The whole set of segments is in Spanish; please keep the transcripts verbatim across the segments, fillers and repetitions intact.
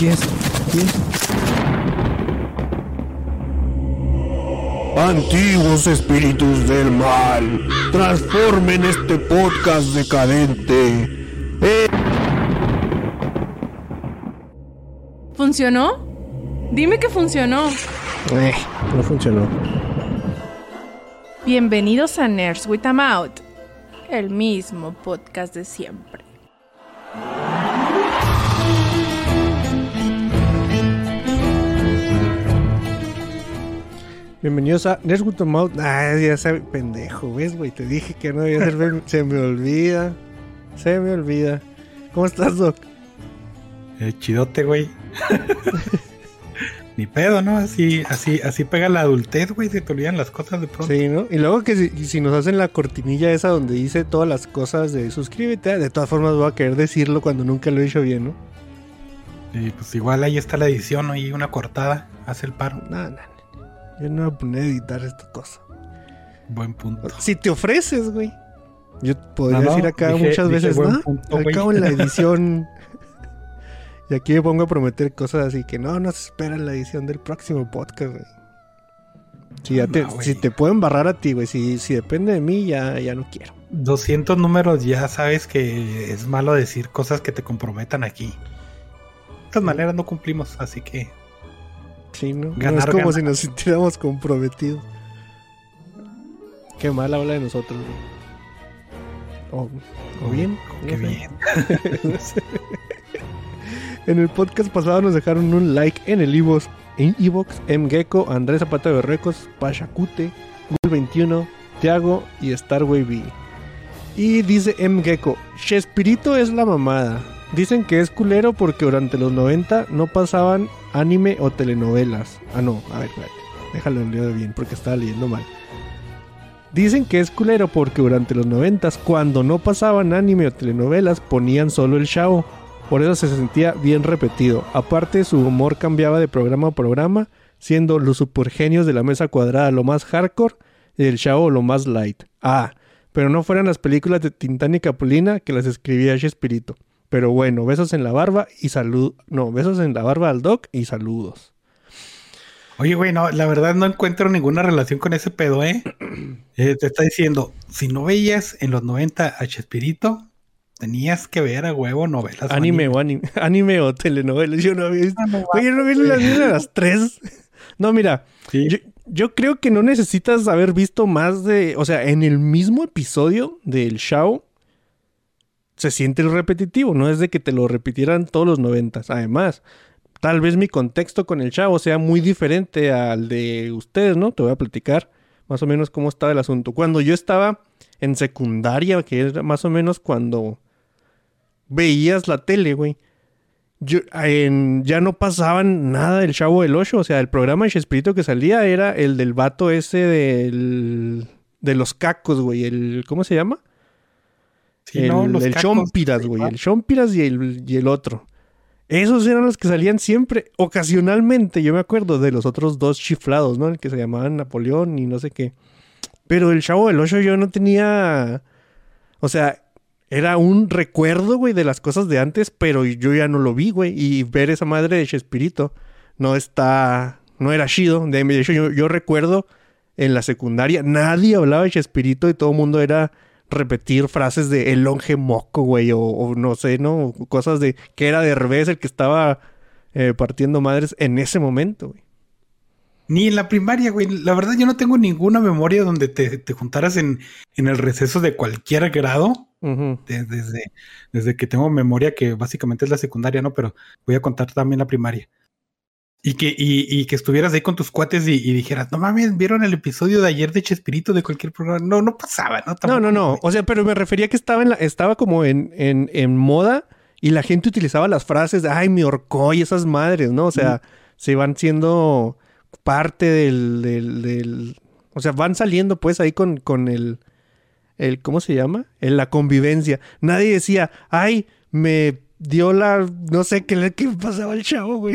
¿Quién es? ¿Quién? Antiguos espíritus del mal, transformen este podcast decadente. Eh... ¿Funcionó? Dime que funcionó. Eh, no funcionó. Bienvenidos a Nerds with a Mouth, el mismo podcast de siempre. Bienvenidos a Nerds with a Mouth. Ah, ya sabes, pendejo, ¿ves, güey? Te dije que no debía ser. Se me olvida. Se me olvida. ¿Cómo estás, Doc? Eh, chidote, güey. Ni pedo, ¿no? Así, así, así pega la adultez, güey. Se te olvidan las cosas de pronto. Sí, ¿no? Y luego que si, si nos hacen la cortinilla esa donde dice todas las cosas de suscríbete, de todas formas voy a querer decirlo cuando nunca lo he hecho bien, ¿no? Y pues igual ahí está la edición, ¿no? Y una cortada. Hace el paro. No, no, no. Yo no voy a poner a editar esta cosa. Buen punto. Si te ofreces, güey. Yo podría no, no, decir acá dije, muchas dije veces, buen ¿no? punto, Al güey. cabo en la edición. Y aquí me pongo a prometer cosas así que no, no se espera la edición del próximo podcast, güey. Si, ya No, te, güey. si te puedo embarrar a ti, güey. Si, si depende de mí, ya, ya no quiero. doscientos números, ya sabes que es malo decir cosas que te comprometan aquí. De todas maneras no cumplimos, así que... Sí, ¿no? Ganar, no es como ganar. si nos sintiéramos comprometidos. Qué mal habla de nosotros, güey. O, o bien. Qué no sé. bien. No sé. En el podcast pasado nos dejaron un like en el iVoox, en iVoox, Mgecko, Andrés Zapata de Berrecos, Pachacute, Google veintiuno, Tiago y Starway B. Y dice Mgecko, Chespirito es la mamada. Dicen que es culero porque durante los noventa no pasaban anime o telenovelas. Ah, no, a ver, espérate. Déjalo leer bien porque estaba leyendo mal. Dicen que es culero porque durante los noventas, cuando no pasaban anime o telenovelas, ponían solo el Chavo. Por eso se sentía bien repetido. Aparte, su humor cambiaba de programa a programa, siendo los supergenios de la mesa cuadrada lo más hardcore y el Chavo lo más light. Ah, pero no fueran las películas de Tintán y Capulina que las escribía Chespirito. Pero bueno, besos en la barba y salud... No, besos en la barba al Doc y saludos. Oye, güey, no, la verdad no encuentro ninguna relación con ese pedo, ¿eh? Eh, te está diciendo, si no veías en los noventa a Chespirito, tenías que ver a huevo novelas. Anime o anime, anime o telenovelas. Yo no había visto... Ah, no, Oye, yo no vi las, vi las tres. No, mira, Sí. yo, yo creo que no necesitas haber visto más de... O sea, en el mismo episodio del show se siente el repetitivo. No es de que te lo repitieran todos los noventas. Además, tal vez mi contexto con el Chavo sea muy diferente al de ustedes, ¿no? Te voy a platicar más o menos cómo estaba el asunto. Cuando yo estaba en secundaria, que era más o menos cuando veías la tele, güey, yo, en, ya no pasaban nada del Chavo del Ocho. O sea, el programa de Chespirito que salía era el del vato ese del, de los cacos, güey. El, ¿cómo se llama? Sí, el no, los el cacos, Chompiras, güey. El Chompiras y el, y el otro. Esos eran los que salían siempre. Ocasionalmente, yo me acuerdo de los otros dos chiflados, ¿no? El que se llamaban Napoleón y no sé qué. Pero el Chavo del Ocho yo no tenía... O sea, era un recuerdo, güey, de las cosas de antes, pero yo ya no lo vi, güey. Y ver esa madre de Chespirito no está... No era chido. De hecho, yo, yo recuerdo en la secundaria, nadie hablaba de Chespirito y todo el mundo era... repetir frases de el longe moco, güey, o, o no sé, ¿no? Cosas de que era Derbez el que estaba eh, partiendo madres en ese momento, güey. Ni en la primaria, güey. La verdad yo no tengo ninguna memoria donde te, te juntaras en, en el receso de cualquier grado. Uh-huh. De- desde, desde que tengo memoria, que básicamente es la secundaria, ¿no? Pero voy a contar también la primaria. Y que, y, y que estuvieras ahí con tus cuates y, y dijeras, no mames, ¿vieron el episodio de ayer de Chespirito de cualquier programa? No, no pasaba, ¿no? No, Tampoco, no, no. güey. O sea, pero me refería que estaba en la, estaba como en, en, en moda y la gente utilizaba las frases de ay, mi horcoy, esas madres, ¿no? O sea, uh-huh. se van siendo parte del, del, del. O sea, van saliendo pues ahí con, con el, el. ¿Cómo se llama? En la convivencia. Nadie decía, ay, me dio la. No sé qué, qué pasaba el Chavo, güey.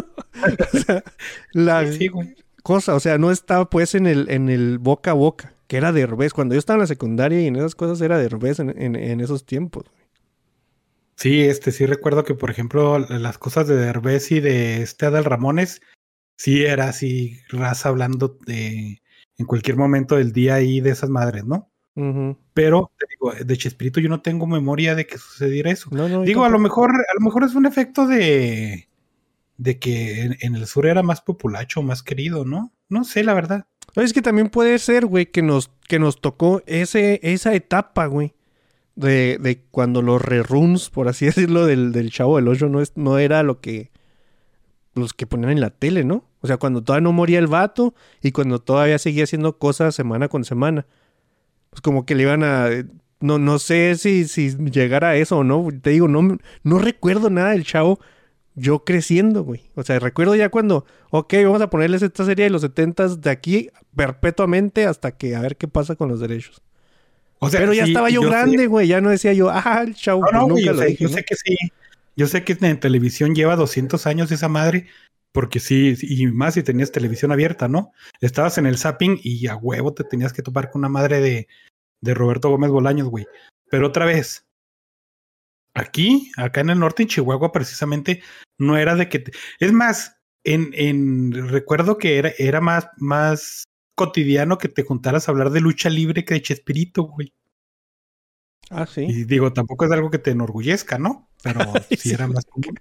O sea, la Sí, güey. cosa, o sea, no estaba pues en el, en el boca a boca, que era Derbez. Cuando yo estaba en la secundaria y en esas cosas era Derbez en, en, en esos tiempos. Sí, este, sí recuerdo que, por ejemplo, las cosas de Derbez y de este Adal Ramones, sí era así, raza hablando de en cualquier momento del día ahí de esas madres, ¿no? Uh-huh. Pero, te digo, de Chespirito yo no tengo memoria de que sucediera eso. No, no, Digo, a lo tampoco. mejor, a lo mejor es un efecto de, de que en, en el sur era más populacho, más querido, ¿no? No sé, la verdad. No, es que también puede ser, güey, que nos, que nos tocó ese, esa etapa, güey, de, de cuando los reruns, por así decirlo, del, del Chavo del Ocho no, es, no era lo que los que ponían en la tele, ¿no? O sea, cuando todavía no moría el vato y cuando todavía seguía haciendo cosas semana con semana. Pues como que le iban a... No, no sé si, si llegara a eso o no. Te digo, no, no recuerdo nada del Chavo yo creciendo, güey. O sea, recuerdo ya cuando, ok, vamos a ponerles esta serie de los setentas de aquí perpetuamente hasta que a ver qué pasa con los derechos. O sea, Pero ya sí, estaba yo, yo sé- grande, güey. Ya no decía yo, ah, el Chavo, No, pues no, güey, nunca yo lo sé, dije, yo ¿no? sé que sí. Yo sé que en televisión lleva doscientos años esa madre, porque sí, y más si tenías televisión abierta, ¿no? Estabas en el zapping y a huevo te tenías que topar con una madre de, de Roberto Gómez Bolaños, güey. Pero otra vez, aquí, acá en el norte, en Chihuahua, precisamente, no era de que... te- Es más, en, en recuerdo que era, era más, más cotidiano que te juntaras a hablar de lucha libre que de Chespirito, güey. Ah, sí. Y digo, tampoco es algo que te enorgullezca, ¿no? Pero Ay, sí sí. era más común.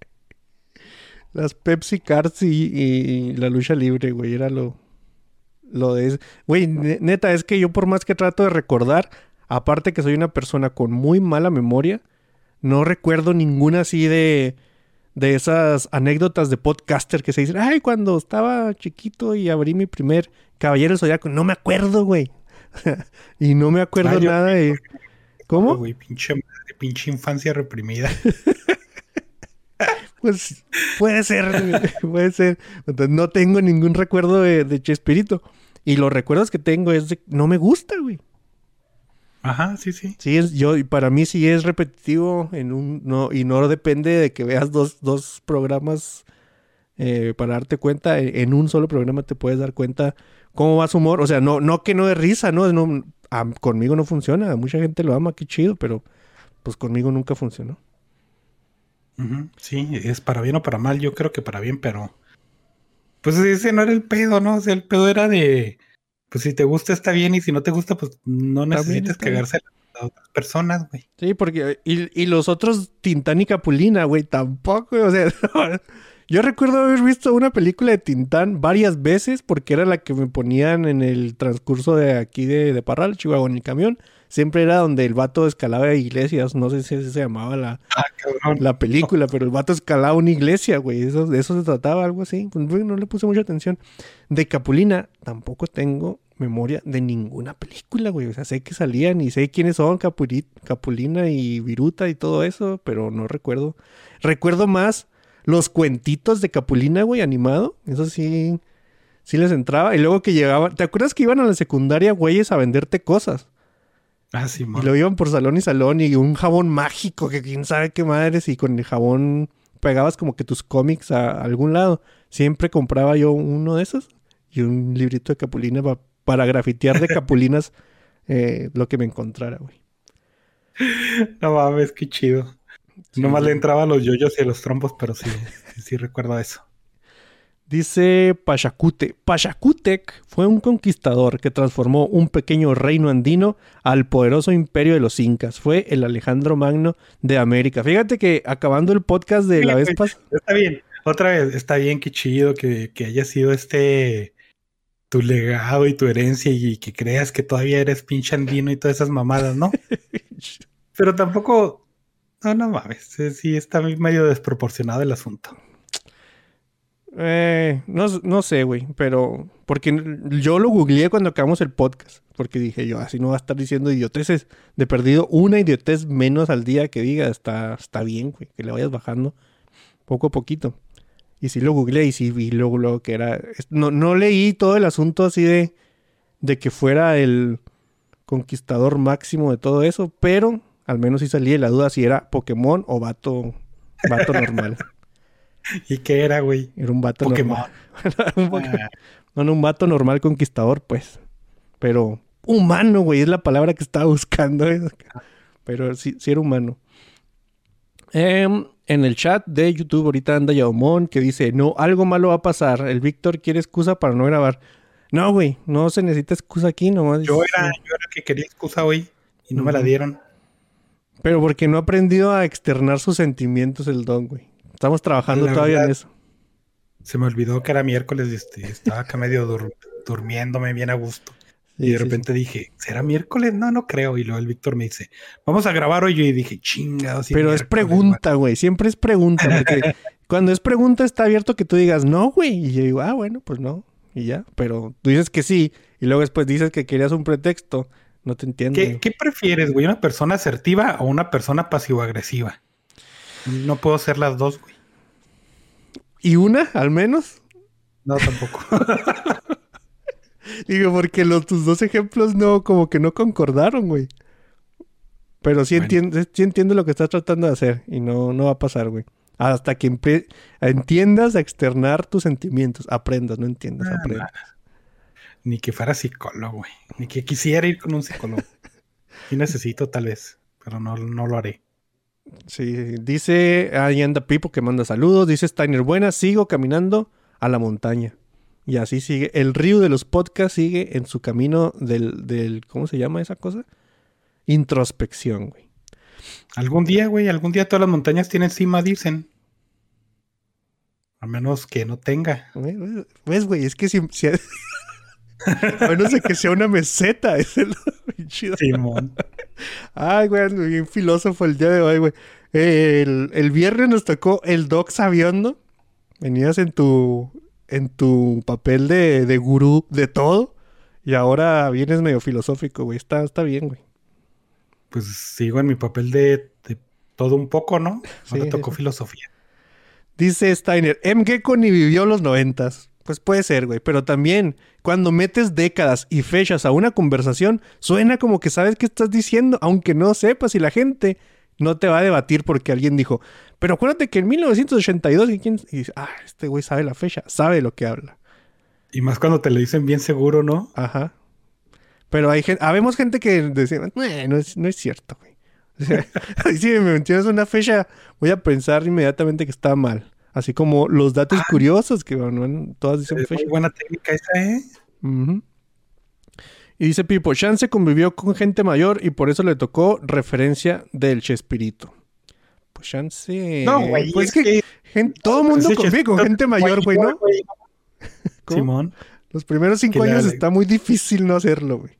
Las Pepsi Cards y, y la lucha libre, güey, era lo, lo de... Güey, ne- neta, es que yo por más que trato de recordar, aparte que soy una persona con muy mala memoria, no recuerdo ninguna así de, de esas anécdotas de podcaster que se dicen, ay, cuando estaba chiquito y abrí mi primer Caballero del Zodiaco. No me acuerdo, güey. Y no me Ah, acuerdo yo nada de... recuerdo, ¿Cómo? güey, pinche madre, pinche infancia reprimida. Pues puede ser, güey, puede ser. Entonces, no tengo ningún recuerdo de, de Chespirito. Y los recuerdos que tengo es de... No me gusta, güey. Ajá, sí, sí. Sí, es, yo, y para mí sí es repetitivo en un, no, y no depende de que veas dos, dos programas eh, para darte cuenta. En, en un solo programa te puedes dar cuenta cómo va su humor. O sea, no, no que no es risa, ¿no? no a, conmigo no funciona. Mucha gente lo ama, qué chido, pero pues conmigo nunca funcionó. Ujú, sí, es para bien o para mal. Yo creo que para bien, pero pues ese no era el pedo, ¿no? O sea, el pedo era de, pues si te gusta está bien y si no te gusta, pues no También necesitas está bien. cagarse a otras personas, güey. Sí, porque... Y, y los otros, Tintán y Capulina, güey, tampoco, o sea... Yo recuerdo haber visto una película de Tintán varias veces porque era la que me ponían en el transcurso de aquí de, de Parral, Chihuahua, en el camión. Siempre era donde el vato escalaba iglesias. No sé si así se llamaba la, Ah, cabrón. la película, pero el vato escalaba una iglesia, güey. Eso, de eso se trataba, algo así. Pues, güey, no le puse mucha atención. De Capulina tampoco tengo memoria de ninguna película, güey. O sea, sé que salían y sé quiénes son Capuli- Capulina y Viruta y todo eso, pero no recuerdo. Recuerdo más los cuentitos de Capulina, güey, animado. Eso sí, sí les entraba. Y luego que llegaban... ¿Te acuerdas que iban a la secundaria, güeyes, a venderte cosas? Ah, sí, Y man. lo iban por salón y salón y un jabón mágico que quién sabe qué madres y con el jabón pegabas como que tus cómics a algún lado. Siempre compraba yo uno de esos y un librito de Capulina pa- para grafitear de Capulinas eh, lo que me encontrara, güey. No mames, qué chido. Nomás Sí. le entraba a los yoyos y a los trompos, pero sí, sí, sí recuerdo eso. Dice Pachacute. Pachacútec fue un conquistador que transformó un pequeño reino andino al poderoso imperio de los incas. Fue el Alejandro Magno de América. Fíjate que acabando el podcast de la Bien, vez güey, pasada... está bien. Otra vez, está bien, qué chido que, que haya sido este tu legado y tu herencia y que creas que todavía eres pinche andino y todas esas mamadas, ¿no? Pero tampoco, no, no mames, sí, sí está medio desproporcionado el asunto. Eh, no, no sé, güey, pero porque yo lo googleé cuando acabamos el podcast, porque dije yo, así no va a estar diciendo idioteces. De perdido una idiotez menos al día que diga, está, está bien, güey, que le vayas bajando poco a poquito. Y sí lo googleé y sí vi luego, luego que era... No, no leí todo el asunto así de, de que fuera el conquistador máximo de todo eso, pero al menos sí salí de la duda si era Pokémon o vato, vato normal. ¿Y qué era, güey? Era un vato Pokémon. normal. un Pokémon. Ah, No, no, un vato normal conquistador, pues. Pero humano, güey, es la palabra que estaba buscando. ¿eh? Pero sí, sí era humano. Eh, en el chat de YouTube ahorita anda Yaomón que dice, no, algo malo va a pasar. El Víctor quiere excusa para no grabar. No, güey, no se necesita excusa aquí nomás. Yo era, yo era el que quería excusa hoy y no uh-huh. me la dieron. Pero porque no ha aprendido a externar sus sentimientos el don, güey. Estamos trabajando la todavía verdad, en eso. Se me olvidó que era miércoles y este, estaba acá medio dur- durmiéndome bien a gusto. Sí, y de sí, repente sí. dije, ¿será miércoles? No, no creo. Y luego el Víctor me dice, vamos a grabar hoy. Y dije, chingados. Pero es pregunta, güey. Siempre es pregunta. Porque cuando es pregunta está abierto que tú digas, no, güey. Y yo digo, ah, bueno, pues no. Y ya. Pero tú dices que sí. Y luego después dices que querías un pretexto. No te entiendo. ¿Qué, ¿qué prefieres, güey? ¿Una persona asertiva o una persona pasivo-agresiva? No puedo ser las dos, güey. ¿Y una, al menos? No, tampoco. Digo, porque los, tus dos ejemplos no, como que no concordaron, güey. Pero sí, bueno. entiendo, sí entiendo lo que estás tratando de hacer. Y no, no va a pasar, güey. Hasta que empre- entiendas a externar tus sentimientos. Aprendas, no entiendas, ah, aprendas. Nada. Ni que fuera psicólogo, güey. Ni que quisiera ir con un psicólogo. Sí necesito, tal vez. Pero no, no lo haré. Sí, dice... Ahí anda Pipo que manda saludos. Dice Steiner, buena, sigo caminando a la montaña. Y así sigue. El río de los podcasts sigue en su camino del... del ¿cómo se llama esa cosa? Introspección, güey. Algún día, güey. Algún día todas las montañas tienen cima, dicen. A menos que no tenga. ¿Ves, güey? Es que si... si... A menos de que sea una meseta. Es el chido. Simón. Ay, güey, bien filósofo el día de hoy, güey. El, el viernes nos tocó el Doc Sabiondo. Venías en tu en tu papel de, de gurú de todo. Y ahora vienes medio filosófico, güey. Está, está bien, güey. Pues sigo en mi papel de, de todo un poco, ¿no? Ahora sí, tocó sí. filosofía. Dice Steiner, M. Gecko ni vivió los noventas. Pues puede ser, güey. Pero también, cuando metes décadas y fechas a una conversación, suena como que sabes qué estás diciendo, aunque no sepas, y la gente no te va a debatir porque alguien dijo, pero acuérdate que en mil novecientos ochenta y dos, ¿y quién? Y dice, ah, este güey sabe la fecha, sabe lo que habla. Y más cuando te lo dicen bien seguro, ¿no? Ajá. Pero hay gente, habemos gente que dice, no es, no es cierto, güey. O sea, si me mencionas una fecha, voy a pensar inmediatamente que está mal. Así como los datos ah, curiosos que bueno, todas dicen es fecha. Muy buena técnica esa, ¿eh? Uh-huh. Y dice Pipo, Chance convivió con gente mayor y por eso le tocó referencia del Chespirito. Pues Chance... No, güey. Pues es que, que gente, todo el mundo convive con gente mayor, güey, ¿no? Wey. Simón. Los primeros cinco años está muy difícil no hacerlo, güey.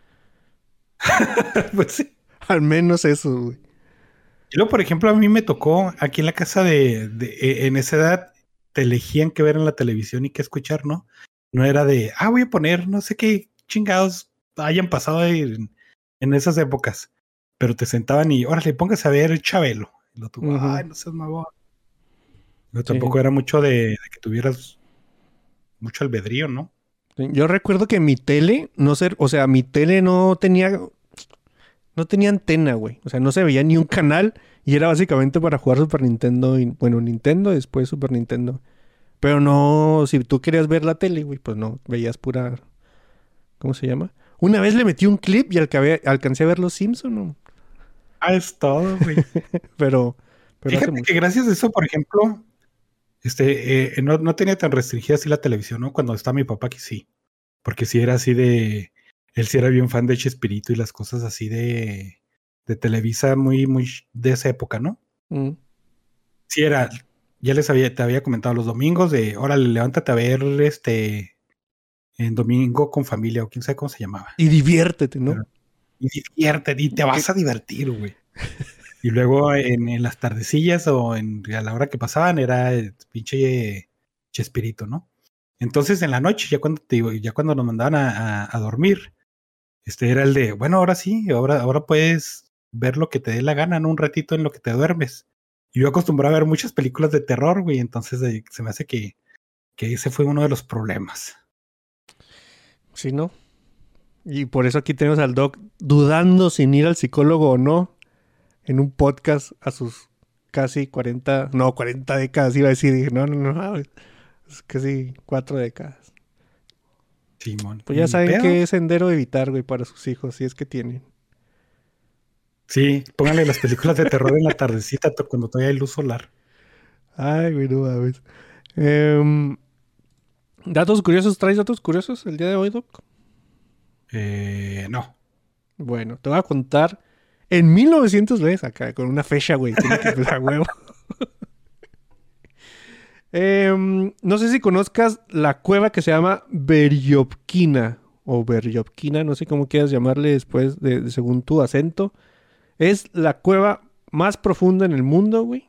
Pues sí. Al menos eso, güey. Y luego, por ejemplo, a mí me tocó aquí en la casa de, de... En esa edad te elegían qué ver en la televisión y qué escuchar, ¿no? No era de, ah, voy a poner no sé qué chingados hayan pasado en, en esas épocas. Pero te sentaban y, órale, póngase a ver Chabelo. Y lo tuvo, uh-huh. Ay, no seas mamón. Pero sí. Tampoco era mucho de, de que tuvieras mucho albedrío, ¿no? Yo recuerdo que mi tele, no sé, o sea, mi tele no tenía... No tenía antena, güey. O sea, no se veía ni un canal. Y era básicamente para jugar Super Nintendo. Y, bueno, Nintendo, después Super Nintendo. Pero no... Si tú querías ver la tele, güey, pues no. Veías pura... ¿Cómo se llama? Una vez le metí un clip y alcancé, alcancé a ver Los Simpson, ¿no? Ah, es todo, güey. pero... pero Fíjate que gracias a eso, por ejemplo... Este... Eh, no, no tenía tan restringida así la televisión, ¿no? Cuando estaba mi papá aquí sí. Porque sí era así de... Él sí era bien fan de Chespirito y las cosas así de, de Televisa muy, muy de esa época, ¿no? Mm. Sí era, ya les había, te había comentado los domingos de, órale, levántate a ver este, en Domingo con Familia o quién sabe cómo se llamaba. Y diviértete, ¿no? Pero, y diviértete y te vas ¿Qué? a divertir, güey. Y luego en, en las tardecillas o en, a la hora que pasaban era el pinche Chespirito, ¿no? Entonces en la noche, ya cuando, te digo, ya cuando nos mandaban a, a, a dormir, Este era el de, bueno, ahora sí, ahora, ahora puedes ver lo que te dé la gana, ¿no? Un ratito en lo que te duermes. Y yo acostumbraba a ver muchas películas de terror, güey, entonces eh, se me hace que, que ese fue uno de los problemas. Sí, ¿no? Y por eso aquí tenemos al Doc dudando sin ir al psicólogo o no en un podcast a sus casi cuarenta, no, cuarenta décadas, iba a decir, dije, no, no, no, es casi cuatro décadas. Simón. Pues ya saben qué sendero evitar, güey, para sus hijos, si es que tienen. Sí, pónganle las películas de terror en la tardecita to- cuando todavía hay luz solar. Ay, güey, no mames. Em, datos curiosos, ¿traes datos curiosos el día de hoy, Doc? Eh, no. Bueno, te voy a contar. En mil novecientos, ves, acá, con una fecha, güey. Tiene que empezar a huevo. Em, no sé si conozcas la cueva que se llama Beriovkina. O Beriovkina, no sé cómo quieras llamarle después, de, de- según tu acento. Es la cueva más profunda en el mundo, güey.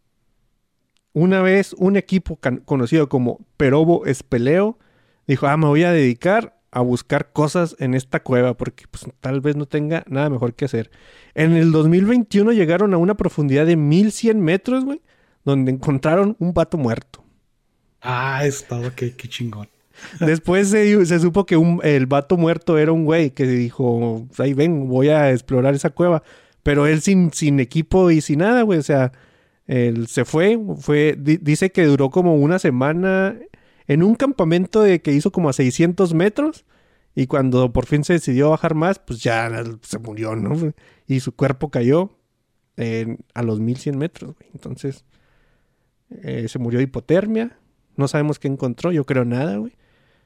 Una vez un equipo can- conocido como Perobo Espeleo dijo, ah, me voy a dedicar a buscar cosas en esta cueva porque pues, tal vez no tenga nada mejor que hacer. En el dos mil veintiuno llegaron a una profundidad de mil cien metros, güey, donde encontraron un vato muerto. Ah, es todo, qué, qué chingón. Después se, se supo que un- el vato muerto era un güey que dijo, ahí ven, voy a explorar esa cueva. Pero él sin, sin equipo y sin nada, güey, o sea... Él se fue, fue di- dice que duró como una semana en un campamento de que hizo como a seiscientos metros y cuando por fin se decidió bajar más, pues ya se murió, ¿no? Y su cuerpo cayó en- a los mil cien metros, güey. Entonces eh, se murió de hipotermia, no sabemos qué encontró, yo creo nada, güey.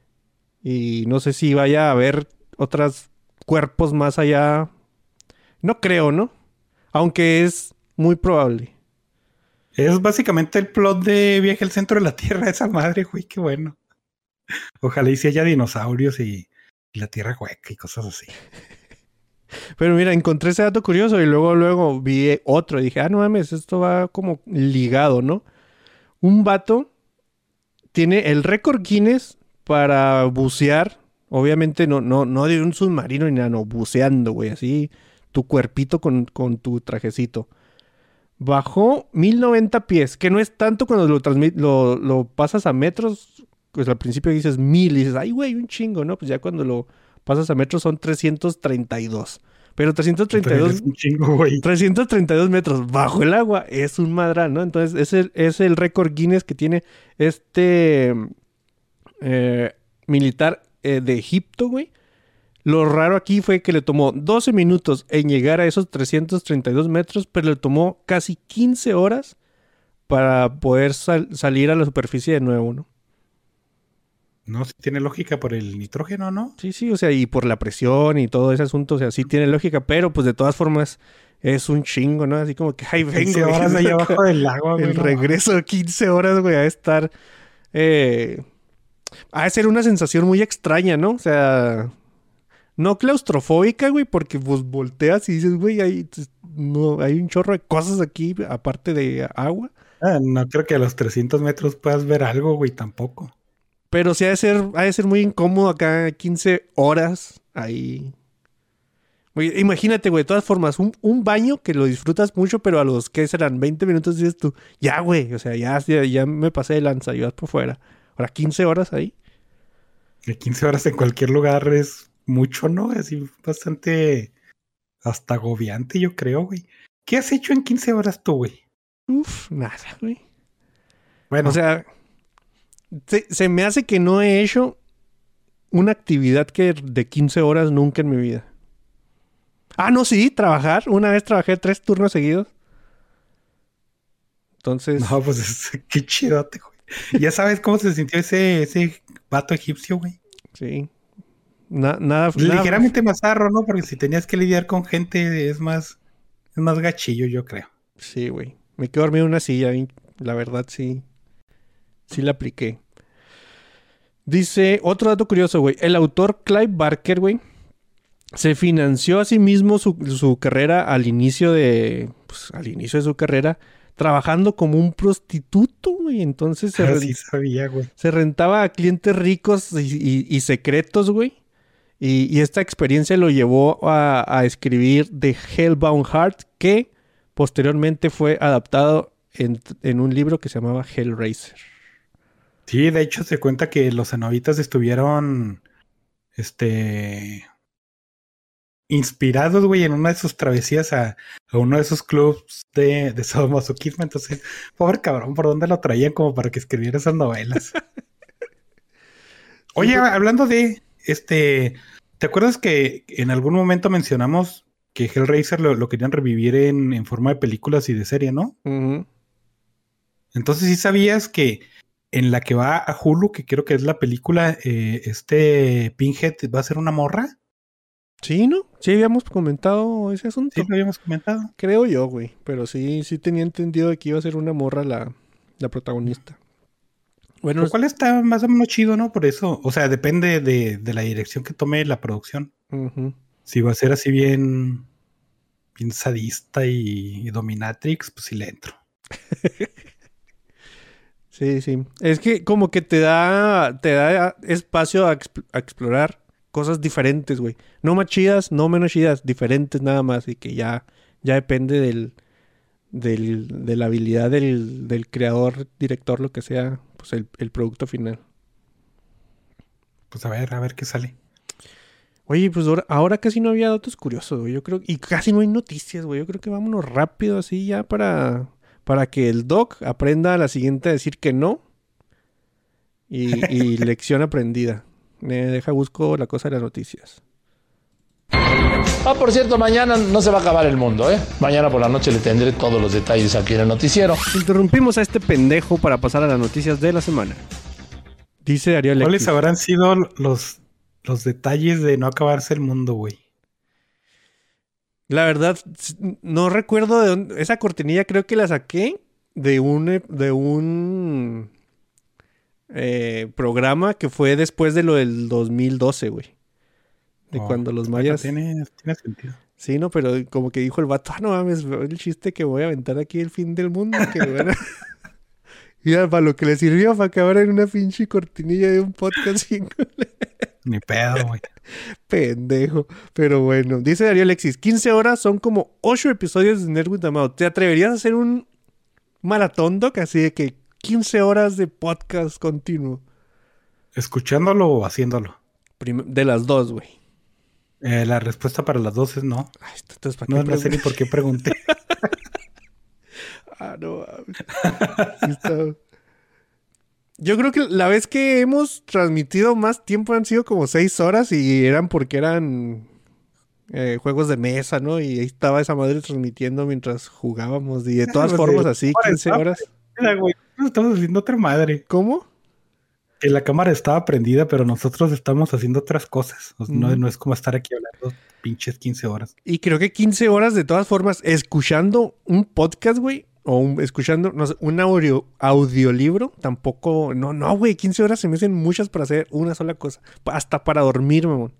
Y no sé si vaya a haber otros cuerpos más allá, no creo, ¿no? Aunque es muy probable. Es básicamente el plot de Viaje al Centro de la Tierra, esa madre, güey, qué bueno. Ojalá y si haya dinosaurios y, y la Tierra hueca y cosas así. Pero mira, encontré ese dato curioso y luego, luego vi otro y dije, ah, no mames, esto va como ligado, ¿no? Un vato tiene el récord Guinness para bucear, obviamente no, no, no de un submarino ni nada, no, buceando, güey, así, tu cuerpito con, con tu trajecito. Bajó mil noventa pies, que no es tanto cuando lo, transmit- lo, lo pasas a metros, pues al principio dices mil y dices, ay, güey, un chingo, ¿no? Pues ya cuando lo pasas a metros son trescientos treinta y dos. Pero trescientos treinta y También dos es un chingo, güey. trescientos treinta y dos metros bajo el agua es un madral, ¿no? Entonces es el, es el récord Guinness que tiene este eh, militar eh, de Egipto, güey. Lo raro aquí fue que le tomó doce minutos en llegar a esos trescientos treinta y dos metros, pero le tomó casi quince horas para poder sal- salir a la superficie de nuevo, ¿no? No, si tiene lógica por el nitrógeno, ¿no? Sí, sí, o sea, y por la presión y todo ese asunto, o sea, sí tiene lógica, pero pues de todas formas es un chingo, ¿no? Así como que, ay, vengo, quince güey, horas ahí abajo del agua, güey. el No, regreso de quince horas, güey, a estar... Eh, ha de ser una sensación muy extraña, ¿no? O sea, no claustrofóbica, güey, porque pues volteas y dices, güey, hay, no, hay un chorro de cosas aquí, aparte de agua. ah, no creo que a los trescientos metros puedas ver algo, güey, tampoco. Pero sí ha de ser, ha de ser muy incómodo acá quince horas ahí. Güey, imagínate, güey, de todas formas, un, un baño que lo disfrutas mucho, pero a los que serán veinte minutos dices tú, ya, güey, o sea, ya, ya, ya me pasé de lanza, yo vas por fuera. Ahora, quince horas ahí. Que quince horas en cualquier lugar es mucho, ¿no? Así bastante hasta agobiante, yo creo, güey. ¿Qué has hecho en quince horas tú, güey? Uf, nada, güey. Bueno, O sea, se, se me hace que no he hecho una actividad que de quince horas nunca en mi vida. Ah, no, sí, trabajar. Una vez trabajé tres turnos seguidos. Entonces, no, pues es- qué chidote, güey. Ya sabes cómo se sintió ese, ese vato egipcio, güey. sí. Na- nada, nada. Ligeramente más zarro, ¿no? Porque si tenías que lidiar con gente es más, es más gachillo, yo creo. Sí, güey. Me quedé dormido en una silla y la verdad sí. Sí la apliqué. Dice, otro dato curioso, güey. El autor Clive Barker, güey, se financió a sí mismo su, su carrera al inicio de... Pues, al inicio de su carrera, trabajando como un prostituto, güey. Entonces se, Ah, ren- sí sabía, güey. se rentaba a clientes ricos y, y- y secretos, güey. Y, y esta experiencia lo llevó a, a escribir The Hellbound Heart, que posteriormente fue adaptado en, en un libro que se llamaba Hellraiser. Sí, de hecho se cuenta que los cenobitas estuvieron, este, inspirados, güey, en una de sus travesías a, a uno de esos clubs de, de sadomasoquismo. Entonces, pobre cabrón, ¿por dónde lo traían como para que escribiera esas novelas? Oye, Sí, hablando de, este, ¿te acuerdas que en algún momento mencionamos que Hellraiser lo, lo querían revivir en, en forma de películas y de serie, ¿no? Uh-huh. Entonces sí sabías que en la que va a Hulu, que creo que es la película, eh, este Pinhead va a ser una morra. Sí, ¿no? Sí habíamos comentado ese asunto. Sí, lo habíamos comentado. Creo yo, güey. Pero sí, sí tenía entendido de que iba a ser una morra la, la protagonista. Bueno, Lo cual está más o menos chido, ¿no? Por eso, o sea, depende de, de la dirección que tome la producción. uh-huh. Si va a ser así bien, bien sadista y, y dominatrix, pues sí le entro. Sí, sí. Es que como que te da, te da espacio a, exp- a explorar cosas diferentes, güey. No más chidas, no menos chidas, diferentes nada más. Y que ya, ya depende del, del, de la habilidad del, del creador, director, lo que sea, pues el, el producto final. Pues a ver, a ver qué sale. Oye, pues ahora, ahora casi no había datos curiosos, güey. Yo creo, y casi no hay noticias, güey. Yo creo que vámonos rápido así ya para, para que el Doc aprenda a la siguiente a decir que no. Y, y lección aprendida. Me deja busco la cosa de las noticias. Ah, por cierto, mañana no se va a acabar el mundo, ¿eh? Mañana por la noche le tendré todos los detalles aquí en el noticiero. Interrumpimos a este pendejo para pasar a las noticias de la semana. Dice Darío Alexis. ¿Cuáles habrán sido los, los detalles de no acabarse el mundo, güey? La verdad, no recuerdo de dónde. Esa cortinilla creo que la saqué de un, de un eh, programa que fue después de lo del dos mil doce, güey. De Oh, cuando los bueno, mayas... Tiene, tiene sentido. Sí, no, pero como que dijo el vato, ah, no mames, el chiste que voy a aventar aquí el fin del mundo. Que bueno. Y para lo que le sirvió, para acabar en una pinche cortinilla de un podcast. Ni pedo, güey. Pendejo. Pero bueno, dice Darío Alexis, quince horas son como ocho episodios de Nerd With A Mouth. ¿Te atreverías a hacer un maratón, Doc? Así de que quince horas de podcast continuo. ¿Escuchándolo o haciéndolo? Prim- de las dos, güey. Eh, la respuesta para las dos es no. Ay, entonces, ¿para No, qué no sé ni pregun- por qué pregunté. Ah, no mames. Sí está... Yo creo que la vez que hemos transmitido más tiempo han sido como seis horas y eran porque eran eh, juegos de mesa, ¿no? Y ahí estaba esa madre transmitiendo mientras jugábamos. Y de todas Pues, formas, eh, así, ahora quince está horas. prendida, güey. Nosotros estamos haciendo otra madre. ¿Cómo? Que la cámara estaba prendida, pero nosotros estamos haciendo otras cosas. O sea, no, Ujú. no es como estar aquí hablando pinches quince horas. Y creo que quince horas de todas formas, escuchando un podcast, güey, o un- escuchando, no sé, un audio, audiolibro, tampoco, no, no, güey, quince horas se me hacen muchas para hacer una sola cosa. Pa- Hasta para dormir, mamón.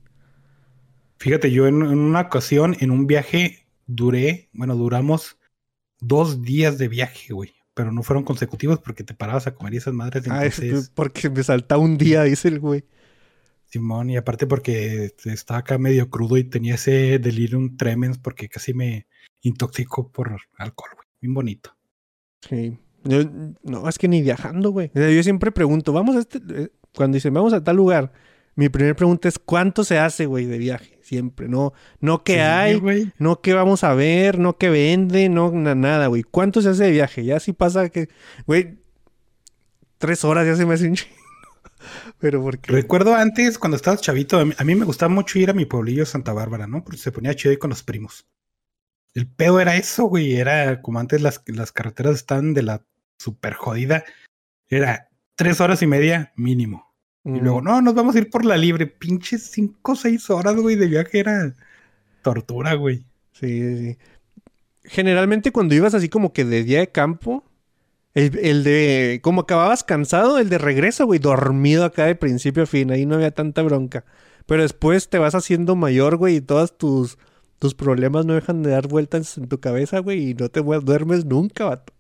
Fíjate, yo en, en una ocasión, en un viaje, duré, bueno, duramos dos días de viaje, güey. Pero no fueron consecutivos porque te parabas a comer y esas madres. Ah, es Entonces, que porque me salta un día, dice el güey. Simón, y aparte porque estaba acá medio crudo y tenía ese delirium tremens porque casi me intoxicó por alcohol, güey. Bien bonito. Sí. Yo- no, es que ni viajando, güey. O sea, yo siempre pregunto, vamos a este, eh, cuando dicen vamos a tal lugar, mi primera pregunta es ¿cuánto se hace, güey, de viaje? Siempre, no, no qué Sí, hay, güey. no qué vamos a ver, no qué vende, no na- nada, güey. ¿Cuánto se hace de viaje? Ya si pasa que, güey, tres horas ya se me hace un chingo. Pero porque... Recuerdo antes, cuando estabas chavito, a mí, a mí me gustaba mucho ir a mi pueblillo Santa Bárbara, ¿no? Porque se ponía chido ahí con los primos. El pedo era eso, güey. Era como antes las, las carreteras estaban de la super jodida. Era tres horas y media mínimo. Y Mm, luego, no, nos vamos a ir por la libre. Pinches cinco o seis horas, güey, de viaje era tortura, güey. sí, sí. Generalmente cuando ibas así como que de día de campo, el, el de... Como acababas cansado, el de regreso, güey, dormido acá de principio a fin. Ahí no había tanta bronca. Pero después te vas haciendo mayor, güey, y todos tus, tus problemas no dejan de dar vueltas en tu cabeza, güey, y no te vu- duermes nunca, vato.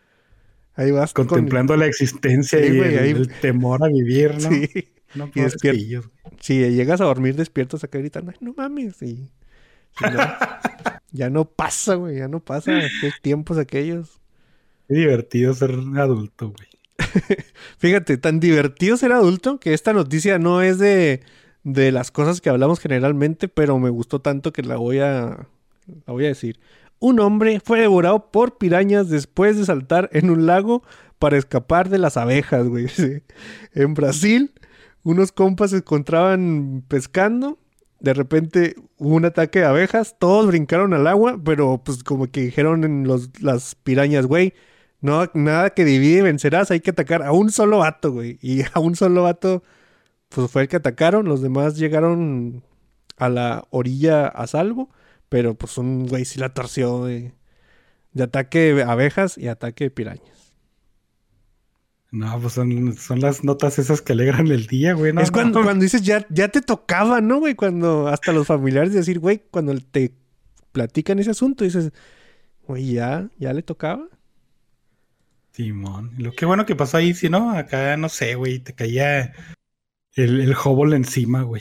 Ahí vas con- Contemplando la existencia Sí, y güey, el, ahí- el temor a vivir, ¿no? Sí. No, Y pobres despier- pillos, güey. Si llegas a dormir despierto, acá gritando, ay, no mames. Y, si no, ya no pasa, güey, ya no pasa. Qué tiempos aquellos. Qué divertido ser adulto, güey. Fíjate, tan divertido ser adulto que esta noticia no es de, de las cosas que hablamos generalmente, pero me gustó tanto que la voy a, la voy a decir. Un hombre fue devorado por pirañas después de saltar en un lago para escapar de las abejas, güey. Sí. En Brasil, unos compas se encontraban pescando de repente hubo un ataque de abejas, todos brincaron al agua, pero pues como que dijeron en los, las pirañas, güey, no, nada que divide vencerás, hay que atacar a un solo vato, güey. Y a un solo vato, pues fue el que atacaron, los demás llegaron a la orilla a salvo, pero pues un güey sí la torció de, de ataque de abejas y ataque de pirañas. No, pues son, son las notas esas que alegran el día, güey. No, es cuando, no. cuando dices, ya, ya te tocaba, ¿no, güey? Cuando hasta los familiares decir, güey, cuando te platican ese asunto, dices, güey, ya, ya le tocaba. Simón. Lo que bueno que pasó ahí, si no, acá no sé, güey, te caía el, el Hubble encima, güey.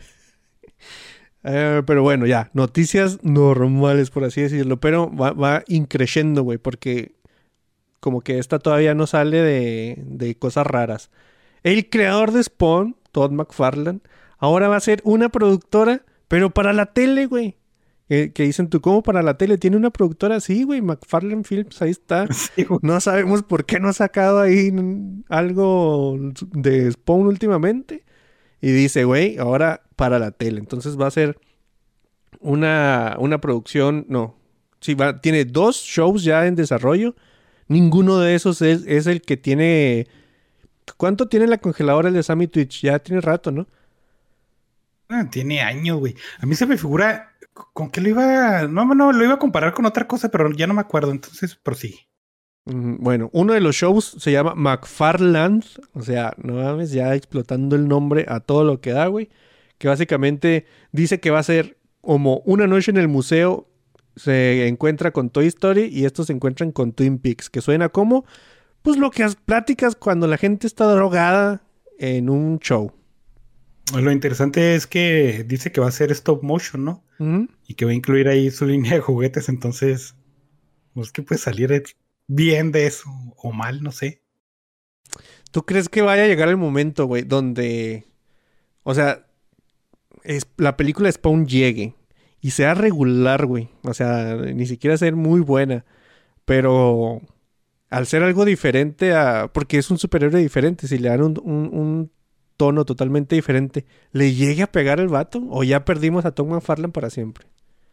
Eh, pero bueno, ya, noticias normales, por así decirlo, pero va, va increciendo, güey, porque como que esta todavía no sale de, de cosas raras. El creador de Spawn, Todd McFarlane, ahora va a ser una productora, pero para la tele, güey. Eh, que dicen, ¿tú cómo para la tele? ¿Tiene una productora? Sí, güey, McFarlane Films, ahí está. Sí, güey. No sabemos por qué no ha sacado ahí algo de Spawn últimamente. Y dice, güey, ahora para la tele. Entonces va a ser una, una producción, no. Sí, va, tiene dos shows ya en desarrollo. Ninguno de esos es, es el que tiene... ¿Cuánto tiene la congeladora el de Sammy Twitch? Ya tiene rato, ¿no? Ah, tiene años, güey. A mí se me figura... ¿Con qué lo iba...? No, no, lo iba a comparar con otra cosa, pero ya no me acuerdo. Entonces, prosigue. Mm, bueno, uno de los shows se llama McFarland. O sea, no mames, ya explotando el nombre a todo lo que da, güey. Que básicamente dice que va a ser como una noche en el museo... Se encuentra con Toy Story y estos se encuentran con Twin Peaks, que suena como, pues lo que platicas cuando la gente está drogada en un show. Lo interesante es que dice que va a ser stop motion, ¿no? Uh-huh. Y que va a incluir ahí su línea de juguetes, entonces, pues que puede salir bien de eso, o mal, no sé. ¿Tú crees que vaya a llegar el momento, güey, donde, o sea, es, la película de Spawn llegue y sea regular, güey? O sea, ni siquiera ser muy buena. Pero al ser algo diferente a... Porque es un superhéroe diferente. Si le dan un, un, un tono totalmente diferente, ¿le llegue a pegar el vato? ¿O ya perdimos a Tom McFarlane para siempre?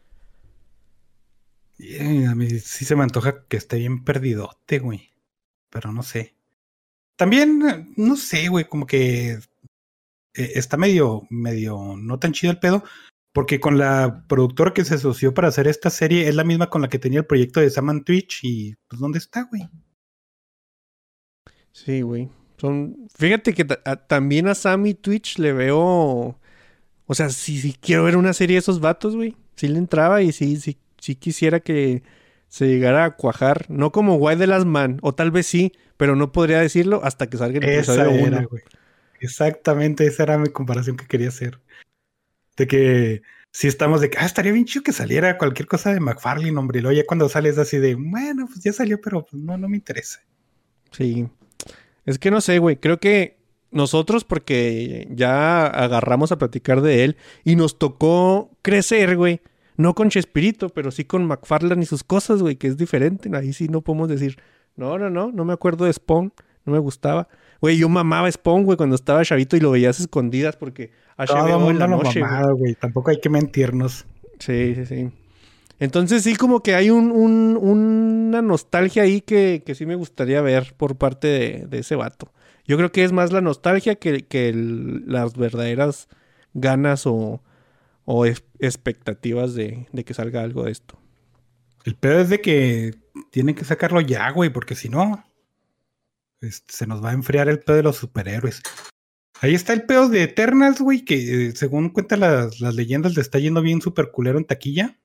Yeah, a mí sí se me antoja que esté bien perdidote, güey. Pero no sé. También, no sé, güey, como que... Eh, está medio, medio no tan chido el pedo. Porque con la productora que se asoció para hacer esta serie es la misma con la que tenía el proyecto de Sam and Twitch. Y pues, ¿dónde está, güey? Sí, güey. Son... Fíjate que ta- a- también a Sammy Twitch le veo... O sea, sí, sí quiero ver una serie de esos vatos, güey. Sí le entraba y sí, sí, sí quisiera que se llegara a cuajar. No como Why the Last Man. O tal vez sí, pero no podría decirlo hasta que salga el Esa episodio era, uno. güey. Exactamente, esa era mi comparación que quería hacer. De que si estamos de que, ah, estaría bien chido que saliera cualquier cosa de McFarlane, hombre. Y luego ya cuando sales así de, bueno, pues ya salió, pero pues no, no me interesa. Sí. Es que no sé, güey. Creo que nosotros, porque ya agarramos a platicar de él y nos tocó crecer, güey. No con Chespirito, pero sí con McFarlane y sus cosas, güey, que es diferente. Ahí sí no podemos decir, no, no, no, no me acuerdo de Spawn, no me gustaba. Güey, yo mamaba Spawn, güey, cuando estaba chavito y lo veías escondidas porque H B O Todo en mundo la lo noche, mamaba, güey. Tampoco hay que mentirnos. Sí, sí, sí. Entonces sí como que hay un, un, una nostalgia ahí que, que sí me gustaría ver por parte de, de ese vato. Yo creo que es más la nostalgia que, que el, las verdaderas ganas o, o es, expectativas de, de que salga algo de esto. El pedo es de que tienen que sacarlo ya, güey, porque si no, este, se nos va a enfriar el pedo de los superhéroes. Ahí está el pedo de Eternals, güey, que eh, según cuentan las, las leyendas le está yendo bien super culero en taquilla.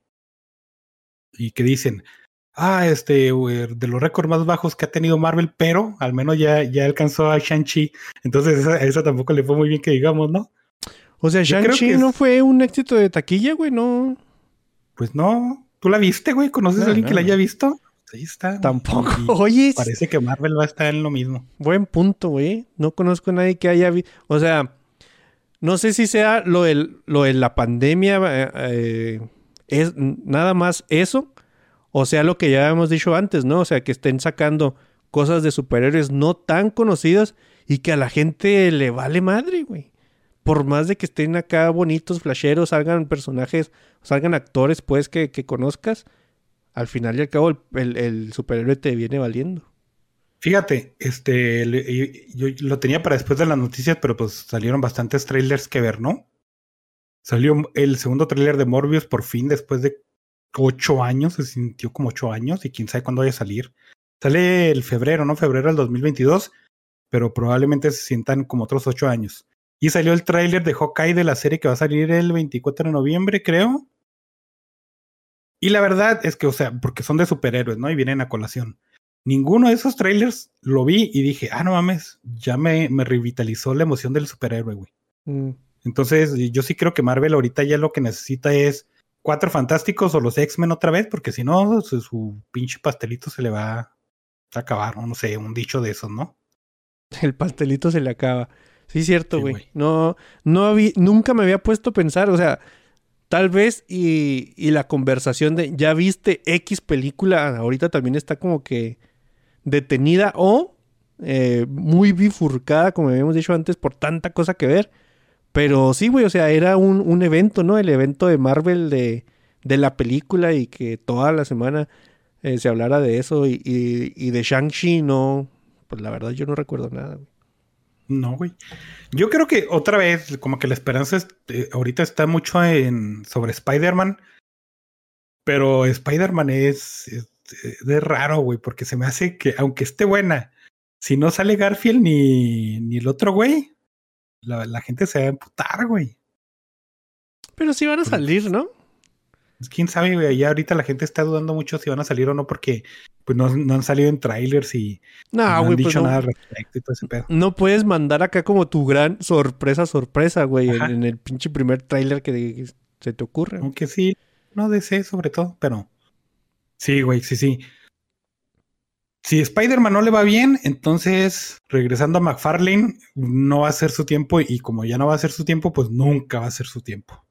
Y que dicen, ah, este, güey, de los récords más bajos que ha tenido Marvel, pero al menos ya, ya alcanzó a Shang-Chi. Entonces esa, esa tampoco le fue muy bien que digamos, ¿no? O sea, Yo creo Shang-Chi que no es- fue un éxito de taquilla, güey, no. Pues no, ¿tú la viste, güey? ¿Conoces No, a alguien no, que la no. haya visto? Ahí está. güey. Tampoco. Y Oye, parece que Marvel va a estar en lo mismo. buen punto, güey. No conozco a nadie que haya visto. O sea, no sé si sea lo, del, lo de la pandemia, eh, eh, es nada más eso, o sea, lo que ya hemos dicho antes, ¿no? O sea, que estén sacando cosas de superhéroes no tan conocidas y que a la gente le vale madre, güey. por más de que estén acá bonitos, flasheros, salgan personajes, salgan actores, pues, que, que conozcas, al final y al cabo el, el, el superhéroe te viene valiendo. Fíjate, este, le, yo lo tenía para después de las noticias, pero pues salieron bastantes trailers que ver, ¿no? Salió el segundo tráiler de Morbius por fin después de ocho años, se sintió como ocho años y quién sabe cuándo vaya a salir. Sale el febrero, ¿no? Febrero del dos mil veintidós, pero probablemente se sientan como otros ocho años. Y salió el tráiler de Hawkeye de la serie que va a salir el veinticuatro de noviembre, creo. Y la verdad es que, o sea, porque son de superhéroes, ¿no? Y vienen a colación. Ninguno de esos trailers lo vi y dije, ah, no mames, ya me, me revitalizó la emoción del superhéroe, güey. Mm. Entonces, yo sí creo que Marvel ahorita ya lo que necesita es Cuatro Fantásticos o los X-Men otra vez, porque si no, su, su pinche pastelito se le va a acabar, ¿no? No sé, un dicho de esos, ¿no? El pastelito se le acaba. Sí, cierto, güey. Sí, no, no había, nunca me había puesto a pensar, o sea, tal vez y, y la conversación de ya viste X película, ahorita también está como que detenida o eh, muy bifurcada, como habíamos dicho antes, por tanta cosa que ver. Pero sí, güey, o sea, era un, un evento, ¿no? El evento de Marvel de, de la película y que toda la semana eh, se hablara de eso y, y, y de Shang-Chi, no, pues la verdad yo no recuerdo nada, güey. No, güey. Yo creo que otra vez, como que la esperanza es, eh, ahorita está mucho en sobre Spider-Man, pero Spider-Man es, es, es raro, güey, porque se me hace que, aunque esté buena, si no sale Garfield ni, ni el otro güey, La, la gente se va a emputar, güey. Pero sí van a salir, ¿no? Quién sabe, güey. Ya ahorita la gente está dudando mucho si van a salir o no, porque pues no, no han salido en trailers y no, y no wey, han dicho pues no, nada al respecto y todo ese pedo. No puedes mandar acá como tu gran sorpresa, sorpresa, güey, en, en el pinche primer trailer que se te ocurre. Aunque sí, no desee sobre todo, pero sí, güey, sí, sí. Si Spider-Man no le va bien, entonces regresando a McFarlane, no va a ser su tiempo y como ya no va a ser su tiempo, pues nunca va a ser su tiempo.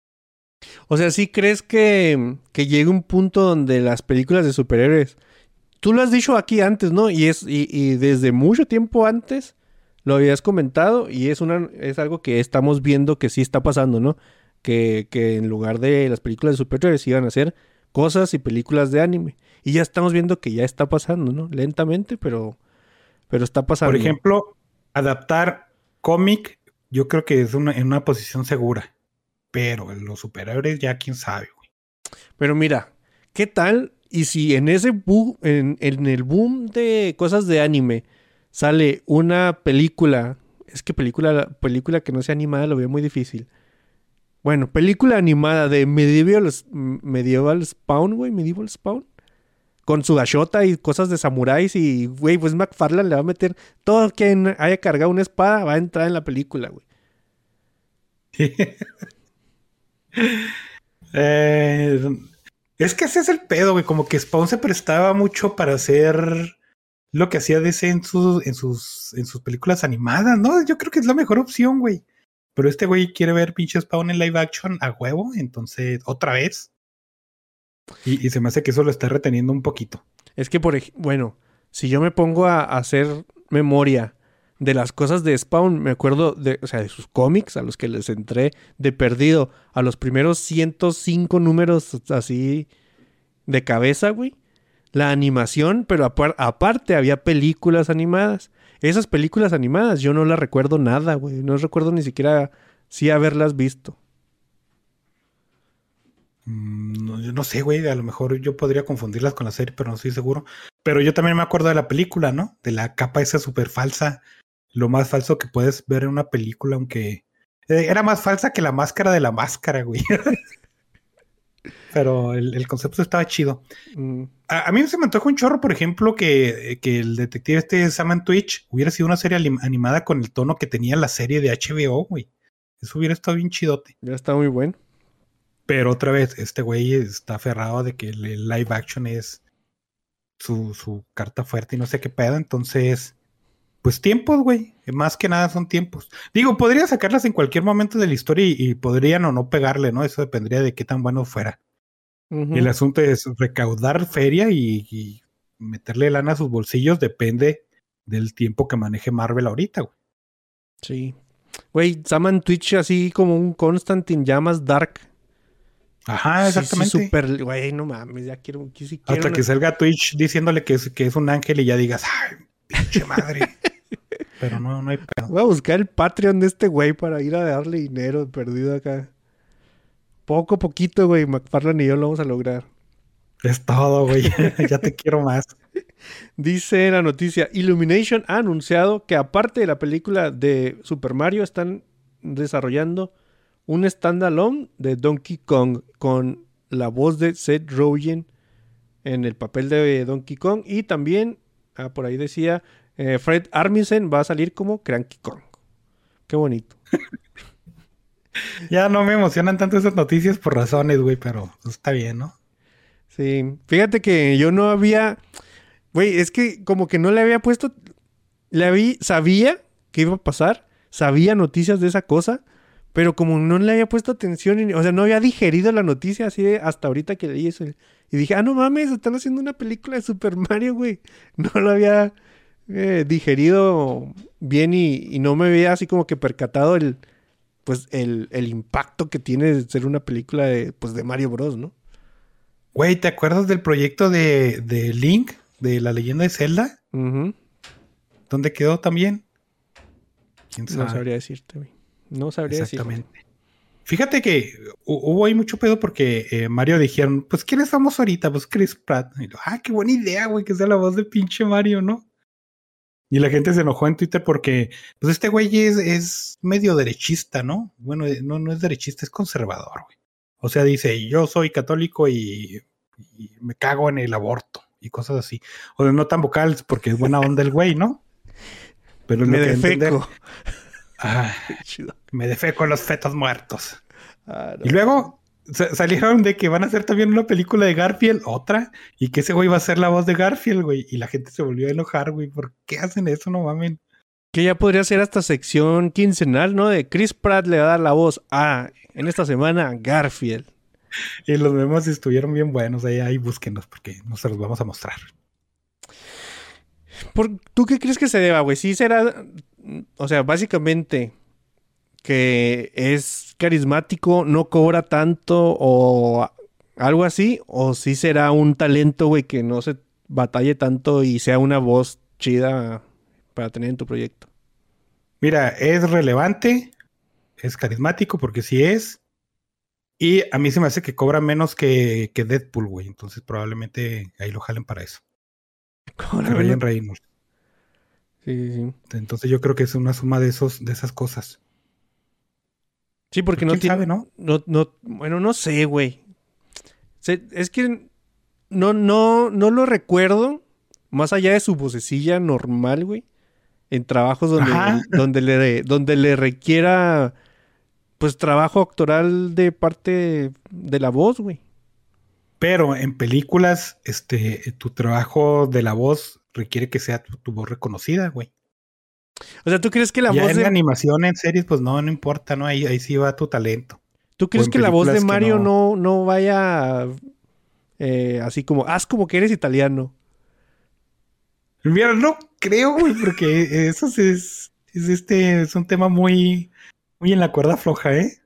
O sea, ¿sí crees que, que llegue un punto donde las películas de superhéroes, tú lo has dicho aquí antes, ¿no? Y es y, y desde mucho tiempo antes lo habías comentado y es una es algo que estamos viendo que sí está pasando, ¿no? Que, que en lugar de las películas de superhéroes iban a hacer cosas y películas de anime. Y ya estamos viendo que ya está pasando, ¿no? Lentamente, pero, pero está pasando. Por ejemplo, adaptar cómic, yo creo que es una, en una posición segura. Pero los superhéroes ya quién sabe, güey. Pero mira, ¿qué tal? Y si en ese boom, en, en el boom de cosas de anime sale una película, es que película, película que no sea animada lo veo muy difícil. Bueno, película animada de Medieval, Medieval Spawn, güey, Medieval Spawn. Con su gashota y cosas de samuráis y, güey, pues McFarlane le va a meter todo quien haya cargado una espada va a entrar en la película, güey. eh, es que ese es el pedo, güey. Como que Spawn se prestaba mucho para hacer lo que hacía D C en sus, en sus, en sus películas animadas, ¿no? Yo creo que es la mejor opción, güey. Pero este güey quiere ver pinche Spawn en live action a huevo, entonces, otra vez. Y, y se me hace que eso lo está reteniendo un poquito. Es que, por ejemplo, bueno, si yo me pongo a, a hacer memoria de las cosas de Spawn, me acuerdo de, o sea, de sus cómics a los que les entré de perdido a los primeros ciento cinco números así de cabeza, güey. La animación, pero apar- aparte había películas animadas. Esas películas animadas yo no las recuerdo nada, güey. No recuerdo ni siquiera sí haberlas visto. No, yo no sé, güey, a lo mejor yo podría confundirlas con la serie, pero no estoy seguro. Pero yo también me acuerdo de la película, ¿no? De la capa esa súper falsa. Lo más falso que puedes ver en una película, aunque eh, era más falsa que la máscara de la máscara, güey. Pero el, el concepto estaba chido. Mm. A, a mí se me antoja un chorro, por ejemplo, que, que el detective este Sam Twitch hubiera sido una serie animada con el tono que tenía la serie de H B O, güey. Eso hubiera estado bien chidote. Ya está muy bueno. Pero otra vez, este güey está aferrado de que el live action es su, su carta fuerte y no sé qué pedo. Entonces, pues tiempos, güey. Más que nada son tiempos. Digo, podría sacarlas en cualquier momento de la historia y, y podrían o no pegarle, ¿no? Eso dependería de qué tan bueno fuera. Uh-huh. El asunto es recaudar feria y, y meterle lana a sus bolsillos. Depende del tiempo que maneje Marvel ahorita, güey. Sí. Güey, Saman Twitch así como un Constantine llamas Dark. Ajá, exactamente. Sí, sí, súper, güey, no mames, ya quiero, que sí quiero Hasta una- que salga Twitch diciéndole que es, que es un ángel y ya digas, ay, pinche madre. Pero no, no hay pedo. Voy a buscar el Patreon de este güey para ir a darle dinero perdido acá. Poco a poquito, güey, McFarlane y yo lo vamos a lograr. Es todo, güey. Ya te quiero más. Dice la noticia, Illumination ha anunciado que aparte de la película de Super Mario, están desarrollando un standalone de Donkey Kong con la voz de Seth Rogen en el papel de Donkey Kong y también, ah, por ahí decía, eh, Fred Armisen va a salir como Cranky Kong. Qué bonito. Ya no me emocionan tanto esas noticias por razones, güey, pero pues, está bien, ¿no? Sí, fíjate que yo no había... Güey, es que como que no le había puesto... Le había... Sabía que iba a pasar, sabía noticias de esa cosa, pero como no le había puesto atención, y- o sea, no había digerido la noticia así de hasta ahorita que leí eso. Y dije, ah, no mames, están haciendo una película de Super Mario, güey. No lo había eh, digerido bien y, y no me había así como que percatado el... Pues el, el impacto que tiene de ser una película de, pues, de Mario Bros, ¿no? Güey, ¿te acuerdas del proyecto de, de Link, de la leyenda de Zelda? Ujú. ¿Dónde quedó también? ¿Quién sabe? No sabría decirte, güey. No sabría decirte. Exactamente. Fíjate que hu- hubo ahí mucho pedo porque eh, Mario dijeron, pues, ¿quién es famoso ahorita? Pues Chris Pratt. Y yo, ah, qué buena idea, güey, que sea la voz de pinche Mario, ¿no? Y la gente se enojó en Twitter porque, pues, este güey es, es medio derechista, ¿no? Bueno, eh, no, no es derechista, es conservador, güey. O sea, dice, yo soy católico y, y me cago en el aborto y cosas así. O sea, no tan vocales porque es buena onda el güey, ¿no? Pero es Me lo que entender. defeco. Ah, Chido. me defeco en los fetos muertos. Ah, no. Y luego sa- salieron de que van a hacer también una película de Garfield, otra, y que ese güey va a ser la voz de Garfield, güey. Y la gente se volvió a enojar, güey. ¿Por qué hacen eso? No mamen. Que ya podría ser hasta sección quincenal, ¿no? De Chris Pratt le va a dar la voz a, en esta semana, Garfield. Y los memes estuvieron bien buenos. Ahí, ahí búsquenlos porque no se los vamos a mostrar. ¿Por, ¿Tú qué crees que se deba, güey? Sí será, o sea, básicamente que es carismático, no cobra tanto o algo así, o sí será un talento, güey, que no se batalle tanto y sea una voz chida para tener en tu proyecto. Mira, es relevante, es carismático porque sí es. Y a mí se me hace que cobra menos que, que Deadpool, güey. Entonces probablemente ahí lo jalen para eso. ¿Cómo la Que Ryan ven? Reynolds. Sí, sí, sí. Entonces yo creo que es una suma de esos, de esas cosas. Sí, porque Pues, no ¿quién tiene... sabe, no? No, no, bueno, no sé, güey. Se- Es que no, no, no lo recuerdo, más allá de su vocecilla normal, güey, en trabajos donde, Ajá. donde, le, donde le requiera, pues, trabajo actoral de parte de, de la voz, güey. Pero en películas, este, tu trabajo de la voz requiere que sea tu, tu voz reconocida, güey. O sea, ¿tú crees que la Ya voz en de, animación, en series, pues no, no importa, ¿no? Ahí, ahí sí va tu talento. ¿tú crees en que la voz de películas que Mario no- no, no vaya eh, así como, haz como que eres italiano? Mira, no creo, güey, porque eso sí es, es este, es un tema muy, muy en la cuerda floja, ¿eh?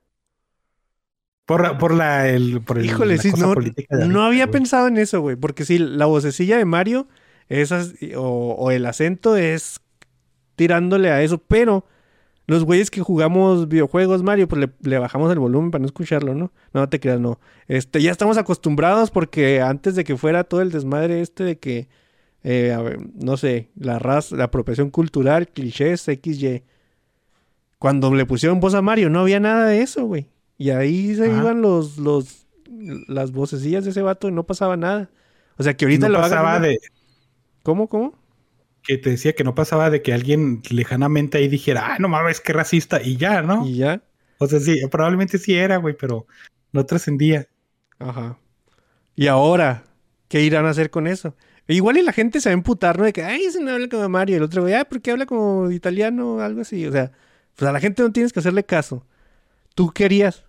Por, la- por la, el, por el, Híjole, la sí, cosa no, política de no ahorita, había güey. pensado en eso, güey. Porque sí, la vocecilla de Mario esas, o, o el acento es tirándole a eso. Pero los güeyes que jugamos videojuegos, Mario, pues le, le bajamos el volumen para no escucharlo, ¿no? No te creas, no. Este, ya estamos acostumbrados porque antes de que fuera todo el desmadre este de que, eh, a ver, no sé, la raza, la apropiación cultural, clichés, equis ye. Cuando le pusieron voz a Mario, no había nada de eso, güey. Y ahí se Ajá. iban los, los, las vocecillas de ese vato y no pasaba nada. O sea, que Y ahorita no lo hagan pasaba una- de, ¿Cómo, cómo? que te decía que no pasaba de que alguien lejanamente ahí dijera, ah, no mames, qué racista, y ya, ¿no? Y ya. O sea, sí, probablemente sí era, güey, pero no trascendía. Ajá. Y ahora, ¿qué irán a hacer con eso? Igual y la gente se va a emputar, ¿no? De que, ay, ese no habla como Mario. El otro güey, ah, ¿por qué habla como italiano o algo así? O sea, pues a la gente no tienes que hacerle caso. ¿Tú querías?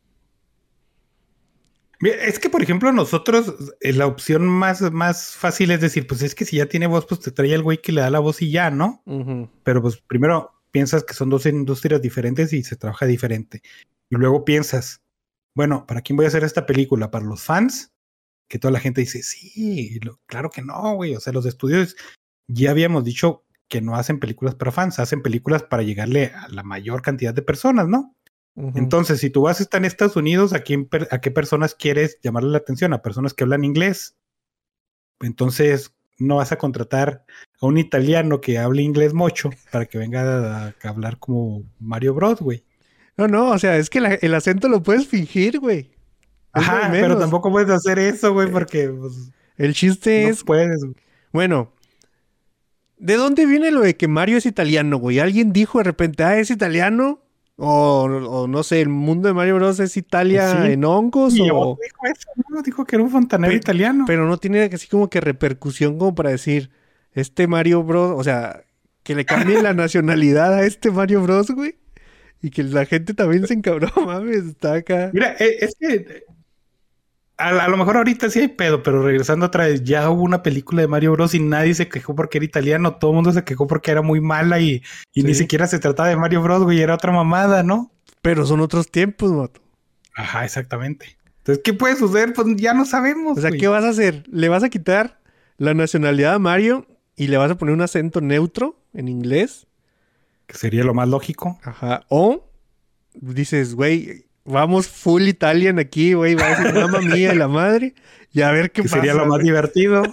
Mira, es que, por ejemplo, nosotros, eh, la opción más, más fácil es decir, pues es que si ya tiene voz, pues te trae el güey que le da la voz y ya, ¿no? Ujú. Pero pues primero, piensas que son dos industrias diferentes y se trabaja diferente. Y luego piensas, bueno, ¿para quién voy a hacer esta película? ¿Para los fans? Que toda la gente dice, sí, lo, claro que no, güey. O sea, los estudios ya habíamos dicho que no hacen películas para fans, hacen películas para llegarle a la mayor cantidad de personas, ¿no? Uh-huh. Entonces, si tú vas a estar en Estados Unidos, ¿a, quién, ¿a qué personas quieres llamarle la atención? A personas que hablan inglés. Entonces, no vas a contratar a un italiano que hable inglés mocho para que venga a, a hablar como Mario Bros, güey. No, no, o sea, es que la, el acento lo puedes fingir, güey. Ajá, pero tampoco puedes hacer eso, güey, porque... Pues, el chiste no es... puedes, güey. Bueno, ¿de dónde viene lo de que Mario es italiano, güey? ¿Alguien dijo de repente, ah, es italiano? O, o no sé, el mundo de Mario Bros. Es Italia pues sí. en hongos. Y o... dijo eso, ¿no? Dijo que era un fontanero pero, italiano. Pero no tiene así como que repercusión como para decir, este Mario Bros. O sea, que le cambie la nacionalidad a este Mario Bros, güey. Y que la gente también se encabró, mames, está acá. Mira, es que a, a lo mejor ahorita sí hay pedo, pero regresando otra vez, ya hubo una película de Mario Bros. Y nadie se quejó porque era italiano, todo el mundo se quejó porque era muy mala y, y sí. ni siquiera se trataba de Mario Bros, güey, era otra mamada, ¿no? Pero son otros tiempos, mato. Ajá, exactamente. Entonces, ¿qué puede suceder? Pues ya no sabemos, O sea, güey. ¿qué vas a hacer? ¿Le vas a quitar la nacionalidad a Mario y le vas a poner un acento neutro en inglés? Que sería lo más lógico. Ajá. O dices, güey, vamos full Italian aquí, güey. Va a decir mamá mía y la madre. Y a ver qué que pasa. Sería lo más güey. divertido.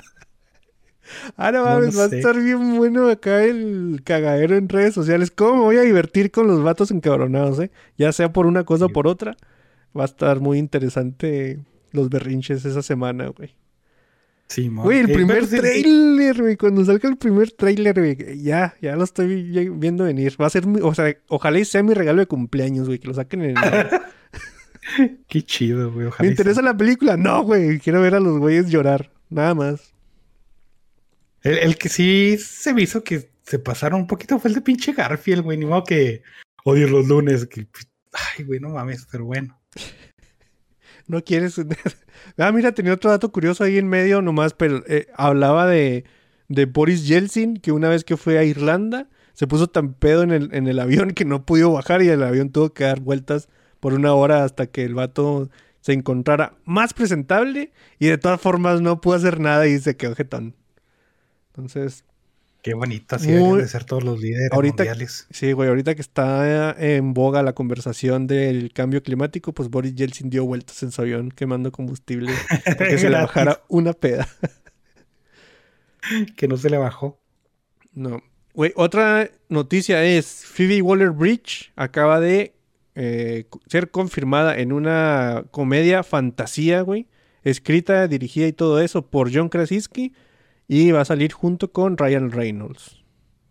Ah, no mames, no, no va sé. a estar bien bueno acá el cagadero en redes sociales. ¿Cómo me voy a divertir con los vatos encabronados, eh? Ya sea por una cosa o por otra. Va a estar muy interesante los berrinches esa semana, güey. Sí, man. Güey, el eh, primer sí, trailer, güey. Cuando salga el primer trailer, güey. Ya, ya lo estoy viendo venir. Va a ser, mi, o sea, ojalá y sea mi regalo de cumpleaños, güey. Que lo saquen en el... Qué chido, güey. Ojalá ¿Me interesa la película? No, güey. Quiero ver a los güeyes llorar. Nada más. El, el que sí se me hizo que se pasaron un poquito fue el de pinche Garfield, güey. Ni modo que odio los lunes. Que... Ay, güey, no mames, pero bueno. No quieres... ah, mira, tenía otro dato curioso ahí en medio nomás, pero eh, hablaba de, de Boris Yeltsin, que una vez que fue a Irlanda, se puso tan pedo en el, en el avión que no pudo bajar y el avión tuvo que dar vueltas por una hora hasta que el vato se encontrara más presentable y de todas formas no pudo hacer nada y se quedó jetón. Entonces... Qué bonito, así deben de ser todos los líderes ahorita, mundiales. Sí, güey, ahorita que está en boga la conversación del cambio climático, pues Boris Yeltsin dio vueltas en su avión quemando combustible porque se le bajara una peda. Que no se le bajó. No. Güey, otra noticia es Phoebe Waller-Bridge acaba de eh, ser confirmada en una comedia fantasía, güey, escrita, dirigida y todo eso por John Krasinski. Y va a salir junto con Ryan Reynolds.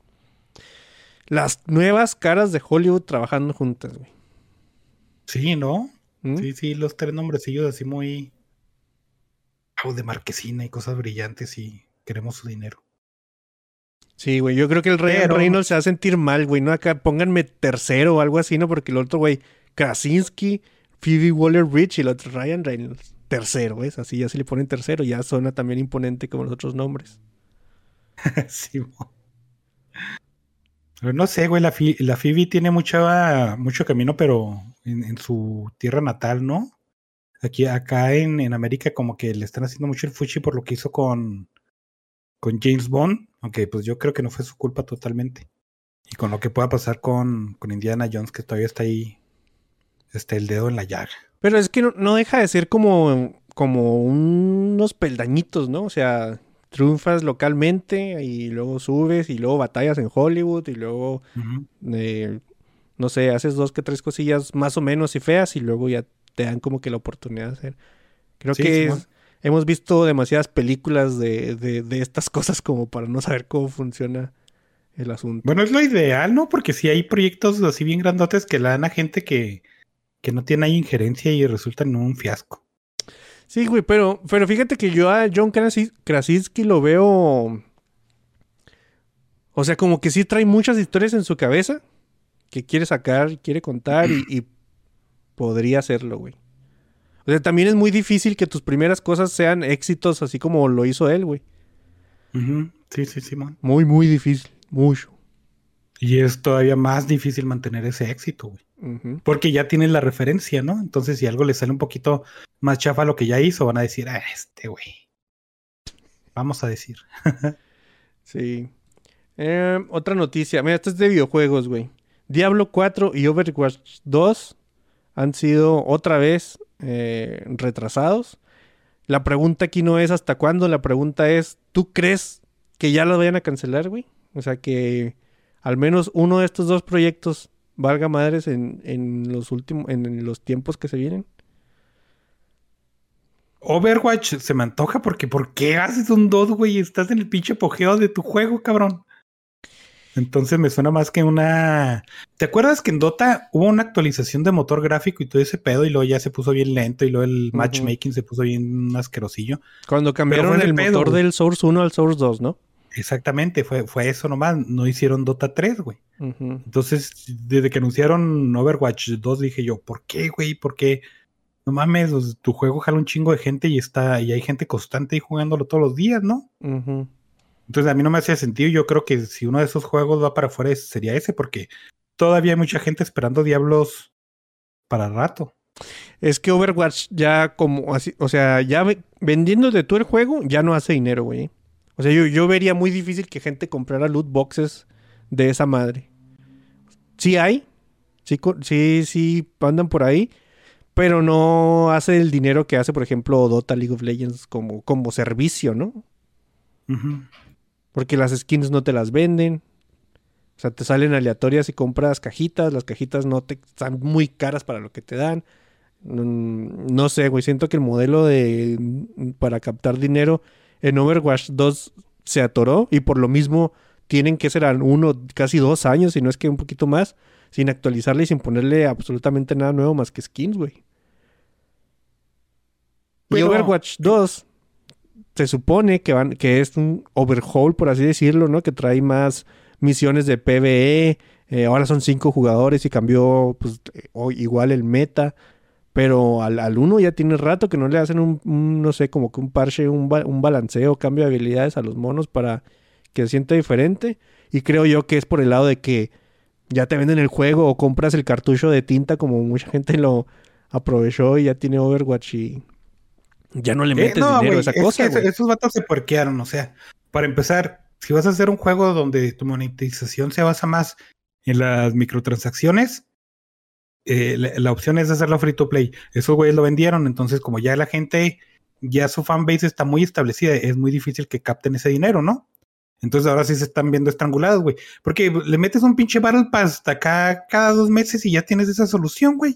Las nuevas caras de Hollywood trabajando juntas, güey. Sí, ¿no? ¿Mm? Sí, sí, los tres nombrecillos así muy... Oh, de marquesina y cosas brillantes y queremos su dinero. Sí, güey, yo creo que el Ryan Pero... Reynolds se va a sentir mal, güey. No, acá pónganme tercero o algo así, ¿no? Porque el otro, güey, Krasinski, Phoebe Waller-Bridge y el otro Ryan Reynolds. Tercero, ¿ves? Así ya se le ponen tercero, ya suena también imponente como los otros nombres. Sí, mo. Pero no sé, güey, la, Fi- la Phoebe tiene mucha, mucho camino, pero en, en su tierra natal, ¿no? Aquí, acá en, en América como que le están haciendo mucho el fuchi por lo que hizo con, con James Bond, aunque pues yo creo que no fue su culpa totalmente. Y con lo que pueda pasar con, con Indiana Jones, que todavía está ahí, está el dedo en la llaga. Pero es que no, no deja de ser como, como unos peldañitos, ¿no? O sea, triunfas localmente y luego subes y luego batallas en Hollywood y luego, uh-huh. eh, no sé, haces dos que tres cosillas más o menos y feas y luego ya te dan como que la oportunidad de hacer. Creo sí, que sí, es, bueno. hemos visto demasiadas películas de, de, de estas cosas como para no saber cómo funciona el asunto. Bueno, es lo ideal, ¿no? Porque si hay proyectos así bien grandotes que le dan a gente que... que no tiene ahí injerencia y resultan un fiasco. Sí, güey, pero, pero fíjate que yo a John Krasinski lo veo... O sea, como que sí trae muchas historias en su cabeza que quiere sacar, quiere contar y, y podría hacerlo, güey. O sea, también es muy difícil que tus primeras cosas sean éxitos así como lo hizo él, güey. Uh-huh. Sí, sí, sí, man. Muy, muy difícil. Mucho. Y es todavía más difícil mantener ese éxito, güey. Uh-huh. Porque ya tienen la referencia, ¿no? Entonces, si algo le sale un poquito más chafa a lo que ya hizo, van a decir, ah, este güey. Vamos a decir. Sí. Eh, otra noticia. Mira, esto es de videojuegos, güey. Diablo cuatro y Overwatch dos han sido otra vez eh, retrasados. La pregunta aquí no es hasta cuándo. La pregunta es, ¿tú crees que ya lo vayan a cancelar, güey? O sea, que al menos uno de estos dos proyectos valga madres en, en los últimos, en, en los tiempos que se vienen. Overwatch se me antoja porque ¿por qué haces un dos, güey? Estás en el pinche apogeo de tu juego, cabrón. Entonces me suena más que una... ¿Te acuerdas que en Dota hubo una actualización de motor gráfico y todo ese pedo y luego ya se puso bien lento y luego el matchmaking uh-huh. se puso bien asquerosillo? Cuando cambiaron el pedo, motor güey. Del Source uno al Source dos, ¿no? Exactamente, fue, fue eso nomás. No hicieron Dota tres, güey. Uh-huh. Entonces, desde que anunciaron Overwatch dos dije yo, ¿por qué, güey? ¿Por qué? No mames, pues, tu juego jala un chingo de gente y está y hay gente constante ahí jugándolo todos los días, ¿no? Uh-huh. Entonces a mí no me hacía sentido. Yo creo que si uno de esos juegos va para afuera sería ese, porque todavía hay mucha gente esperando Diablos para rato. Es que Overwatch ya como así, o sea, ya vendiéndote tú el juego, ya no hace dinero, güey. O sea, yo, yo vería muy difícil que gente comprara loot boxes de esa madre. Sí hay, sí, sí, sí andan por ahí, pero no hace el dinero que hace, por ejemplo, Dota, League of Legends como, como servicio, ¿no? Uh-huh. Porque las skins no te las venden. O sea, te salen aleatorias y compras cajitas. Las cajitas no te están muy caras para lo que te dan. No, no sé, güey. Siento que el modelo de para captar dinero en Overwatch dos se atoró. Y por lo mismo tienen que ser uno, casi dos años, si no es que un poquito más, sin actualizarle y sin ponerle absolutamente nada nuevo más que skins, güey. Pero... Y Overwatch dos... se supone que van, que es un overhaul, por así decirlo, ¿no? Que trae más misiones de PvE. Eh, ahora son cinco jugadores y cambió, pues, igual el meta. Pero al, al uno ya tiene rato que no le hacen un, un no sé, como que un parche, un, ba- un balanceo, cambio de habilidades a los monos para que se sienta diferente. Y creo yo que es por el lado de que ya te venden el juego o compras el cartucho de tinta como mucha gente lo aprovechó y ya tiene Overwatch y... ya no le metes eh, no, dinero wey, a esa cosa, que esos vatos se puerquearon, o sea, para empezar, si vas a hacer un juego donde tu monetización se basa más en las microtransacciones, eh, la, la opción es hacerlo free to play. Esos güeyes lo vendieron, entonces como ya la gente, ya su fanbase está muy establecida, es muy difícil que capten ese dinero, ¿no? Entonces ahora sí se están viendo estrangulados, güey, porque le metes un pinche Battle Pass hasta acá cada dos meses y ya tienes esa solución, güey.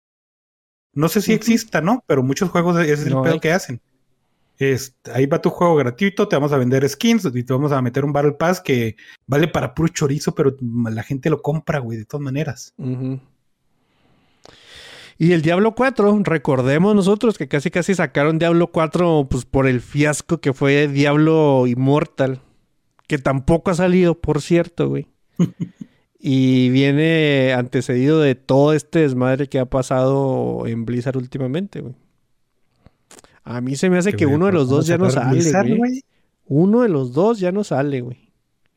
No sé si uh-huh. exista, ¿no? Pero muchos juegos es el no pedo hay. que hacen. Es, ahí va tu juego gratuito, te vamos a vender skins y te vamos a meter un Battle Pass que vale para puro chorizo, pero la gente lo compra, güey, de todas maneras. Uh-huh. Y el Diablo cuatro, recordemos nosotros que casi casi sacaron Diablo cuatro pues por el fiasco que fue Diablo Immortal, que tampoco ha salido, por cierto, güey. Y viene antecedido de todo este desmadre que ha pasado en Blizzard últimamente, güey. A mí se me hace que uno de los dos ya no sale, güey. Uno de los dos ya no sale, güey.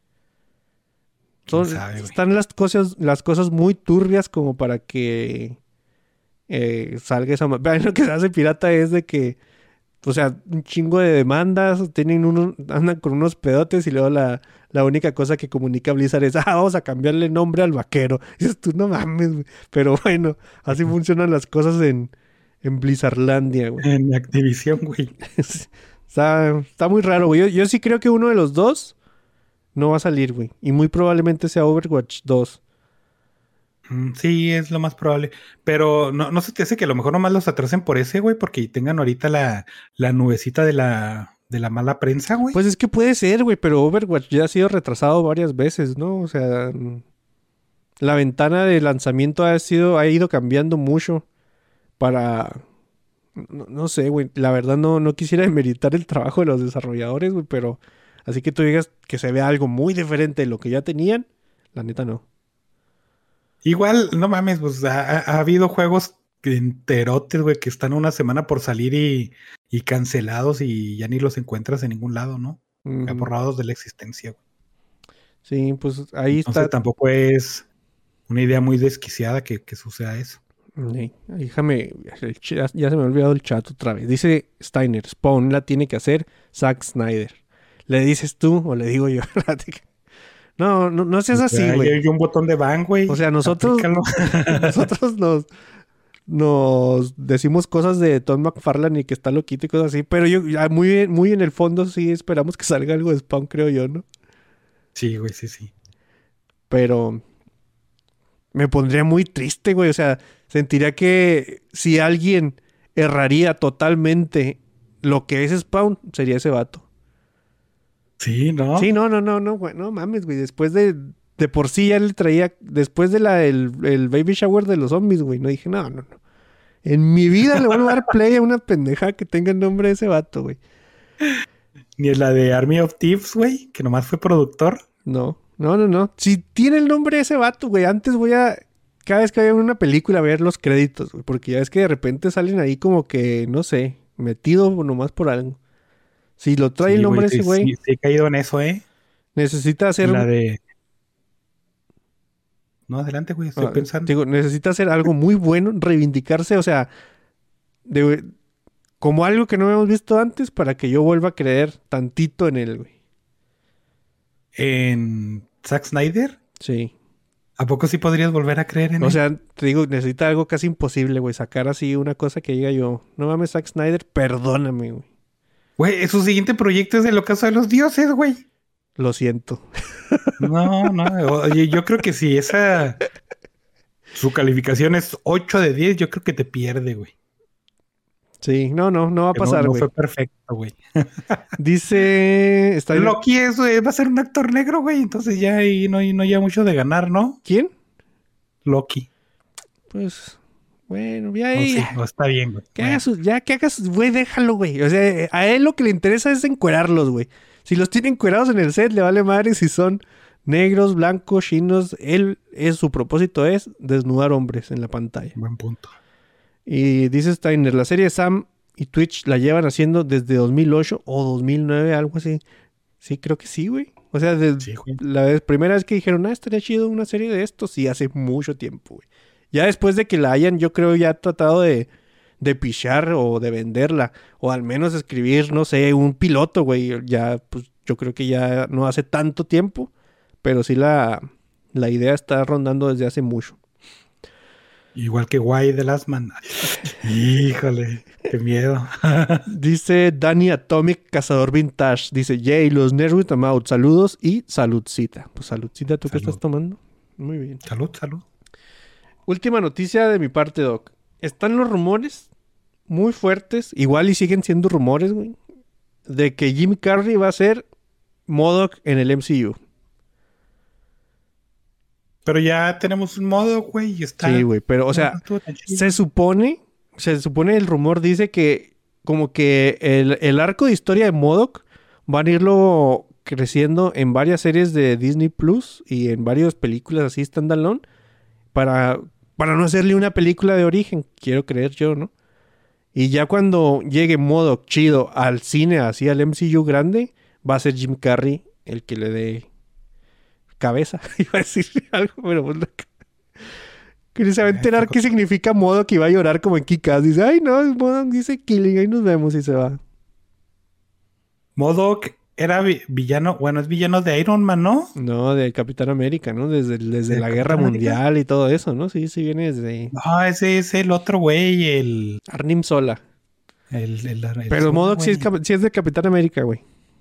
Son, sabe, están las cosas, las cosas muy turbias como para que eh, salga esa... Lo que se hace pirata es de que, o sea, un chingo de demandas, tienen uno, andan con unos pedotes y luego la... La única cosa que comunica Blizzard es, ah, vamos a cambiarle nombre al vaquero. Y dices tú, no mames, güey. Pero bueno, así funcionan las cosas en, en Blizzardlandia, güey. En Activision, güey. está, está muy raro, güey. Yo, yo sí creo que uno de los dos no va a salir, güey. Y muy probablemente sea Overwatch dos. Sí, es lo más probable. Pero no, no se te hace que a lo mejor nomás los atrasen por ese, güey, porque tengan ahorita la, la nubecita de la... de la mala prensa, güey. Pues es que puede ser, güey, pero Overwatch ya ha sido retrasado varias veces, ¿no? O sea, la ventana de lanzamiento ha sido, ha ido cambiando mucho para, no, no sé, güey, la verdad no, no quisiera demeritar el trabajo de los desarrolladores, güey, pero así que tú digas que se vea algo muy diferente de lo que ya tenían, la neta no. Igual, no mames, pues ha, ha habido juegos enterotes, güey, que están una semana por salir y, y cancelados y ya ni los encuentras en ningún lado, ¿no? Uh-huh. Borrados de la existencia, güey. Sí, pues ahí Entonces está. tampoco es una idea muy desquiciada que, que suceda eso. Sí, déjame, el ch- ya, ya se me ha olvidado el chat otra vez. Dice Steiner, Spawn la tiene que hacer Zack Snyder. ¿Le dices tú o le digo yo? No, no, no seas así, Ahí güey. hay un botón de ban, güey. O sea, nosotros, Aplícalo. nosotros nos, nos decimos cosas de Tom McFarlane y que está loquito y cosas así, pero yo ya muy, muy en el fondo sí esperamos que salga algo de Spawn, creo yo, ¿no? Sí, güey, sí, sí. Pero me pondría muy triste, güey. O sea, sentiría que si alguien erraría totalmente lo que es Spawn, sería ese vato. Sí, ¿no? Sí, no, no, no, no, güey. No mames, güey. Después de... De por sí ya le traía... Después de la el, el baby shower de los zombies, güey. No dije, no, no, no. En mi vida le voy a dar play a una pendeja que tenga el nombre de ese vato, güey. Ni la de Army of Thieves, güey, que nomás fue productor. No, no, no, no. Si tiene el nombre de ese vato, güey, antes voy a... Cada vez que vaya una película a ver los créditos, güey. Porque ya ves que de repente salen ahí como que, no sé, metido nomás por algo. Si lo trae Sí, el nombre de sí, ese güey, sí, sí he caído en eso, ¿eh? necesita hacer... La de... No, adelante, güey, estoy ah, pensando. digo, necesita hacer algo muy bueno, reivindicarse, o sea, de, como algo que no hemos visto antes para que yo vuelva a creer tantito en él, güey. En Zack Snyder, Sí. ¿a poco sí podrías volver a creer en O él? sea, te digo, necesita algo casi imposible, güey. Sacar así una cosa que diga yo, no mames, Zack Snyder, perdóname, güey. Güey, su siguiente proyecto es El Ocaso de los Dioses, güey. Lo siento. No, no, oye, yo creo que si esa... Su calificación es ocho de diez, yo creo que te pierde, güey. Sí, no, no, no va a Que no, pasar, no güey. fue perfecto, güey. Dice... Está bien- Loki es, güey, va a ser un actor negro, güey. Entonces ya ahí no hay no hay mucho de ganar, ¿no? ¿Quién? Loki. Pues, bueno, ya No, ahí... sí, no está bien, güey. Que Bueno. haga sus, ya que hagas, güey, déjalo, güey. O sea, a él lo que le interesa es encuerarlos, güey. Si los tiene encuerados en el set, le vale madre si son negros, blancos, chinos. Él, es su propósito es desnudar hombres en la pantalla. Buen punto. Y dice Steiner, la serie Sam y Twitch la llevan haciendo desde dos mil ocho o dos mil nueve, algo así. Sí, creo que sí, güey. O sea, de, Sí, güey. la vez- primera vez que dijeron, ah, estaría chido una serie de estos, sí, hace mucho tiempo, güey. Ya después de que la hayan, yo creo, ya tratado de, de pichar o de venderla, o al menos escribir, no sé, un piloto, güey. Ya, pues, yo creo que ya no hace tanto tiempo, pero sí la, la idea está rondando desde hace mucho. Igual que Guay de Last Man. Híjole, qué miedo. Dice Danny Atomic, Cazador Vintage. Dice, yay, los nerds with a mouth. Saludos y saludcita. Pues saludcita, ¿tú qué Salud. estás tomando? Muy bien. Salud, salud. Última noticia de mi parte, Doc. Están los rumores muy fuertes, igual y siguen siendo rumores, güey, de que Jim Carrey va a ser M O D O K en el M C U. Pero ya tenemos un modo, güey, y está. Sí, güey, pero, o No, sea, no estuvo tan chido. se supone, se supone el rumor dice que como que el, el arco de historia de M O D O K van a irlo creciendo en varias series de Disney Plus y en varias películas así standalone para, para no hacerle una película de origen, quiero creer yo, ¿no? Y ya cuando llegue M O D O K chido al cine, así al M C U grande, va a ser Jim Carrey el que le dé cabeza. Iba a decir algo, pero pues no. Que se va a enterar qué significa M O D O K y va a llorar como en Kick-Ass. Dice, ay no, M O D O K dice Killing, ahí nos vemos y se va. M O D O K era vi- villano, bueno, es villano de Iron Man, ¿no? No, de Capitán América, ¿no? Desde, desde ¿De la Capitán Guerra América? Mundial y todo eso, ¿no? Sí, sí viene desde No, ese es el otro güey, el... Arnim Sola. el, el, el Pero M O D O K sí es, güey. cap- sí es de Capitán América, güey.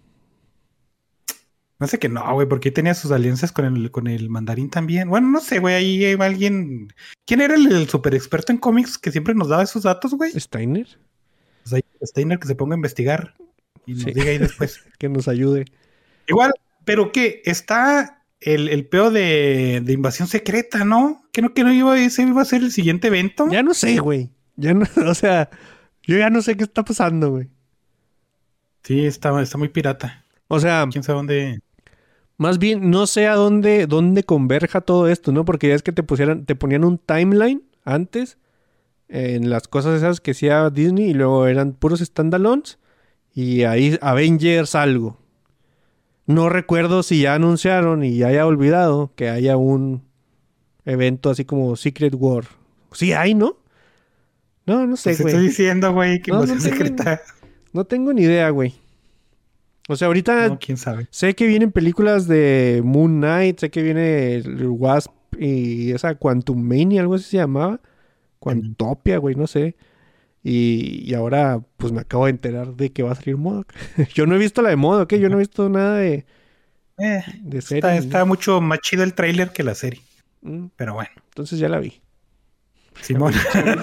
No sé que no, güey, porque tenía sus alianzas con el, con el mandarín también. Bueno, no sé, güey, ahí hay alguien... ¿Quién era el, el super experto en cómics que siempre nos daba esos datos, güey? Steiner, Pues ahí Steiner que se ponga a investigar y nos Sí. diga ahí después. que nos ayude. Igual, pero que está el, el peo de, de invasión secreta, ¿no? Que no, que no iba, ese iba a ser el siguiente evento. Ya no sé, güey. Ya no, o sea, yo ya no sé qué está pasando, güey. Sí, está, está muy pirata. O sea, ¿Quién sabe dónde? más bien no sé a dónde, dónde converja todo esto, ¿no? Porque ya es que te pusieran, te ponían un timeline antes eh, en las cosas esas que hacía Disney y luego eran puros standalones y ahí Avengers algo. No recuerdo si ya anunciaron y ya haya olvidado que haya un evento así como Secret War. Sí hay, ¿no? No, no sé, Pues güey. estoy diciendo, güey, que No, no invasión tengo- secreta. No tengo ni idea, güey. O sea, ahorita No, quién sabe. sé que vienen películas de Moon Knight, sé que viene el Wasp y esa Quantum Mania, algo así se llamaba. Quantopia, güey, no sé. Y, y ahora, pues me acabo de enterar de que va a salir M O D O K. Yo no he visto la de M O D O K, yo no he visto nada de, Eh, de está, serie. está mucho más chido el tráiler que la serie. Mm, Pero bueno, Entonces ya la vi. Simón.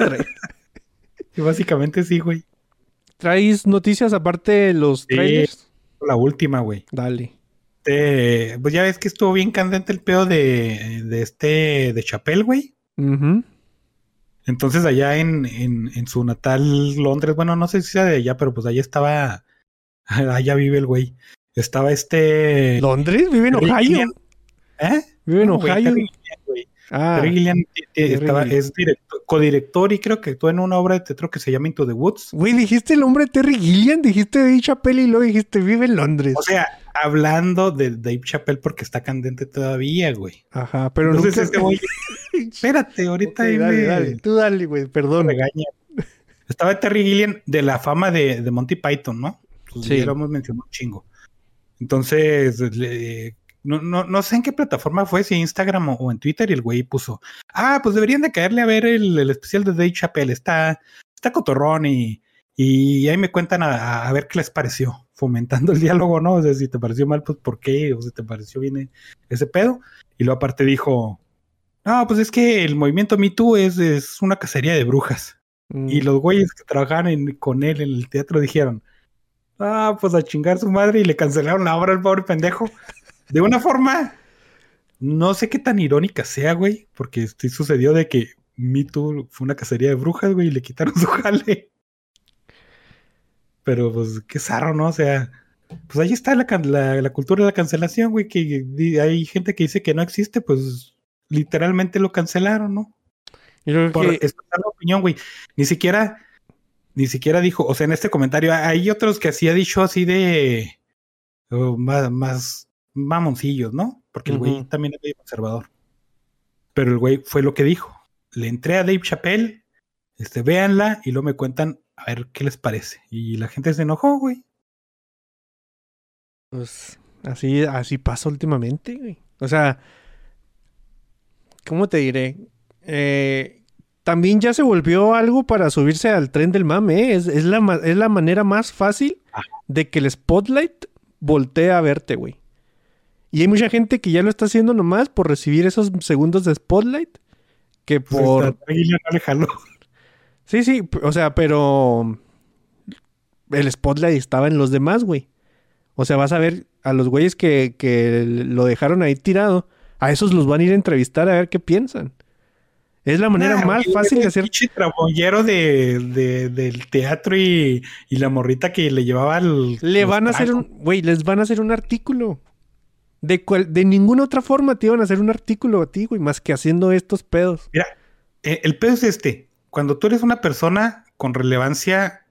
Y básicamente sí, güey. ¿Traes noticias aparte de los Sí. trailers? La última, güey. Dale. Este, pues ya ves que estuvo bien candente el pedo de, de este, de Chappelle, güey. Ujú. Entonces allá en, en, en su natal Londres, bueno, no sé si sea de allá, pero pues allá estaba, allá vive el güey. Estaba este... ¿Londres? ¿Vive en Terry Ohio? Gilliam. ¿Eh? ¿Vive en No, güey, Ohio? Terry Gilliam, güey. Ah, Terry Gilliam eh, Terry estaba, Gilliam. es director, codirector y creo que actúa en una obra de teatro que se llama Into the Woods. güey, dijiste el nombre de Terry Gilliam, dijiste Dave Chappelle y luego dijiste vive en Londres. O sea, hablando de Dave Chappelle porque está candente todavía, güey. Ajá, pero Entonces nunca... este güey, espérate, ahorita Ok, ahí dale, me dale. Tú dale, güey, perdón. regaña. Estaba Terry Gilliam de la fama de, de Monty Python, ¿no? Pues Sí. ya lo hemos mencionado un chingo. Entonces, le- no, no, no sé en qué plataforma fue, si Instagram o, o en Twitter, y el güey puso, ah, pues deberían de caerle a ver el, el especial de Dave Chappelle, está, está cotorrón y, y ahí me cuentan a, a ver qué les pareció, fomentando el diálogo, ¿no? O sea, si te pareció mal, pues ¿por qué? O si te pareció bien ese pedo. Y luego aparte dijo, no, pues es que el movimiento Me Too es, es una cacería de brujas. Mm. Y los güeyes que trabajaban en- con él en el teatro dijeron, ah, pues a chingar su madre, y le cancelaron la obra al pobre pendejo. De una forma, no sé qué tan irónica sea, güey, porque sí sucedió de que Me Too fue una cacería de brujas, güey, y le quitaron su jale. Pero pues qué zarro, ¿no? O sea, pues ahí está la, can- la, la cultura de la cancelación, güey, que di- hay gente que dice que no existe, pues literalmente lo cancelaron, ¿no? Yo creo Por que... expresar la opinión, güey. Ni siquiera, ni siquiera dijo, o sea, en este comentario, hay otros que así ha dicho así de uh, más, más mamoncillos, ¿no? Porque el güey Ujú. también es medio conservador. Pero el güey fue lo que dijo. Le entré a Dave Chappelle, este, véanla y luego me cuentan a ver qué les parece. Y la gente se enojó, güey. Pues así, así pasa últimamente, güey. O sea, ¿cómo te diré? Eh, también ya se volvió algo para subirse al tren del mame, ¿eh? Es, es la, ma- es la manera más fácil de que el spotlight voltee a verte, güey. Y hay mucha gente que ya lo está haciendo nomás por recibir esos segundos de spotlight que Pues por... esta Aguila no le jaló. Sí, sí, p- o sea, pero el spotlight estaba en los demás, güey. O sea, vas a ver a los güeyes que, que lo dejaron ahí tirado. A esos los van a ir a entrevistar a ver qué piensan. Es la manera Nah, más güey, fácil de el hacer... pinche tramoyero de, de, del teatro y, y la morrita que le llevaba el, Le los van a hacer tragos. un... Güey, les van a hacer un artículo. De, cual- de ninguna otra forma te iban a hacer un artículo a ti, güey, más que haciendo estos pedos. Mira, eh, el pedo es este. Cuando tú eres una persona con relevancia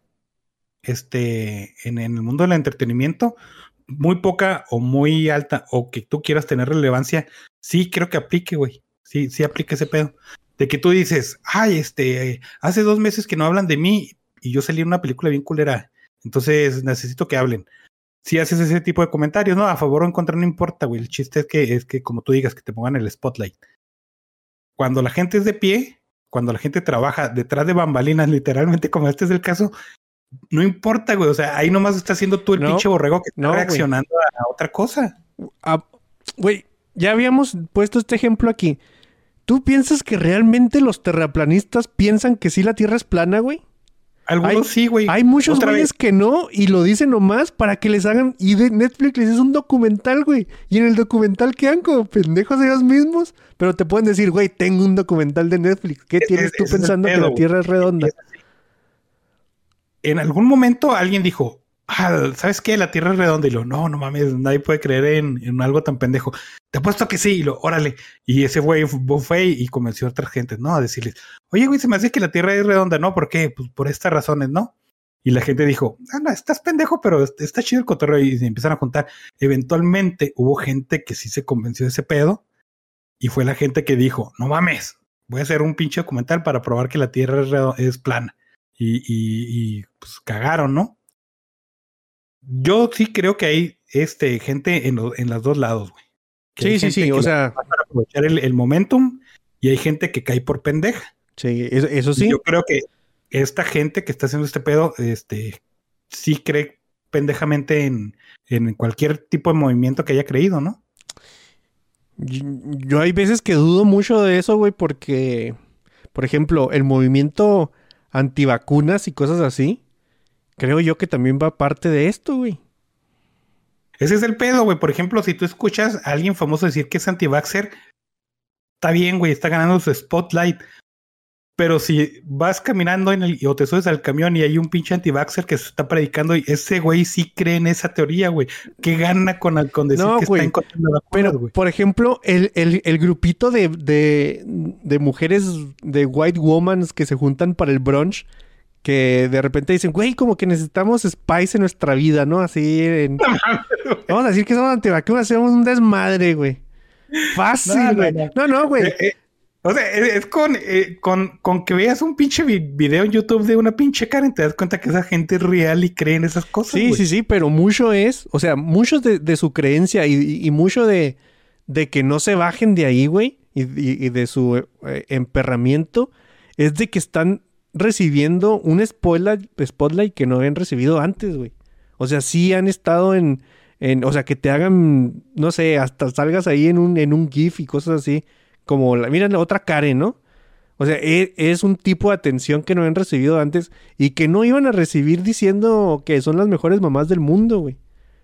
este, en, en el mundo del entretenimiento, muy poca o muy alta, o que tú quieras tener relevancia, sí creo que aplique, güey. Sí, sí aplica ese pedo. De que tú dices, ay, este, hace dos meses que no hablan de mí y yo salí en una película bien culera. Entonces necesito que hablen. Si haces ese tipo de comentarios, ¿no? A favor o en contra, no importa, güey. El chiste es que, es que, como tú digas, que te pongan el spotlight. Cuando la gente es de pie, cuando la gente trabaja detrás de bambalinas, literalmente, como este es el caso, no importa, güey. O sea, ahí nomás está haciendo tú el No, pinche borrego que está no, güey. reaccionando a, a otra cosa. Ah, güey, ya habíamos puesto este ejemplo aquí. ¿Tú piensas que realmente los terraplanistas piensan que sí la Tierra es plana, güey? Algunos Hay- sí, güey. Hay muchos Otra güeyes vez. que no y lo dicen nomás para que les hagan... Y de Netflix les es un documental, güey. Y en el documental quedan como pendejos ellos mismos. Pero te pueden decir, güey, tengo un documental de Netflix. ¿Qué Ese- tienes tú ese es el pensando que pedo, la güey. Tierra es redonda? Es así. En algún momento alguien dijo, ah, ¿sabes qué? La Tierra es redonda. Y lo, no, no mames, nadie puede creer en, en algo tan pendejo. Te apuesto que sí. Y lo, órale. Y ese güey fu- fue y convenció a otras gentes, ¿no? A decirles, oye, güey, se me hace que la Tierra es redonda. No, ¿por qué? Pues por estas razones, ¿no? Y la gente dijo, ah, no, estás pendejo, pero está chido el cotorreo. Y se empiezan a juntar. Eventualmente hubo gente que sí se convenció de ese pedo. Y fue la gente que dijo, no mames, voy a hacer un pinche documental para probar que la Tierra es, redo- es plana. Y, y, y pues cagaron, ¿no? Yo sí creo que hay este, gente en, lo, en los dos lados, güey. Que Sí, hay sí, gente sí, que o la sea, hace para aprovechar el, el momentum y hay gente que cae por pendeja. sí, eso, eso Y sí. yo creo que esta gente que está haciendo este pedo, este, sí cree pendejamente en, en cualquier tipo de movimiento que haya creído, ¿no? Yo, yo hay veces que dudo mucho de eso, güey, porque, por ejemplo, el movimiento antivacunas y cosas así, creo yo que también va parte de esto, güey. Ese es el pedo, güey. Por ejemplo, si tú escuchas a alguien famoso decir que es anti-vaxxer, está bien, güey, está ganando su spotlight. Pero si vas caminando en el, o te subes al camión y hay un pinche anti-vaxxer que se está predicando y ese güey sí cree en esa teoría, güey. ¿Qué gana con, con decir No, que güey, está en contra de las Pero, vacunas, güey? por ejemplo, el, el, el grupito de, de, de mujeres, de white womans que se juntan para el brunch, que de repente dicen, güey, como que necesitamos spice en nuestra vida, ¿no? Así, en... vamos a decir que somos antivacunas, hacemos un desmadre, güey. Fácil, No, no, güey. no. No, no, güey. Eh, eh, o sea, es, es con, eh, con, con que veas un pinche vi- video en YouTube de una pinche Karen, te das cuenta que esa gente es real y cree en esas cosas, Sí, güey. sí, sí, pero mucho es, o sea, mucho de, de su creencia y, y- y mucho de, de que no se bajen de ahí, güey, y, y- y de su eh, emperramiento, es de que están recibiendo un spotlight, spotlight que no habían recibido antes, güey. O sea, sí han estado en, en, o sea, que te hagan, no sé, hasta salgas ahí en un, en un GIF y cosas así, como, la, mira la otra Karen, ¿no? O sea, e- es un tipo de atención que no habían recibido antes y que no iban a recibir diciendo que son las mejores mamás del mundo, güey.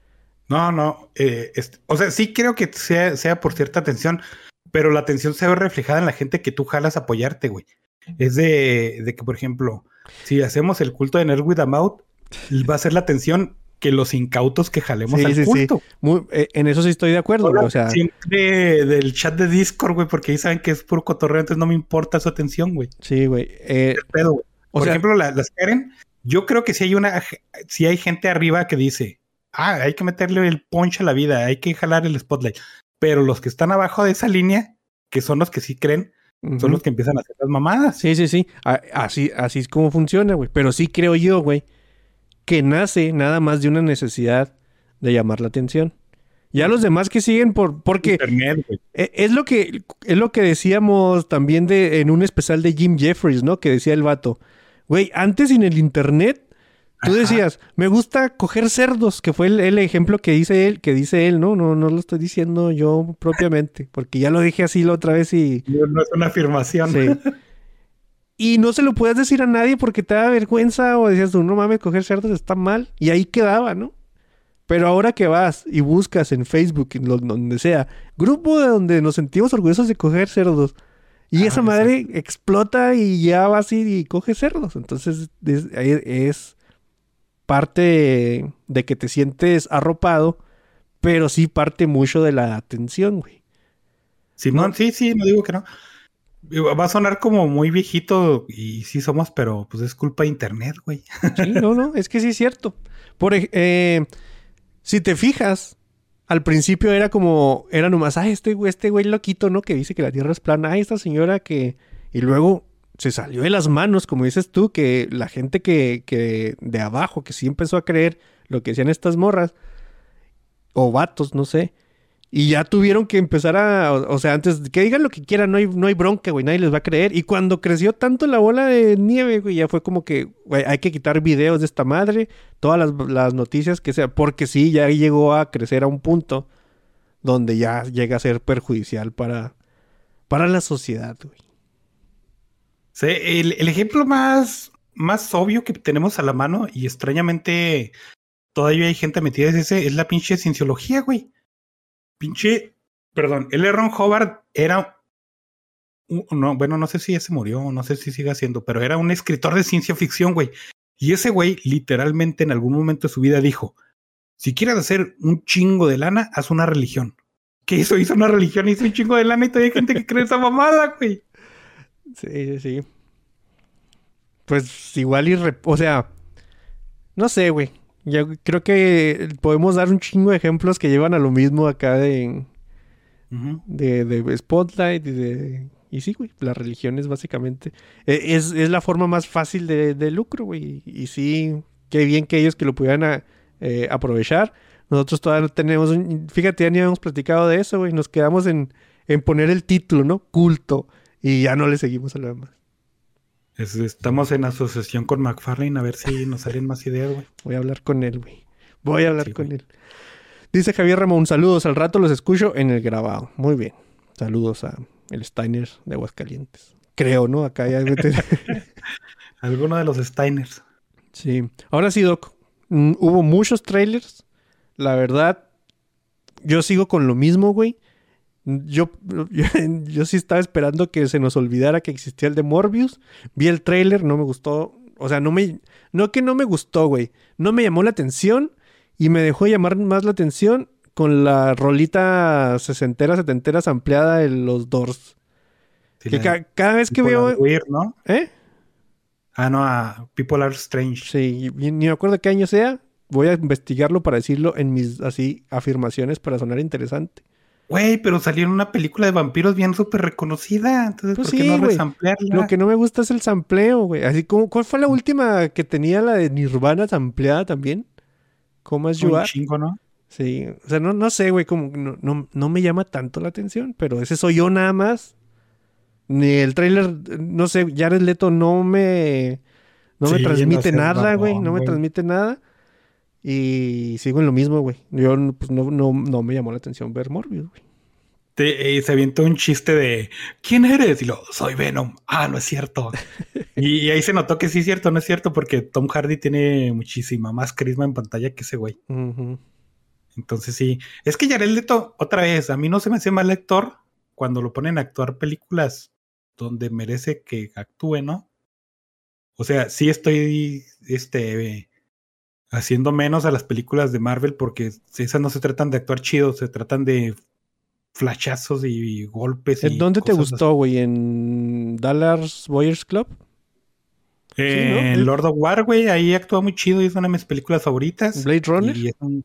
No, no. Eh, este, o sea, sí creo que sea, sea por cierta atención, pero la atención se ve reflejada en la gente que tú jalas a apoyarte, güey. Es de, de que, por ejemplo, si hacemos el culto de Nerd with a Mouth, va a ser la atención que los incautos que jalemos Sí, al sí, sí. culto. Muy- eh, en eso sí estoy de acuerdo, güey. O sea, Siempre del chat de Discord, güey, porque ahí saben que es puro cotorreo, entonces no me importa su atención, güey. sí, güey. Eh, Es pedo, güey. o Por sea, ejemplo, la- las Karen, yo creo que si hay una, si hay gente arriba que dice, ah, hay que meterle el punch a la vida, hay que jalar el spotlight. Pero los que están abajo de esa línea, que son los que sí creen, ujú. son los que empiezan a hacer las mamadas. Sí, sí, sí. A- Así, así es como funciona, güey. Pero sí creo yo, güey, que nace nada más de una necesidad de llamar la atención. Ya los demás que siguen por, porque Internet, güey. e- es lo que, es lo que decíamos también de, en un especial de Jim Jeffries, ¿no? Que decía el vato, güey, antes sin el internet, tú Ajá. decías, me gusta coger cerdos, que fue el, el ejemplo que dice él, que dice él, ¿no? No, no lo estoy diciendo yo propiamente, porque ya lo dije así la otra vez y... No, no es una afirmación. Sí. Y no se lo puedes decir a nadie porque te da vergüenza o decías tú, no mames, coger cerdos está mal. Y ahí quedaba, ¿no? Pero ahora que vas y buscas en Facebook, en lo- donde sea, grupo de donde nos sentimos orgullosos de coger cerdos. Y Ah, esa madre explota y ya vas y, y coges cerdos. Entonces es, es parte de que te sientes arropado, pero sí parte mucho de la atención, güey. Simón, sí, sí, no digo que no. Va a sonar como muy viejito y sí somos, pero pues es culpa de internet, güey. Sí, no, no, es que sí es cierto. Por ej- eh, si te fijas, al principio era como, era nomás, ay, este güey, este güey loquito, ¿no? Que dice que la Tierra es plana, ay, esta señora que... Y luego se salió de las manos, como dices tú, que la gente que, que de abajo, que sí empezó a creer lo que decían estas morras, o vatos, no sé. Y ya tuvieron que empezar a... O, o sea, antes, que digan lo que quieran, no hay, no hay bronca, güey, nadie les va a creer. Y cuando creció tanto la bola de nieve, güey, ya fue como que, güey, hay que quitar videos de esta madre, todas las, las noticias que sea, porque sí, ya llegó a crecer a un punto donde ya llega a ser perjudicial para, para la sociedad, güey. Sí, el, el ejemplo más, más obvio que tenemos a la mano y extrañamente todavía hay gente metida en ese, es la pinche cienciología, güey. Pinche, perdón, L. Ron Hubbard era, un- no, bueno, no sé si ya se murió, no sé si sigue haciendo, pero era un escritor de ciencia ficción, güey. Y ese güey literalmente en algún momento de su vida dijo, si quieres hacer un chingo de lana, haz una religión. ¿Qué hizo? Hizo una religión, hizo un chingo de lana y todavía hay gente que cree esa mamada, güey. Sí, sí, sí. Pues igual y... rep- o sea, No sé, güey. Yo creo que podemos dar un chingo de ejemplos que llevan a lo mismo acá de... Ujú. De, de Spotlight y de... Y sí, güey, las religiones básicamente. e- Es, es la forma más fácil de, de lucro, güey. Y, y sí, qué bien que ellos que lo pudieran a- eh, aprovechar. Nosotros todavía no tenemos... un- Fíjate, ya ni habíamos platicado de eso, güey. Nos quedamos en, en poner el título, ¿no? Culto. Y ya no le seguimos a lo demás. Es- estamos en asociación con McFarlane a ver si nos salen más ideas, güey. Voy a hablar con él, güey. Voy a hablar Sí, con güey. él. Dice Javier Ramón, saludos. Al rato los escucho en el grabado. Muy bien. Saludos a el Steiner de Aguascalientes. Creo, ¿no? Acá ya... Alguno de los Steiners. Sí. Ahora sí, Doc. Mm, hubo muchos trailers. La verdad, yo sigo con lo mismo, güey. Yo, yo, yo sí estaba esperando que se nos olvidara que existía el de Morbius. Vi el trailer, no me gustó. O sea, no me... No que no me gustó, güey. No me llamó la atención. Y me dejó llamar más la atención con la rolita sesentera, setentera ampliada de los Doors. Sí, Que la- ca- cada vez que People veo... Are Weird, ¿no? ¿Eh? Ah, no, a People Are Strange. Sí, y ni me acuerdo qué año sea. Voy a investigarlo para decirlo en mis así afirmaciones para sonar interesante. Güey, pero salió en una película de vampiros bien súper reconocida. Entonces, Pues ¿por qué sí, no güey. resamplearla? Lo que no me gusta es el sampleo, güey. Así como, ¿cuál fue la última que tenía la de Nirvana sampleada también? ¿Cómo es You Un Are? chingo, ¿no? Sí, o sea, no, no sé, güey, como no, no, no me llama tanto la atención, pero ese soy yo nada más. Ni el tráiler, no sé, Jared Leto no me, no me Sí, no transmite seas nada, güey, mamón, no me güey. transmite nada. Y sigo en lo mismo, güey. Yo pues, no, no, no me llamó la atención ver Morbius, güey. Te- eh, se avientó un chiste de ¿quién eres? Y lo, soy Venom. Ah, no es cierto. y, y ahí se notó que sí es cierto, no es cierto, porque Tom Hardy tiene muchísima más carisma en pantalla que ese güey. Ujú. Entonces sí. Es que Jared Leto, otra vez, a mí no se me hace mal actor cuando lo ponen a actuar películas donde merece que actúe, ¿no? O sea, sí estoy este, haciendo menos a las películas de Marvel porque esas no se tratan de actuar chido, se tratan de flashazos y golpes ¿En y dónde te cosas gustó, güey? ¿En Dallas Boyers Club? así. Sí, ¿no? Eh, Es- Lord of War, güey, ahí actúa muy chido y es una de mis películas favoritas. ¿Blade Runner? Y es un,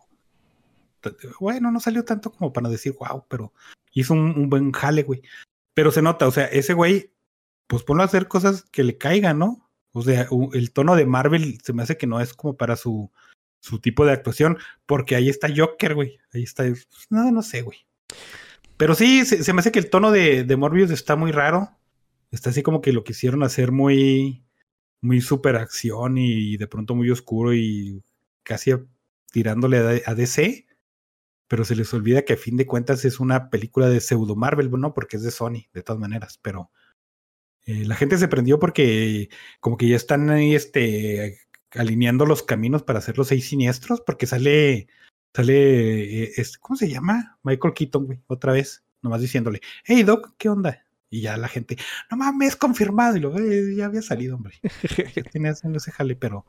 bueno, no salió tanto como para decir wow, pero hizo un, un buen jale, güey. Pero se nota, o sea, ese güey, pues ponlo a hacer cosas que le caigan, ¿no? O sea, u- el tono de Marvel se me hace que no es como para su, su tipo de actuación, porque ahí está Joker, güey. Ahí está, pues, no, no sé, güey. Pero sí, se, se me hace que el tono de, de Morbius está muy raro. Está así como que lo quisieron hacer muy, muy super acción y de pronto muy oscuro y casi a- tirándole a, a D C. Pero se les olvida que a fin de cuentas es una película de pseudo Marvel, ¿no? Porque es de Sony, de todas maneras. Pero eh, la gente se prendió porque como que ya están ahí este, alineando los caminos para hacer los seis siniestros, porque sale, sale, eh, este, ¿cómo se llama? Michael Keaton, güey, otra vez, nomás diciéndole, hey Doc, ¿qué onda? Y ya la gente, no mames, confirmado. Y lo eh, ya había salido, hombre. Ya tenía haciendo ese jale, pero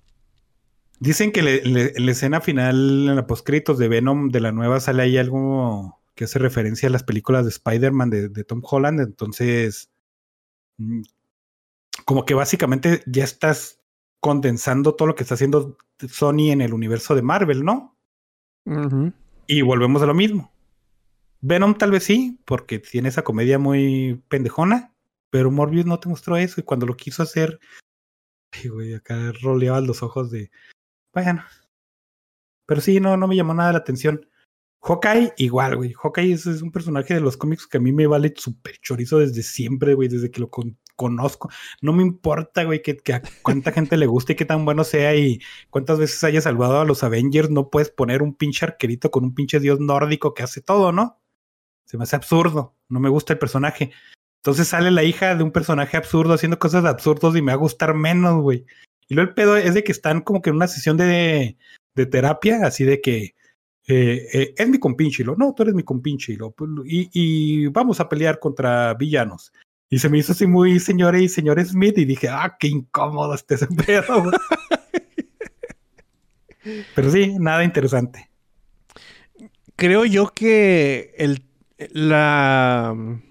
dicen que le, le, en la escena final, en la postcritos de Venom de la nueva, sale ahí algo que hace referencia a las películas de Spider-Man de, de Tom Holland. Entonces, mm, como que básicamente ya estás condensando todo lo que está haciendo Sony en el universo de Marvel, ¿no? Ujú. Y volvemos a lo mismo. Venom tal vez sí, porque tiene esa comedia muy pendejona, pero Morbius no te mostró eso y cuando lo quiso hacer, ay, güey, acá roleabas los ojos de, bueno, pero sí, no, no me llamó nada la atención. Hawkeye, igual, güey. Hawkeye es, es un personaje de los cómics que a mí me vale súper chorizo desde siempre, güey, desde que lo con conozco. No me importa, güey, que, que a cuánta gente le guste y qué tan bueno sea y cuántas veces haya salvado a los Avengers. No puedes poner un pinche arquerito con un pinche dios nórdico que hace todo, ¿no? Se me hace absurdo. No me gusta el personaje. Entonces sale la hija de un personaje absurdo haciendo cosas absurdas y me va a gustar menos, güey. Y luego el pedo es de que están como que en una sesión de, de terapia, así de que eh, eh, es mi compinche, y lo, no, tú eres mi compinche, y, lo, y, y vamos a pelear contra villanos. Y se me hizo así muy señor y señor Smith y dije, ah, qué incómodo este ese pedo, güey. Pero sí, nada interesante. Creo yo que el, la mm,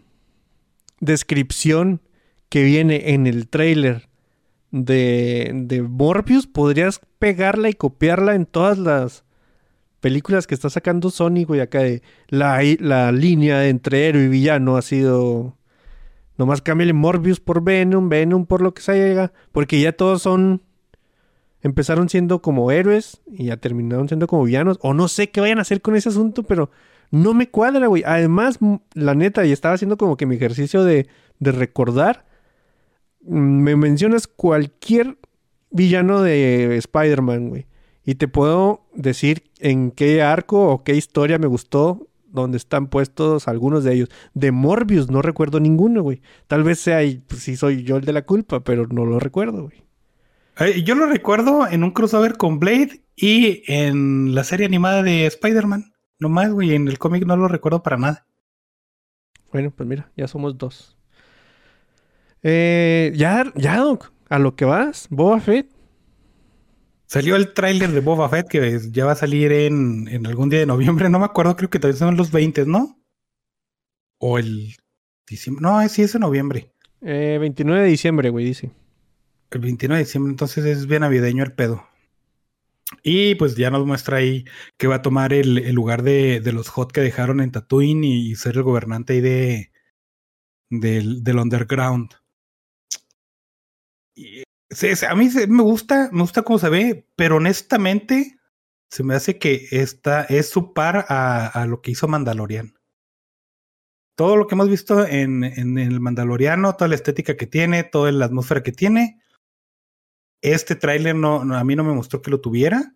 descripción que viene en el tráiler de, de Morbius podrías pegarla y copiarla en todas las películas que está sacando Sony, güey, acá de la, la línea entre héroe y villano ha sido... Nomás cámbiale Morbius por Venom, Venom por lo que sea, porque ya todos son... Empezaron siendo como héroes y ya terminaron siendo como villanos. O no sé qué vayan a hacer con ese asunto, pero no me cuadra, güey. Además, la neta, y estaba haciendo como que mi ejercicio de, de recordar. Me mencionas cualquier villano de Spider-Man, güey. Y te puedo decir en qué arco o qué historia me gustó donde están puestos algunos de ellos. De Morbius no recuerdo ninguno, güey. Tal vez sea, pues, sí soy yo el de la culpa, pero no lo recuerdo, güey. Eh, yo lo recuerdo en un crossover con Blade y en la serie animada de Spider-Man. Nomás, güey, en el cómic no lo recuerdo para nada. Bueno, pues mira, ya somos dos. Eh, ya, ya, Doc, a lo que vas, Boba Fett. Salió el tráiler de Boba Fett que ya va a salir en, en algún día de noviembre. No me acuerdo, creo que también son los veinte, ¿no? O el diciembre. No, sí es en noviembre. Eh, veintinueve de diciembre, güey, dice. El veintinueve de diciembre, entonces es bien navideño el pedo. Y pues ya nos muestra ahí que va a tomar el, el lugar de, de los Hot que dejaron en Tatooine y, y ser el gobernante ahí de, del, del underground. Y, se, se, a mí se, me gusta, me gusta cómo se ve, pero honestamente se me hace que esta es su par a, a lo que hizo Mandalorian. Todo lo que hemos visto en, en, en el Mandaloriano, toda la estética que tiene, toda la atmósfera que tiene. Este tráiler no, no, a mí no me mostró que lo tuviera.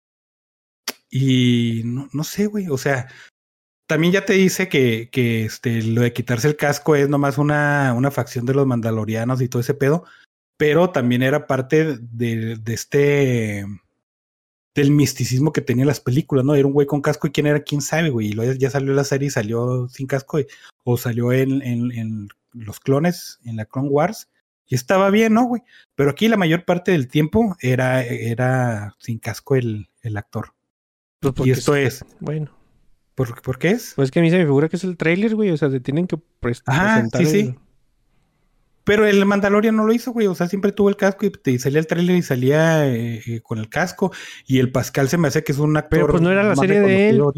Y no, no sé, güey. O sea, también ya te dice que, que este, lo de quitarse el casco es nomás una, una facción de los mandalorianos y todo ese pedo. Pero también era parte de, de este... del misticismo que tenía las películas, ¿no? Era un güey con casco y quién era, quién sabe, güey. Y luego ya salió la serie y salió sin casco. Y, o salió en, en, en los clones, en la Clone Wars. Y estaba bien, ¿no, güey? Pero aquí la mayor parte del tiempo era, era sin casco el, el actor. Pues y esto es... Bueno. ¿Por, ¿Por qué es? Pues que a mí se me figura que es el tráiler, güey. O sea, te tienen que pres- Ajá, presentar sí, el... sí. Pero el Mandalorian no lo hizo, güey. O sea, siempre tuvo el casco y, y salía el tráiler y salía eh, eh, con el casco. Y el Pascal se me hace que es un actor... Pero pues no era la serie de él.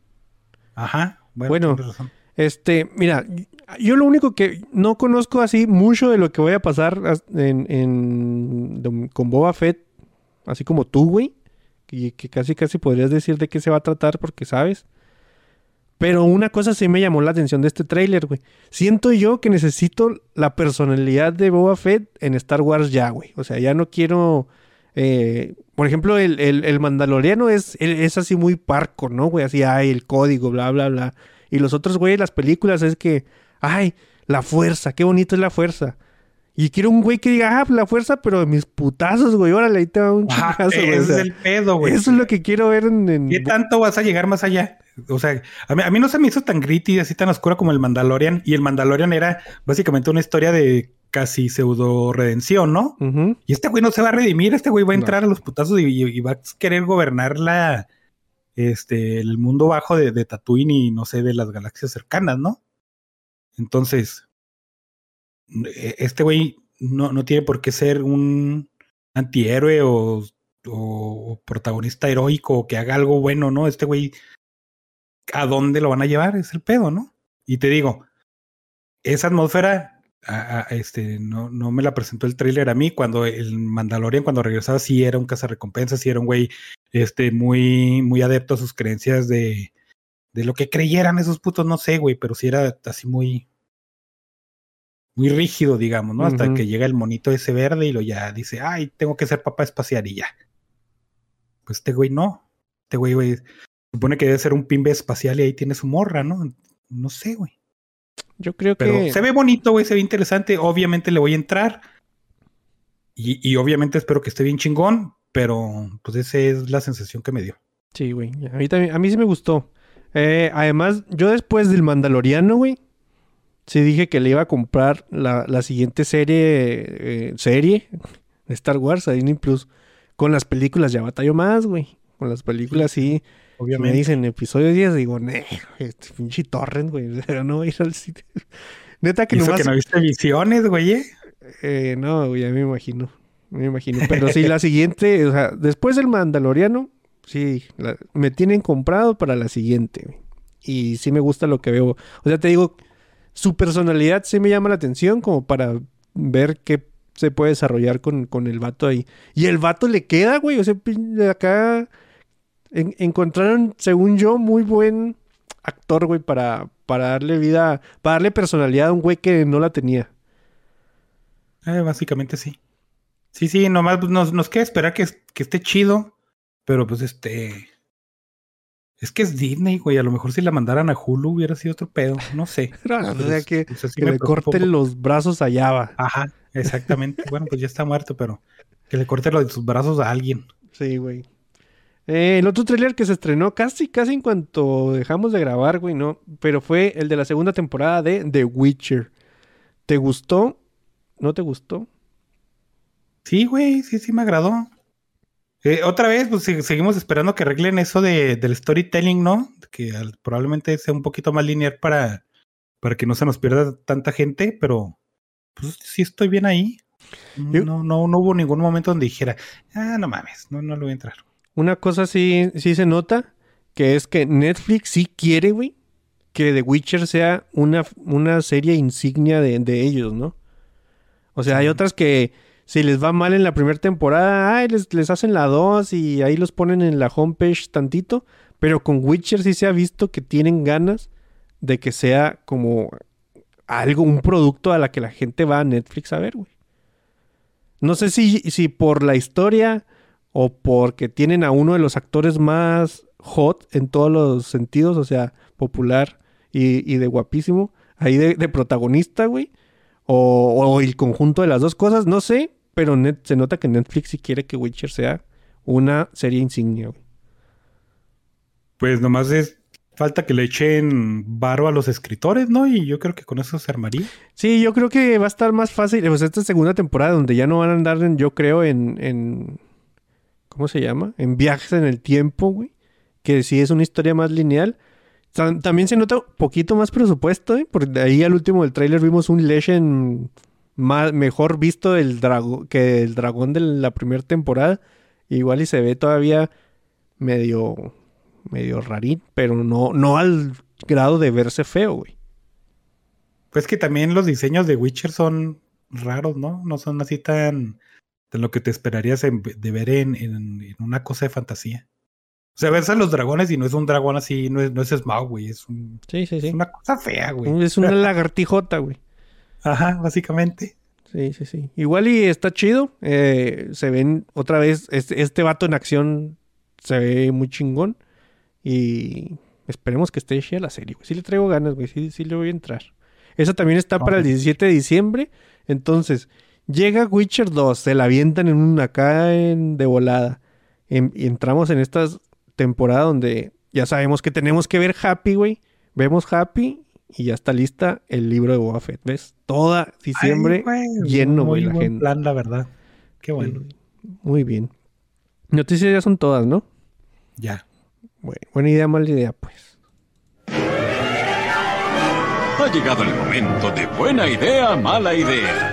Ajá. Bueno, bueno tienes razón. Este, mira... Yo lo único que no conozco así mucho de lo que voy a pasar en, en, de, con Boba Fett, así como tú, güey, que, que casi casi podrías decir de qué se va a tratar porque sabes. Pero una cosa sí me llamó la atención de este tráiler, güey. Siento yo que necesito la personalidad de Boba Fett en Star Wars ya, güey. O sea, ya no quiero... Eh, por ejemplo, el, el, el Mandaloriano es, es así muy parco, ¿no, güey? Así, ay, el código, bla, bla, bla. Y los otros, güey, las películas es que... Ay, la fuerza, qué bonito es la fuerza. Y quiero un güey que diga, ah, la fuerza, pero de mis putazos, güey. Órale, ahí te va un chingazo, güey. Ese o sea, es el pedo, güey. Eso es lo que quiero ver en... en... ¿Qué tanto vas a llegar más allá? O sea, a mí, a mí no se me hizo tan gritty, así tan oscura como el Mandalorian. Y el Mandalorian era básicamente una historia de casi pseudo redención, ¿no? Uh-huh. Y este güey no se va a redimir. Este güey va a entrar no. a los putazos y, y, y va a querer gobernar la, este, el mundo bajo de, de Tatooine y no sé, de las galaxias cercanas, ¿no? Entonces, este güey no, no tiene por qué ser un antihéroe o, o protagonista heroico o que haga algo bueno, ¿no? Este güey, ¿a dónde lo van a llevar? Es el pedo, ¿no? Y te digo, esa atmósfera, a, a, este, no, no me la presentó el tráiler a mí. Cuando el Mandalorian, cuando regresaba, sí era un cazarrecompensas, sí era un güey este, muy, muy adepto a sus creencias de... de lo que creyeran esos putos, no sé, güey, pero sí era así muy muy rígido, digamos, ¿no? Uh-huh. Hasta que llega el monito ese verde y lo ya dice, ay, tengo que ser papá espacial y ya. Pues este güey no. Este güey, güey, supone que debe ser un pimbe espacial y ahí tiene su morra, ¿no? No sé, güey. Yo creo pero que... se ve bonito, güey, se ve interesante. Obviamente le voy a entrar. Y, y obviamente espero que esté bien chingón, pero pues esa es la sensación que me dio. Sí, güey. A mí también, a mí sí me gustó. Eh, además, yo después del Mandaloriano, güey, sí dije que le iba a comprar la, la siguiente serie, eh, serie de Star Wars a Disney Plus. Con las películas ya batallo más, güey. Con las películas sí, obviamente. Me dicen episodio diez, digo, ne, este pinche torrent, güey. No voy a ir al sitio. Neta que ¿Hizo nomás... que no viste Visiones, güey? Eh, no, güey, ya me imagino. me imagino. Pero sí, la siguiente, o sea, después del Mandaloriano, sí, la- me tienen comprado para la siguiente, güey. Y sí me gusta lo que veo. O sea, te digo, su personalidad sí me llama la atención como para ver qué se puede desarrollar con, con el vato ahí. Y el vato le queda, güey. O sea, pin- de acá en- encontraron, según yo, muy buen actor, güey, para, para darle vida, para darle personalidad a un güey que no la tenía. Eh, básicamente sí. Sí, sí, nomás pues, nos, nos queda esperar que, es- que esté chido. Pero pues este. Es que es Disney, güey. A lo mejor si la mandaran a Hulu hubiera sido otro pedo. No sé. No, o Pero sea, es- que, o sea, sí que me le preocupa un corten poco. los brazos allá, va. Ajá, exactamente. Bueno, pues ya está muerto, pero que le corte los de sus brazos a alguien. Sí, güey. Eh, el otro tráiler que se estrenó casi, casi en cuanto dejamos de grabar, güey, ¿no? Pero fue el de la segunda temporada de The Witcher. ¿Te gustó? ¿No te gustó? Sí, güey, sí, sí me agradó. Eh, otra vez, pues se- seguimos esperando que arreglen eso de, del storytelling, ¿no? Que al- probablemente sea un poquito más lineal para, para que no se nos pierda tanta gente, pero pues sí estoy bien ahí. Yo- No, no, no hubo ningún momento donde dijera, ah, no mames, no, no le voy a entrar. Una cosa sí, sí se nota, que es que Netflix sí quiere, güey, que The Witcher sea una, una serie insignia de, de ellos, ¿no? O sea, hay Sí. otras que si les va mal en la primera temporada, ay, les, les hacen la dos y ahí los ponen en la homepage tantito. Pero con Witcher sí se ha visto que tienen ganas de que sea como algo, un producto a la que la gente va a Netflix a ver, güey. No sé si, si por la historia o porque tienen a uno de los actores más hot en todos los sentidos, o sea, popular y, y de guapísimo, ahí de, de protagonista, güey. O, o el conjunto de las dos cosas, no sé, pero net- se nota que Netflix sí quiere que Witcher sea una serie insignia, güey. Pues nomás es falta que le echen varo a los escritores, ¿no? Y yo creo que con eso se armaría. Sí, yo creo que va a estar más fácil, pues esta segunda temporada donde ya no van a andar, en, yo creo, en, en, ¿cómo se llama? En viajes en el tiempo, güey. Que sí es una historia más lineal. Tam- También se nota un poquito más presupuesto, ¿eh? Porque de ahí al último del tráiler vimos un Legend más, mejor visto del drago, que el dragón de la primera temporada. Igual y se ve todavía medio, medio rarín, pero no, no al grado de verse feo, güey. Pues que también los diseños de Witcher son raros, ¿no? No son así tan de lo que te esperarías en- de ver en, en- en una cosa de fantasía. O sea, ves a los dragones y no es un dragón así, no es, no es Smaug, güey, es, un, Sí, sí, es sí. una cosa fea, güey. Es una lagartijota, güey. Ajá, básicamente. Sí, sí, sí. Igual y está chido. Eh, se ven otra vez, este, este vato en acción se ve muy chingón. Y esperemos que esté chida la serie, güey. Sí le traigo ganas, güey. Sí, sí le voy a entrar. Esa también está para el Ok. diecisiete de diciembre. Entonces, llega Witcher dos, se la avientan en una acá en- de volada. En- y entramos en esta temporada donde ya sabemos que tenemos que ver Happy, güey. Vemos Happy y ya está lista el libro de Boba Fett. ¿Ves? Toda diciembre Ay, güey, lleno, muy güey, la buen gente. plan, la verdad. Qué bueno. Sí, muy bien. Noticias ya son todas, ¿no? Ya. Bueno, buena idea, mala idea, pues. Ha llegado el momento de buena idea, mala idea.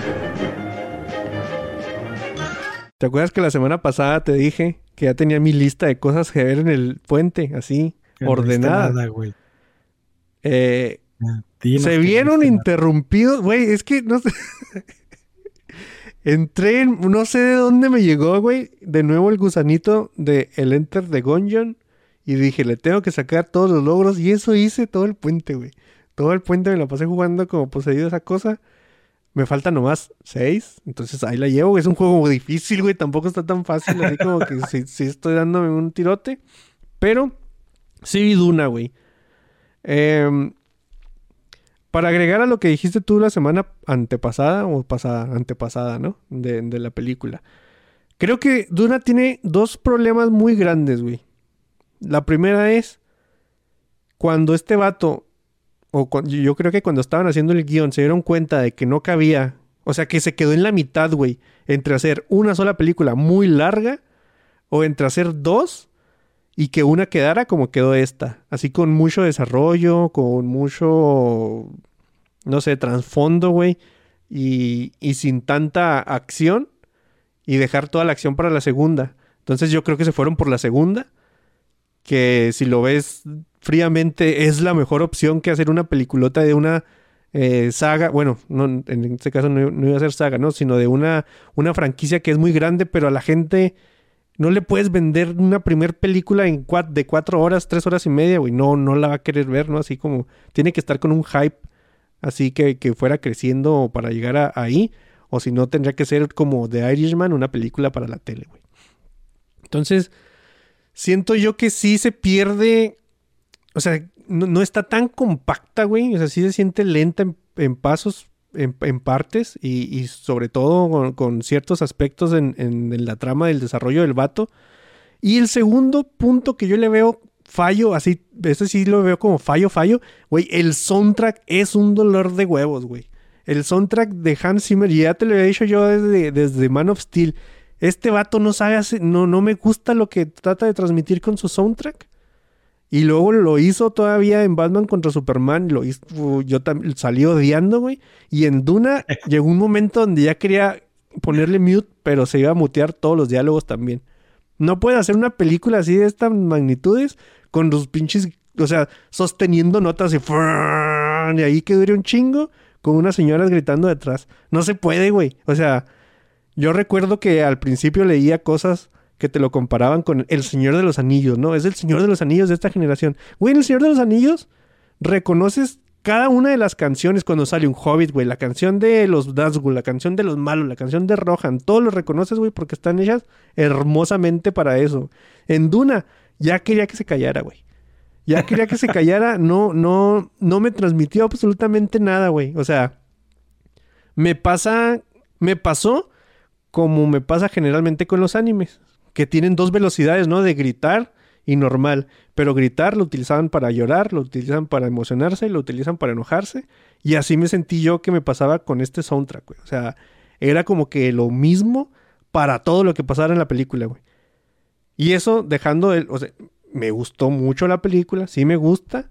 ¿Te acuerdas que la semana pasada te dije que ya tenía mi lista de cosas que ver en el puente, así, Que no viste ordenada? nada, güey. Eh, Dinos se que no vieron viste nada. interrumpidos, güey, es que no sé. Entré en, no sé de dónde me llegó, güey, de nuevo el gusanito de el Enter the Gungeon y dije, le tengo que sacar todos los logros y eso hice todo el puente, güey. Todo el puente me la pasé jugando como poseído esa cosa. Me faltan nomás seis, entonces ahí la llevo, güey. Es un juego difícil, güey, tampoco está tan fácil, así como que sí, sí estoy dándome un tirote, pero sí vi Duna, güey. Eh, para agregar a lo que dijiste tú la semana antepasada, o pasada, antepasada, ¿no? De, de la película. Creo que Duna tiene dos problemas muy grandes, güey. La primera es cuando este vato, o cu- yo creo que cuando estaban haciendo el guión, se dieron cuenta de que no cabía, o sea, que se quedó en la mitad, güey, entre hacer una sola película muy larga o entre hacer dos y que una quedara como quedó esta, así con mucho desarrollo, con mucho, no sé, trasfondo, güey, y, y sin tanta acción. y dejar toda la acción para la segunda. Entonces yo creo que se fueron por la segunda, que si lo ves fríamente es la mejor opción que hacer una peliculota de una eh, saga, bueno, no, en este caso no, no iba a ser saga, ¿no? Sino de una, una franquicia que es muy grande, pero a la gente no le puedes vender una primer película en cuat- de cuatro horas, tres horas y media, güey, no, no la va a querer ver, ¿no? Así como tiene que estar con un hype, así que, que fuera creciendo para llegar a, ahí, o si no tendría que ser como The Irishman, una película para la tele, güey. Entonces, siento yo que sí se pierde, o sea, no, no está tan compacta, güey, o sea, sí se siente lenta en, en pasos, en, en partes, y, y sobre todo con, con ciertos aspectos en, en, en la trama del desarrollo del vato. Y el segundo punto que yo le veo fallo, así, este sí lo veo como fallo, fallo, güey, el soundtrack es un dolor de huevos, güey. El soundtrack de Hans Zimmer, y ya te lo he dicho yo desde, desde Man of Steel, este vato no sabe hacer, no, no me gusta lo que trata de transmitir con su soundtrack. Y luego lo hizo todavía en Batman contra Superman, lo hizo, yo también salí odiando, güey. Y en Duna llegó un momento donde ya quería ponerle mute, pero se iba a mutear todos los diálogos también. No puede hacer una película así de estas magnitudes con los pinches, o sea, sosteniendo notas y, y ahí que dure un chingo con unas señoras gritando detrás. No se puede, güey. O sea, yo recuerdo que al principio leía cosas que te lo comparaban con El Señor de los Anillos, ¿no? Es el Señor de los Anillos de esta generación. Güey, en El Señor de los Anillos reconoces cada una de las canciones cuando sale un Hobbit, güey. La canción de los Nazgûl, la canción de los malos, la canción de Rohan. Todos los reconoces, güey, porque están hechas hermosamente para eso. En Duna, ya quería que se callara, güey. Ya quería que se callara. No, no, no me transmitió absolutamente nada, güey. O sea, me pasa, me pasó como me pasa generalmente con los animes, que tienen dos velocidades, ¿no? De gritar y normal. Pero gritar lo utilizaban para llorar, lo utilizan para emocionarse, lo utilizan para enojarse. Y así me sentí yo que me pasaba con este soundtrack, güey. O sea, era como que lo mismo para todo lo que pasara en la película, güey. Y eso dejando el... O sea, me gustó mucho la película, sí me gusta.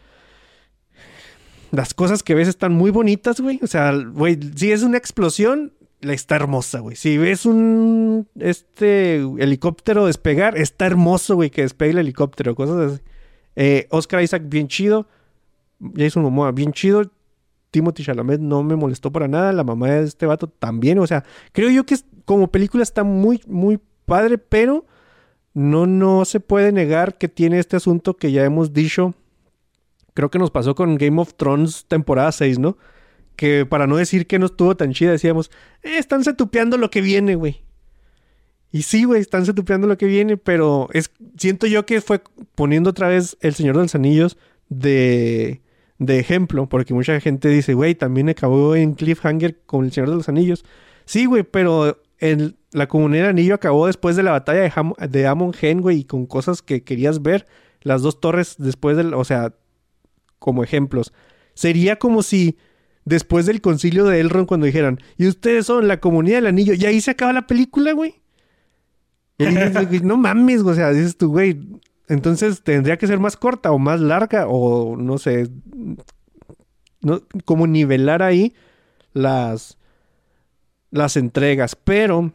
Las cosas que ves están muy bonitas, güey. O sea, güey, si es una explosión, la está hermosa, güey. Si ves un este helicóptero despegar, está hermoso, güey, que despegue el helicóptero, cosas así. Eh, Oscar Isaac, bien chido. Jason Momoa, bien chido. Timothée Chalamet no me molestó para nada. La mamá de este vato también. O sea, creo yo que es, como película está muy, muy padre, pero no, no se puede negar que tiene este asunto que ya hemos dicho. Creo que nos pasó con Game of Thrones temporada seis, ¿no? Que para no decir que no estuvo tan chida, decíamos, eh, están setupeando lo que viene, güey. Y sí, güey, están setupeando lo que viene, pero es, siento yo que fue poniendo otra vez El Señor de los Anillos de, de ejemplo, porque mucha gente dice, güey, también acabó en cliffhanger con El Señor de los Anillos. Sí, güey, pero el, la Comunidad del Anillo acabó después de la batalla de, Ham, de Amon Hen, güey, y con cosas que querías ver. Las dos torres después del, o sea, como ejemplos. Sería como si después del concilio de Elrond, cuando dijeran, y ustedes son la Comunidad del Anillo, y ahí se acaba la película, güey. Y dices, no mames, o sea, dices tú, güey, entonces tendría que ser más corta o más larga, o no sé, no, como nivelar ahí las, las entregas. Pero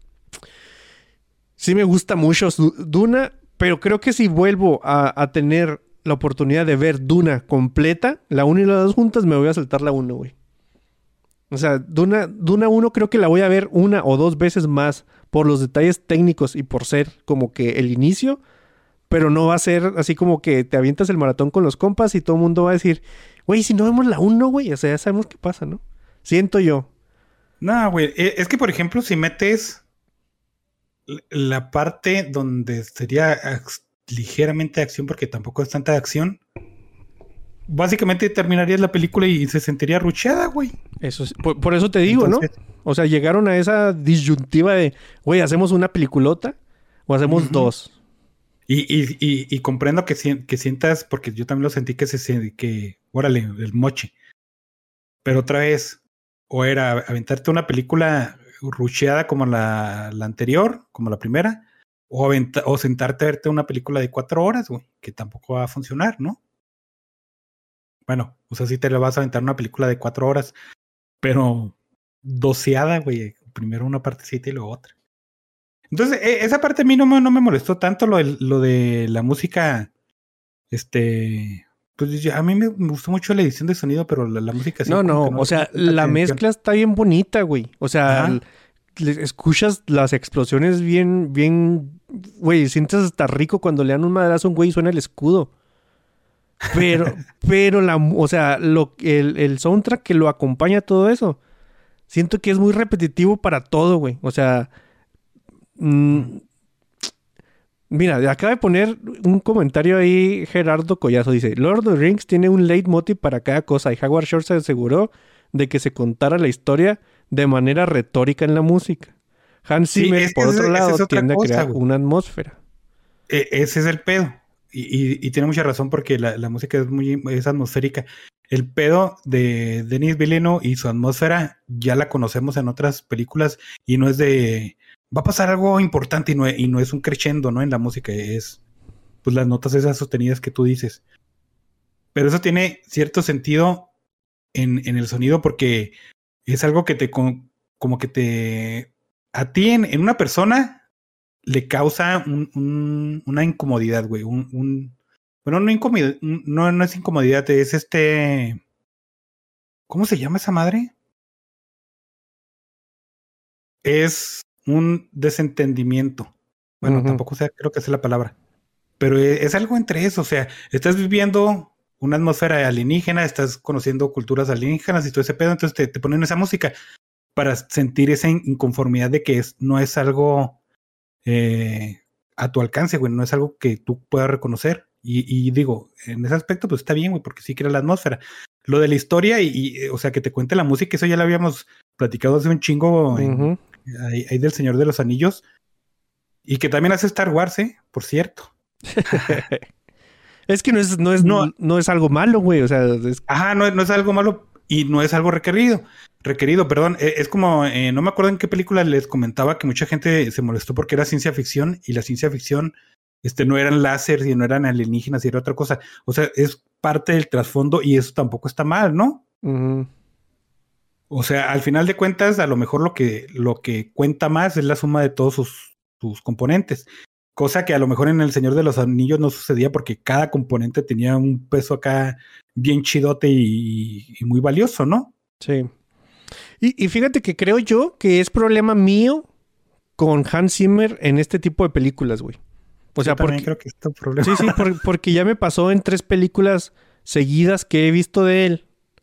sí me gusta mucho Duna, pero creo que si vuelvo a, a tener la oportunidad de ver Duna completa, la uno y la dos juntas, me voy a saltar la uno, güey. O sea, Duna, Duna uno creo que la voy a ver una o dos veces más por los detalles técnicos y por ser como que el inicio, pero no va a ser así como que te avientas el maratón con los compas y todo el mundo va a decir, güey, si no vemos la uno, güey, o sea, ya sabemos qué pasa, ¿no? Siento yo. No, güey, es que por ejemplo, si metes la parte donde sería ligeramente de acción, porque tampoco es tanta acción, básicamente terminarías la película y se sentiría rucheada, güey. Eso es, por, por eso te digo, Entonces, ¿no? O sea, llegaron a esa disyuntiva de, güey, ¿hacemos una peliculota o hacemos uh-huh. dos? Y, y, y, y comprendo que, que sientas, porque yo también lo sentí que se que, órale, el moche. Pero otra vez, o era aventarte una película rucheada como la, la anterior, como la primera, o, aventa, o sentarte a verte una película de cuatro horas, güey, que tampoco va a funcionar, ¿no? Bueno, o sea, sí te le vas a aventar una película de cuatro horas, pero doceada, güey. Primero una partecita y luego otra. Entonces, eh, esa parte a mí no me, no me molestó tanto lo, de- lo de la música. Este. Pues ya, a mí me, me gustó mucho la edición de sonido, pero la, la música sí No, como no, que no o le sea, puse tanta la atención. mezcla está bien bonita, güey. O sea, Ajá. l- le- escuchas las explosiones bien, bien, güey, sientes hasta rico cuando le dan un madrazo a un güey y suena el escudo. Pero, pero la, mu- o sea, lo, el, el soundtrack que lo acompaña a todo eso, siento que es muy repetitivo para todo, güey. O sea, mm, mira, acaba de poner un comentario ahí Gerardo Collazo. Dice, Lord of the Rings tiene un leitmotiv para cada cosa y Howard Shore se aseguró de que se contara la historia de manera retórica en la música. Hans Sí, Zimmer, es que por esa, otro esa lado, es otra tiende a cosa, crear güey. una atmósfera. E- ese es el pedo. Y, y- y tiene mucha razón porque la, la música es muy es atmosférica. El pedo de Denis Villeneuve y su atmósfera ya la conocemos en otras películas y no es de va a pasar algo importante y no, y no es un crescendo, ¿no? En la música es pues las notas esas sostenidas que tú dices. Pero eso tiene cierto sentido en, en el sonido porque es algo que te con- como que te a ti en, en una persona le causa un, un- una incomodidad, güey. Un, un- bueno, no, incomodidad, no, no es incomodidad, es este. ¿Cómo se llama esa madre? Es un desentendimiento. Bueno, Ujú. tampoco sé, creo que esa es la palabra. Pero e- es algo entre eso. O sea, estás viviendo una atmósfera alienígena, estás conociendo culturas alienígenas y todo ese pedo, entonces te, te ponen esa música para sentir esa in- inconformidad de que es, no es algo eh, a tu alcance, güey, no es algo que tú puedas reconocer. Y, y digo, en ese aspecto, pues está bien, güey, porque sí crea la atmósfera. Lo de la historia y, y, eh, o sea, que te cuente la música, eso ya lo habíamos platicado hace un chingo en, Ujú. ahí, ahí del Señor de los Anillos. Y que también hace Star Wars, ¿eh? Por cierto. Es que no es, no es, No, no es algo malo, güey. O sea, es... ajá, no, no es algo malo y no es algo requerido. Requerido, perdón. Eh, Es como, eh, no me acuerdo en qué película les comentaba que mucha gente se molestó porque era ciencia ficción y la ciencia ficción este, no eran láseres y no eran alienígenas y era otra cosa. O sea, es parte del trasfondo y eso tampoco está mal, ¿no? Ujú. O sea, al final de cuentas, a lo mejor lo que, lo que cuenta más es la suma de todos sus, sus componentes. Cosa que a lo mejor en El Señor de los Anillos no sucedía porque cada componente tenía un peso acá bien chidote y, y muy valioso, ¿no? Sí. Y, y fíjate que creo yo que es problema mío con Hans Zimmer en este tipo de películas, güey. O sea, Yo también porque... creo que es un problema. Sí, sí, por- porque ya me pasó en tres películas seguidas que he visto de él.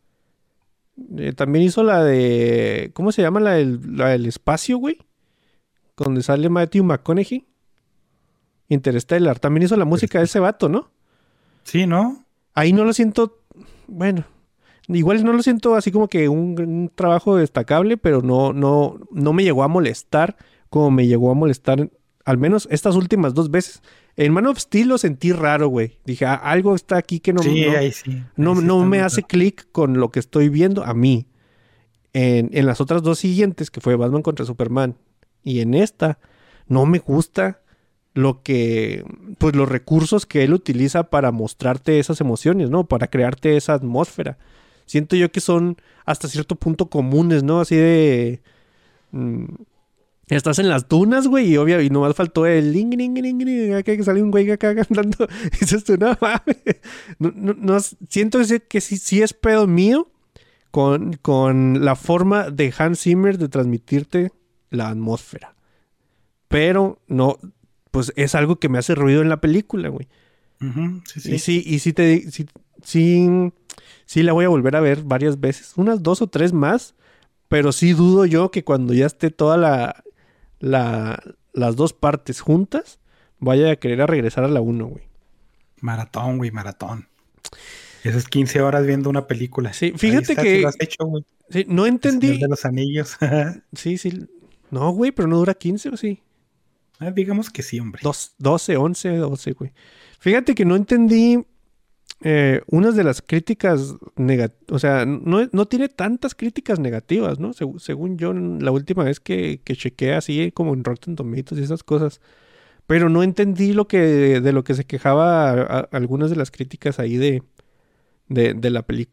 Eh, también hizo la de... ¿Cómo se llama? La del, la del espacio, güey. Donde sale Matthew McConaughey. Interstellar. También hizo la música de ese vato, ¿no? Sí, ¿no? Ahí no lo siento... Bueno, igual no lo siento así como que un, un trabajo destacable, pero no, no, no me llegó a molestar como me llegó a molestar al menos estas últimas dos veces. En Man of Steel lo sentí raro, güey. Dije, "Ah, algo está aquí que no, sí, no, ahí sí. Ahí no, sí no está me muy hace raro. clic con lo que estoy viendo a mí. En, en las otras dos siguientes, que fue Batman contra Superman, y en esta, no me gusta lo que, pues los recursos que él utiliza para mostrarte esas emociones, ¿no? Para crearte esa atmósfera. Siento yo que son hasta cierto punto comunes, ¿no? Así de... mm, estás en las dunas, güey, y obvio, y nomás faltó el ling, ling, ling, ling, acá que sale un güey acá cantando. Y dices tú, no mames. No, no, no, siento ese que sí, sí es pedo mío con, con la forma de Hans Zimmer de transmitirte la atmósfera. Pero no, pues es algo que me hace ruido en la película, güey. Ujú, sí, sí. Y sí, y sí te sí, sí, sí la voy a volver a ver varias veces, unas dos o tres más, pero sí dudo yo que cuando ya esté toda la, la las dos partes juntas, vaya a querer a regresar a la uno, güey. Maratón, güey, maratón. Esas quince horas viendo una película. Sí, Ahí fíjate está, que sí lo has hecho, güey. sí, no El Señor entendí. de los Anillos. Sí, sí. No, güey, pero no dura quince o sí. Ah, digamos que sí, hombre. Dos, doce, once, doce, güey. Fíjate que no entendí eh, unas de las críticas negativas. O sea, no, no tiene tantas críticas negativas, ¿no? Seg- según yo, la última vez que, que chequeé así como en Rotten Tomatoes y esas cosas. Pero no entendí lo que de lo que se quejaba a- a- algunas de las críticas ahí de, de, de la película.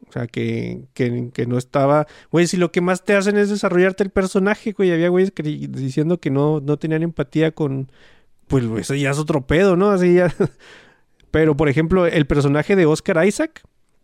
O sea, que, que, que no estaba... Güey, si lo que más te hacen es desarrollarte el personaje, güey. Había güeyes que, diciendo que no, no tenían empatía con... Pues eso ya es otro pedo, ¿no? Así ya... Pero, por ejemplo, el personaje de Oscar Isaac...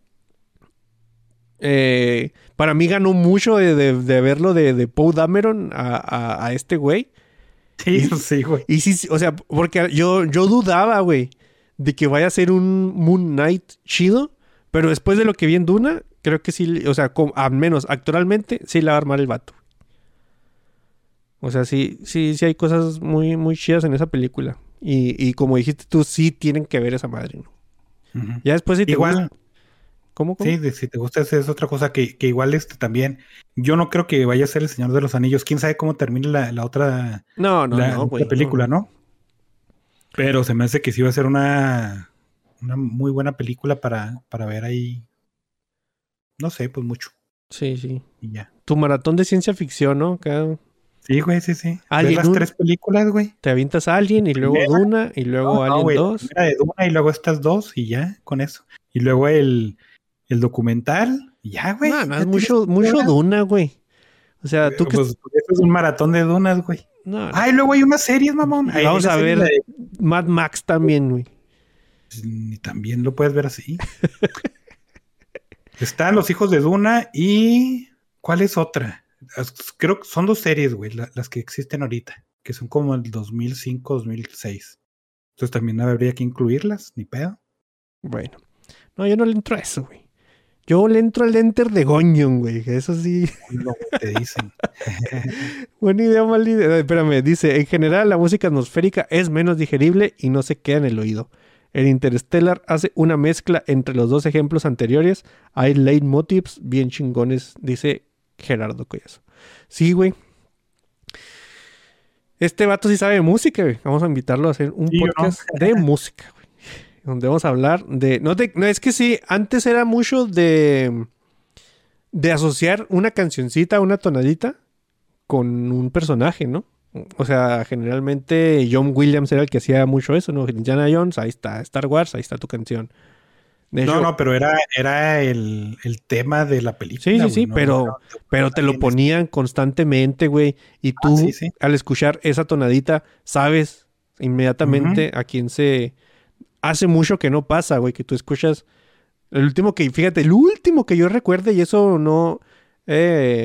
Eh, para mí ganó mucho de, de, de verlo de, de Poe Dameron a, a, a este güey. Sí, y, sí, güey. Y sí, o sea, porque yo, yo dudaba, güey, de que vaya a ser un Moon Knight chido. Pero después de lo que vi en Duna, creo que sí, o sea, como, al menos actualmente, sí la va a armar el vato. O sea, sí, sí, sí hay cosas muy, muy chidas en esa película. Y, y como dijiste tú, sí tienen que ver esa madre, ¿no? Uh-huh. Ya después si te igual, gusta... ¿Cómo, cómo? Sí, de, si te gusta esa es otra cosa que, que igual este también. Yo no creo que vaya a ser El Señor de los Anillos. ¿Quién sabe cómo termine la, la otra no, no, la, no, güey, la película, no, no, no? Pero se me hace que sí va a ser una, una muy buena película para, para ver ahí. No sé, pues mucho. Sí, sí. Y ya. Tu maratón de ciencia ficción, ¿no? Cada... Sí, güey, sí, sí. Ver las un... tres películas, güey. Te avientas a Alien y luego primera, Duna y luego no, Alien no, güey, dos. La primera de Duna y luego estas dos y ya, con eso. Y luego el, el documental y ya, güey. No, no, es mucho, mucho Duna, güey. O sea, tú que... Pues eso es un maratón de Dunas, güey. No, no. Ah, y luego hay unas series, mamón. Y vamos a ver de... Mad Max también, güey. Pues, también lo puedes ver así. Están Los Hijos de Duna y... ¿Cuál es otra? Creo que son dos series, güey, las que existen ahorita. Que son como el dos mil cinco, dos mil seis. Entonces también habría que incluirlas, ni pedo. Bueno. No, yo no le entro a eso, güey. Yo le entro al Enter de Gungeon, güey. Eso sí. Lo que te dicen. Buena idea, mal idea. Espérame, dice, en general la música atmosférica es menos digerible y no se queda en el oído. El Interstellar hace una mezcla entre los dos ejemplos anteriores. Hay leitmotivs bien chingones, dice Gerardo Collazo. Sí, güey. Este vato sí sabe de música, güey. Vamos a invitarlo a hacer un sí, podcast no. de música, güey. Donde vamos a hablar de... No, te, no, es que sí, antes era mucho de... De asociar una cancioncita, una tonadita con un personaje, ¿no? O sea, generalmente John Williams era el que hacía mucho eso, ¿no? Indiana Jones, ahí está. Star Wars, ahí está tu canción. De no, hecho, no, pero era, era el, el tema de la película. Sí, sí, sí, ¿no? pero, no, pero te lo ponían constantemente, güey. Y tú, ah, sí, sí. al escuchar esa tonadita, sabes inmediatamente uh-huh. a quién se... Hace mucho que no pasa, güey, que tú escuchas... El último que, fíjate, el último que yo recuerde, y eso no... Eh,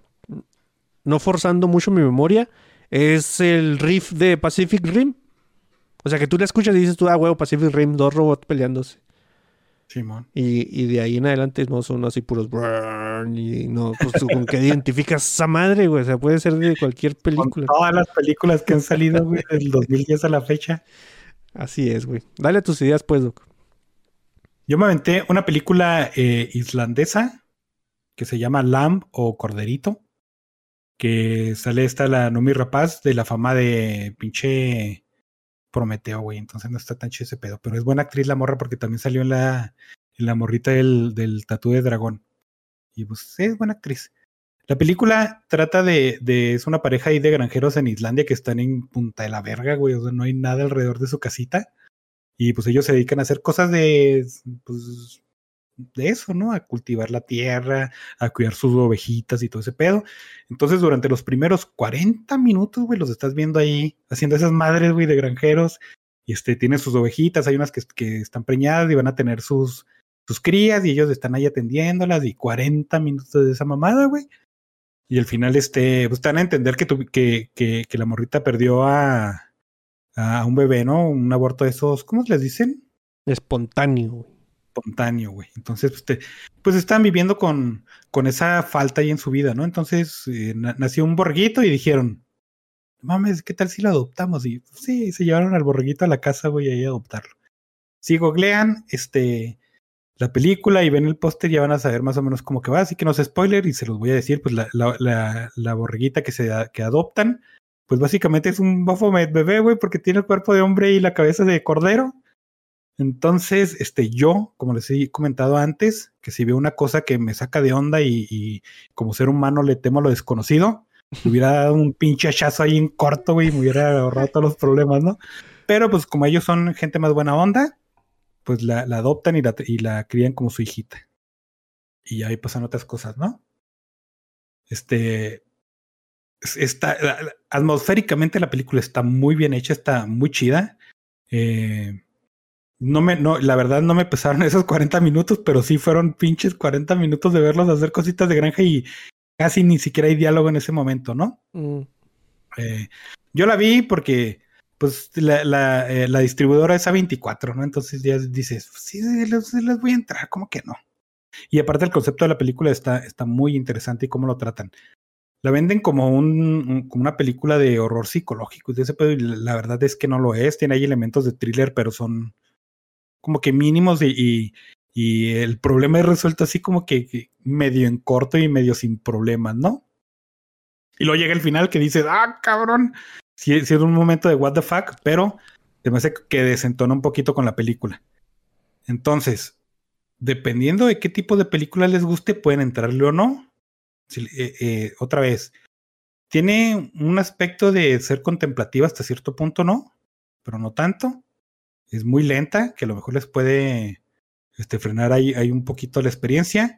no forzando mucho mi memoria, es el riff de Pacific Rim. O sea, que tú le escuchas y dices tú, ah, güey, Pacific Rim, dos robots peleándose. Simón. Y, y de ahí en adelante no son así puros brrr, y no, pues tú con qué identificas esa madre, güey. O sea, puede ser de cualquier película. Con todas las películas que han salido, güey, del dos mil diez a la fecha. Así es, güey. Dale a tus ideas, pues, Doc. Yo me aventé una película eh, islandesa que se llama Lamb o Corderito, que sale esta la Noomi Rapaz de la fama de pinche Prometeo, güey. Entonces no está tan chido ese pedo. Pero es buena actriz la morra porque también salió en la, en la morrita del, del tatú de dragón. Y pues sí, es buena actriz. La película trata de, de... Es una pareja ahí de granjeros en Islandia que están en punta de la verga, güey. O sea, no hay nada alrededor de su casita. Y pues ellos se dedican a hacer cosas de... Pues... de eso, ¿no? A cultivar la tierra, a cuidar sus ovejitas y todo ese pedo. Entonces, durante los primeros cuarenta minutos, güey, los estás viendo ahí haciendo esas madres, güey, de granjeros. Y este, tienen sus ovejitas, hay unas que, que están preñadas y van a tener sus, sus crías y ellos están ahí atendiéndolas y cuarenta minutos de esa mamada, güey. Y al final, este, pues te van a entender que, tu, que, que, que la morrita perdió a, a un bebé, ¿no? Un aborto de esos, ¿cómo les dicen? Espontáneo, güey. Espontáneo, güey. Entonces, pues, te, pues están viviendo con, con esa falta ahí en su vida, ¿no? Entonces, eh, nació un borreguito y dijeron, mames, ¿qué tal si lo adoptamos? Y pues, sí, se llevaron al borreguito a la casa, güey, ahí a adoptarlo. Si googlean, este... la película y ven el póster ya van a saber más o menos cómo que va, así que no es spoiler y se los voy a decir, pues la, la, la, la borreguita que se que adoptan, pues básicamente es un Baphomet bebé, güey, porque tiene el cuerpo de hombre y la cabeza de cordero. Entonces, este, yo, como les he comentado antes, que si veo una cosa que me saca de onda y, y como ser humano le temo a lo desconocido, me hubiera dado un pinche hachazo ahí en corto, güey, y me hubiera ahorrado todos los problemas, ¿no? Pero pues como ellos son gente más buena onda, pues la, la adoptan y la, y la crían como su hijita. y ahí pasan otras cosas, ¿no? Este, está, atmosféricamente la película está muy bien hecha, está muy chida. Eh, no me, no, la verdad no me pesaron esos cuarenta minutos, pero sí fueron pinches cuarenta minutos de verlos hacer cositas de granja y casi ni siquiera hay diálogo en ese momento, ¿no? Mm. Eh, yo la vi porque pues la, la, eh, la distribuidora es A veinticuatro, ¿no? Entonces ya dices, sí, les, les voy a entrar, ¿cómo que no? Y aparte el concepto de la película está, está muy interesante y cómo lo tratan. La venden como, un, un, como una película de horror psicológico. Y ese, la verdad es que no lo es. Tiene ahí elementos de thriller, pero son como que mínimos y, y, y el problema es resuelto así como que, que medio en corto y medio sin problemas, ¿no? Y luego llega el final que dices, ah, cabrón. Sí, sí es un momento de what the fuck, pero se me hace que desentona un poquito con la película. Entonces, dependiendo de qué tipo de película les guste, pueden entrarle o no. Sí, eh, eh, otra vez, tiene un aspecto de ser contemplativa hasta cierto punto, ¿no? Pero no tanto. Es muy lenta, que a lo mejor les puede este, frenar ahí, ahí un poquito la experiencia.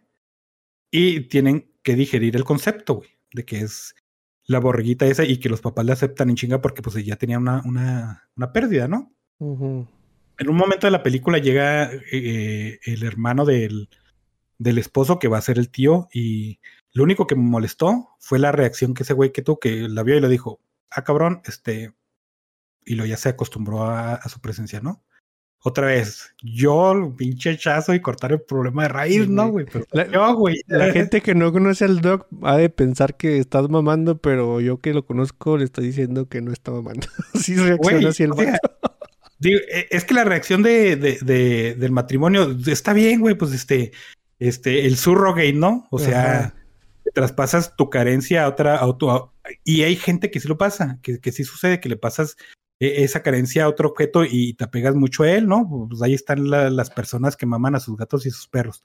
Y tienen que digerir el concepto, güey, de que es la borreguita esa y que los papás le aceptan en chinga porque pues ya tenía una, una, una pérdida, ¿no? Uh-huh. En un momento de la película llega eh, el hermano del, del esposo que va a ser el tío y lo único que me molestó fue la reacción que ese güey que tuvo, que la vio y le dijo, ah, cabrón, este, y lo ya se acostumbró a, a su presencia, ¿no? Otra vez, yo, pinche hachazo y cortar el problema de raíz, sí, ¿no, güey? Pero la, yo, güey. La gente que no conoce al Doc ha de pensar que estás mamando, pero yo que lo conozco le estoy diciendo que no está mamando. Sí reacciona güey, así el vato. Digo, es que la reacción de, de, de, del matrimonio está bien, güey, pues este, este, el surrogate, ¿no? O sea, ajá, traspasas tu carencia a otra, a otro, a, y hay gente que sí lo pasa, que, que sí sucede, que le pasas esa carencia a otro objeto y te apegas mucho a él, ¿no? Pues ahí están la, las personas que maman a sus gatos y sus perros.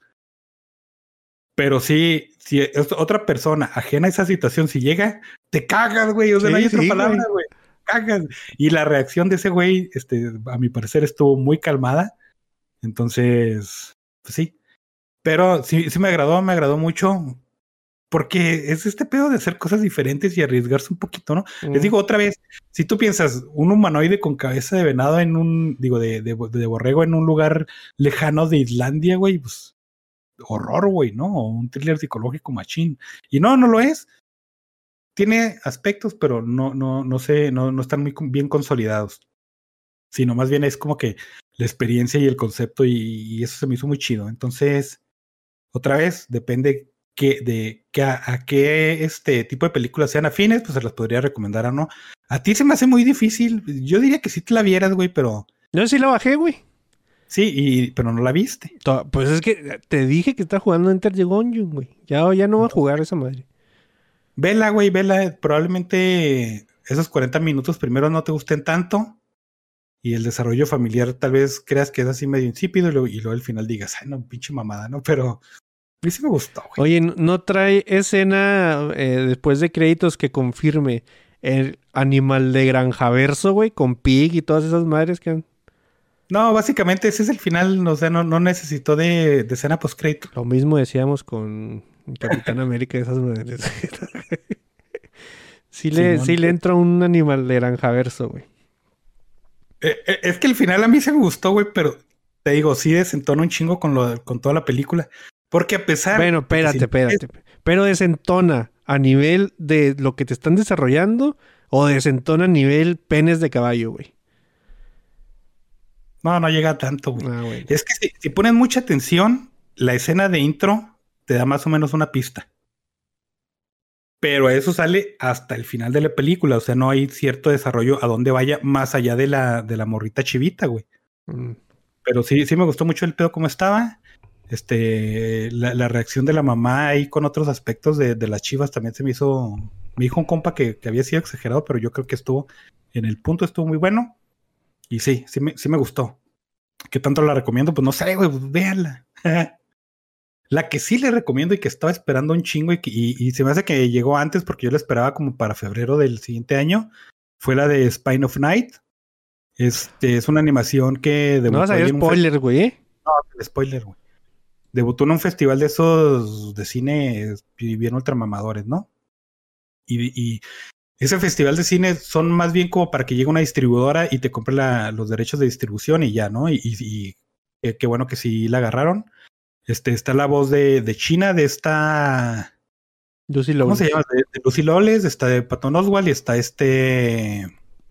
Pero sí, si es otra persona ajena a esa situación, si llega, te cagas, güey. O sea, sí, no hay otra sí, palabra, güey. Cagas. Y la reacción de ese güey, este, a mi parecer, estuvo muy calmada. Entonces, pues sí. Pero sí, sí me agradó, me agradó mucho. Porque es este pedo de hacer cosas diferentes y arriesgarse un poquito, ¿no? Mm. Les digo otra vez, si tú piensas un humanoide con cabeza de venado en un, digo, de, de, de borrego en un lugar lejano de Islandia, güey, pues horror, güey, ¿no? O un thriller psicológico machín. Y no, no lo es. Tiene aspectos, pero no, no, no sé, no, no están muy bien consolidados. Sino más bien es como que la experiencia y el concepto y, y eso se me hizo muy chido. Entonces, otra vez, depende que de que a, a qué este tipo de películas sean afines, pues se las podría recomendar o no. A ti se me hace muy difícil. Yo diría que sí te la vieras, güey, pero... Yo sí la bajé, güey. Sí, y, pero no la viste. Pues es que te dije que está jugando Enter the Gungeon, güey. Ya, ya no va a jugar esa madre. Vela, güey, vela. Probablemente esos cuarenta minutos primero no te gusten tanto. Y el desarrollo familiar tal vez creas que es así medio insípido. Y luego, y luego al final digas, ay, no, pinche mamada, ¿no? Pero... A mí sí me gustó, güey. Oye, ¿no trae escena eh, después de créditos que confirme el animal de Granjaverso, güey? Con Pig y todas esas madres que han... No, básicamente ese es el final. O sea, no, no necesitó de, de escena post-crédito. Lo mismo decíamos con Capitán América y esas madres. sí, le, sí, sí le entra un animal de Granjaverso, güey. Eh, eh, es que el final a mí se me gustó, güey, pero te digo, sí desentona un chingo con, lo, con toda la película. Porque a pesar... Bueno, espérate, si espérate. Es... Pero desentona a nivel de lo que te están desarrollando o desentona a nivel penes de caballo, güey. No, no llega tanto, güey. Ah, bueno. Es que si, si pones mucha atención, la escena de intro te da más o menos una pista. Pero eso sale hasta el final de la película. O sea, no hay cierto desarrollo a dónde vaya más allá de la, de la morrita chivita, güey. Mm. Pero sí, sí me gustó mucho el pedo como estaba. Este, la, la reacción de la mamá ahí con otros aspectos de, de las chivas también se me hizo, me dijo un compa que, que había sido exagerado, pero yo creo que estuvo en el punto, estuvo muy bueno y sí, sí me, sí me gustó. ¿Qué tanto la recomiendo? Pues no sé, güey, pues véanla. La que sí le recomiendo y que estaba esperando un chingo y, que, y, y se me hace que llegó antes porque yo la esperaba como para febrero del siguiente año, fue la de Spine of Night. Este, es una animación que... No vas a ver spoiler, güey, ¿eh? No, spoiler, güey. debutó en un festival de esos de cine bien ultramamadores, ¿no? Y, y ese festival de cine son más bien como para que llegue una distribuidora y te compre la, los derechos de distribución y ya, ¿no? Y, y, y eh, qué bueno que sí la agarraron. Este, está la voz de, de China, de esta... Lucy ¿Cómo Lawless. se llama? De, de Lucy Lawless, está de Patton Oswalt y está este...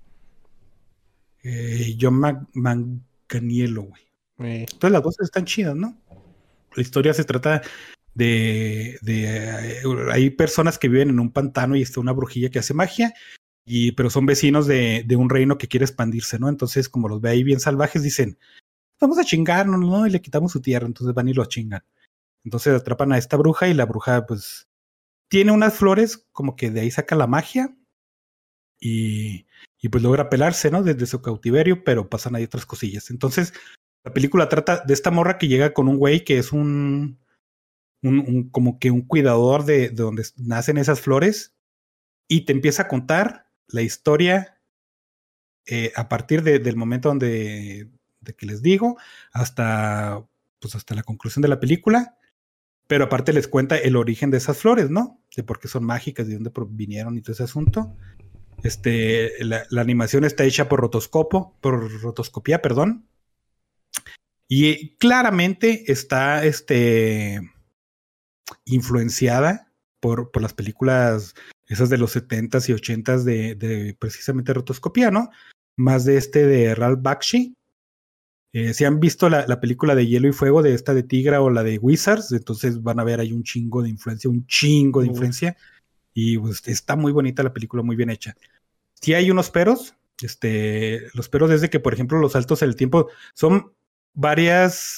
Eh, John Mag- Manganiello, güey. Eh, Entonces las voces están chidas, ¿no? La historia se trata de, de eh, hay personas que viven en un pantano y está una brujilla que hace magia, y, pero son vecinos de, de un reino que quiere expandirse, ¿no? Entonces, como los ve ahí bien salvajes, dicen, vamos a chingarnos, ¿no? Y le quitamos su tierra, entonces van y lo chingan. Entonces atrapan a esta bruja y la bruja, pues, tiene unas flores, como que de ahí saca la magia y, y pues logra pelarse, ¿no? Desde su cautiverio, pero pasan ahí otras cosillas. Entonces, la película trata de esta morra que llega con un güey que es un, un, un como que un cuidador de, de donde nacen esas flores y te empieza a contar la historia eh, a partir de, del momento donde de que les digo hasta pues hasta la conclusión de la película, pero aparte les cuenta el origen de esas flores, ¿no? De por qué son mágicas, de dónde vinieron y todo ese asunto. Este, la, la animación está hecha por rotoscopo, por rotoscopía, perdón. Y claramente está este, influenciada por, por las películas esas de los setentas y ochentas de, de precisamente rotoscopía, ¿no? Más de este de Ralph Bakshi. Eh, si han visto la, la película de Hielo y Fuego, de esta de Tigra o la de Wizards, entonces van a ver ahí un chingo de influencia, un chingo de influencia. Y pues, está muy bonita la película, muy bien hecha. Sí hay unos peros. Este, los peros es de que, por ejemplo, los saltos en el tiempo son varias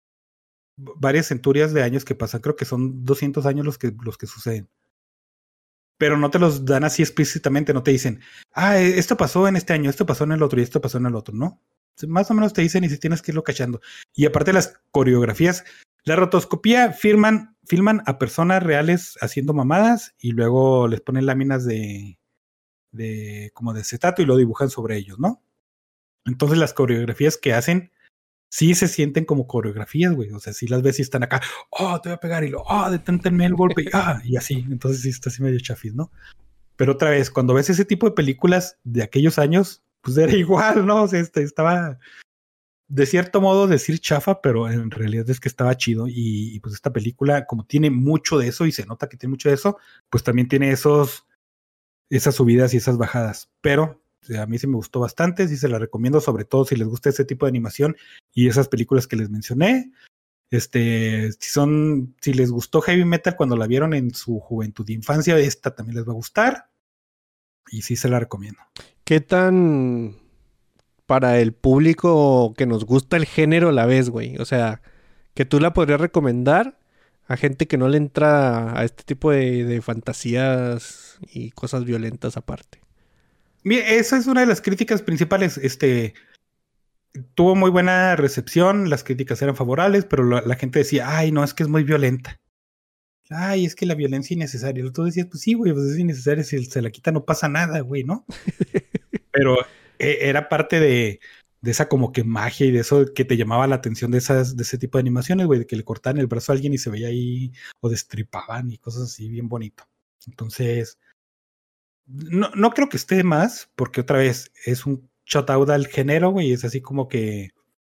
varias centurias de años que pasan, creo que son doscientos años los que, los que suceden, pero no te los dan así explícitamente, no te dicen, ah, esto pasó en este año, esto pasó en el otro y esto pasó en el otro, ¿no? Más o menos te dicen y si tienes que irlo cachando. Y aparte las coreografías, la rotoscopía firman, filman a personas reales haciendo mamadas y luego les ponen láminas de, de como de acetato y lo dibujan sobre ellos, ¿no? Entonces las coreografías que hacen sí se sienten como coreografías, güey. O sea, sí las ves y están acá, oh, te voy a pegar y lo, oh, deténtenme el golpe, y, ah, y así. Entonces sí está así medio chafis, ¿no? Pero otra vez, cuando ves ese tipo de películas de aquellos años, pues era igual, ¿no? O sea, este, estaba de cierto modo decir chafa, pero en realidad es que estaba chido. Y, y pues esta película, como tiene mucho de eso y se nota que tiene mucho de eso, pues también tiene esos, esas subidas y esas bajadas. Pero a mí sí me gustó bastante, sí se la recomiendo, sobre todo si les gusta ese tipo de animación y esas películas que les mencioné. Este, si son, si les gustó Heavy Metal cuando la vieron en su juventud de infancia, esta también les va a gustar y sí se la recomiendo. ¿Qué tan para el público que nos gusta el género la ves, güey? O sea, que tú la podrías recomendar a gente que no le entra a este tipo de, de fantasías y cosas violentas aparte. Mira, esa es una de las críticas principales. Este tuvo muy buena recepción, las críticas eran favorables, pero la, la gente decía, ay, no, es que es muy violenta. Ay, es que la violencia es innecesaria. Y tú decías, pues sí, güey, pues es innecesaria. Si se la quita no pasa nada, güey, ¿no? Pero eh, era parte de, de esa como que magia y de eso que te llamaba la atención de esas, de ese tipo de animaciones, güey, de que le cortaban el brazo a alguien y se veía ahí, o destripaban y cosas así, bien bonito. Entonces, no, no creo que esté más, porque otra vez es un shout out al género, güey, es así como que,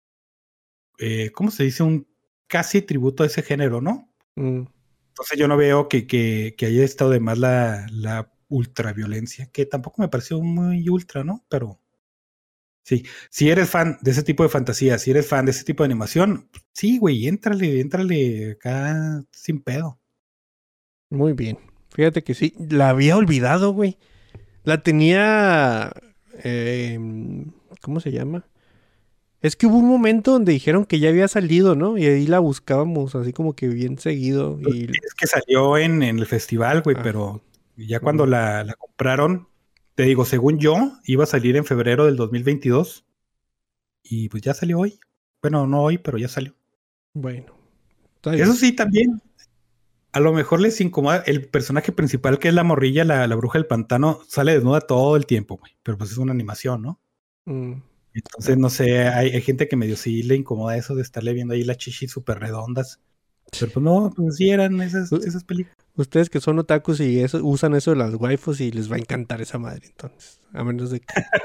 eh, ¿cómo se dice? Un casi tributo a ese género, ¿no? Mm. Entonces yo no veo que, que, que haya estado de más la, la ultraviolencia, que tampoco me pareció muy ultra, ¿no? Pero sí, si eres fan de ese tipo de fantasía, si eres fan de ese tipo de animación, sí, güey, éntrale, éntrale acá sin pedo. Muy bien. Fíjate que sí, la había olvidado, güey. La tenía... Eh, ¿Cómo se llama? Es que hubo un momento donde dijeron que ya había salido, ¿no? Y ahí la buscábamos así como que bien seguido. Y... Es que salió en, en el festival, güey, ah. pero ya cuando uh-huh. la, la compraron, te digo, según yo, iba a salir en febrero del dos mil veintidós. Y pues ya salió hoy. Bueno, no hoy, pero ya salió. Bueno. Eso sí, también. A lo mejor les incomoda. El personaje principal, que es la morrilla, la, la bruja del pantano, sale desnuda todo el tiempo, güey. Pero pues es una animación, ¿no? Mm. Entonces, no sé, hay, hay gente que medio sí le incomoda eso de estarle viendo ahí las chichis súper redondas. Pero pues no, pues sí eran esas, esas películas. Ustedes que son otakus y eso, usan eso de las waifus y les va a encantar esa madre, entonces. A menos de que...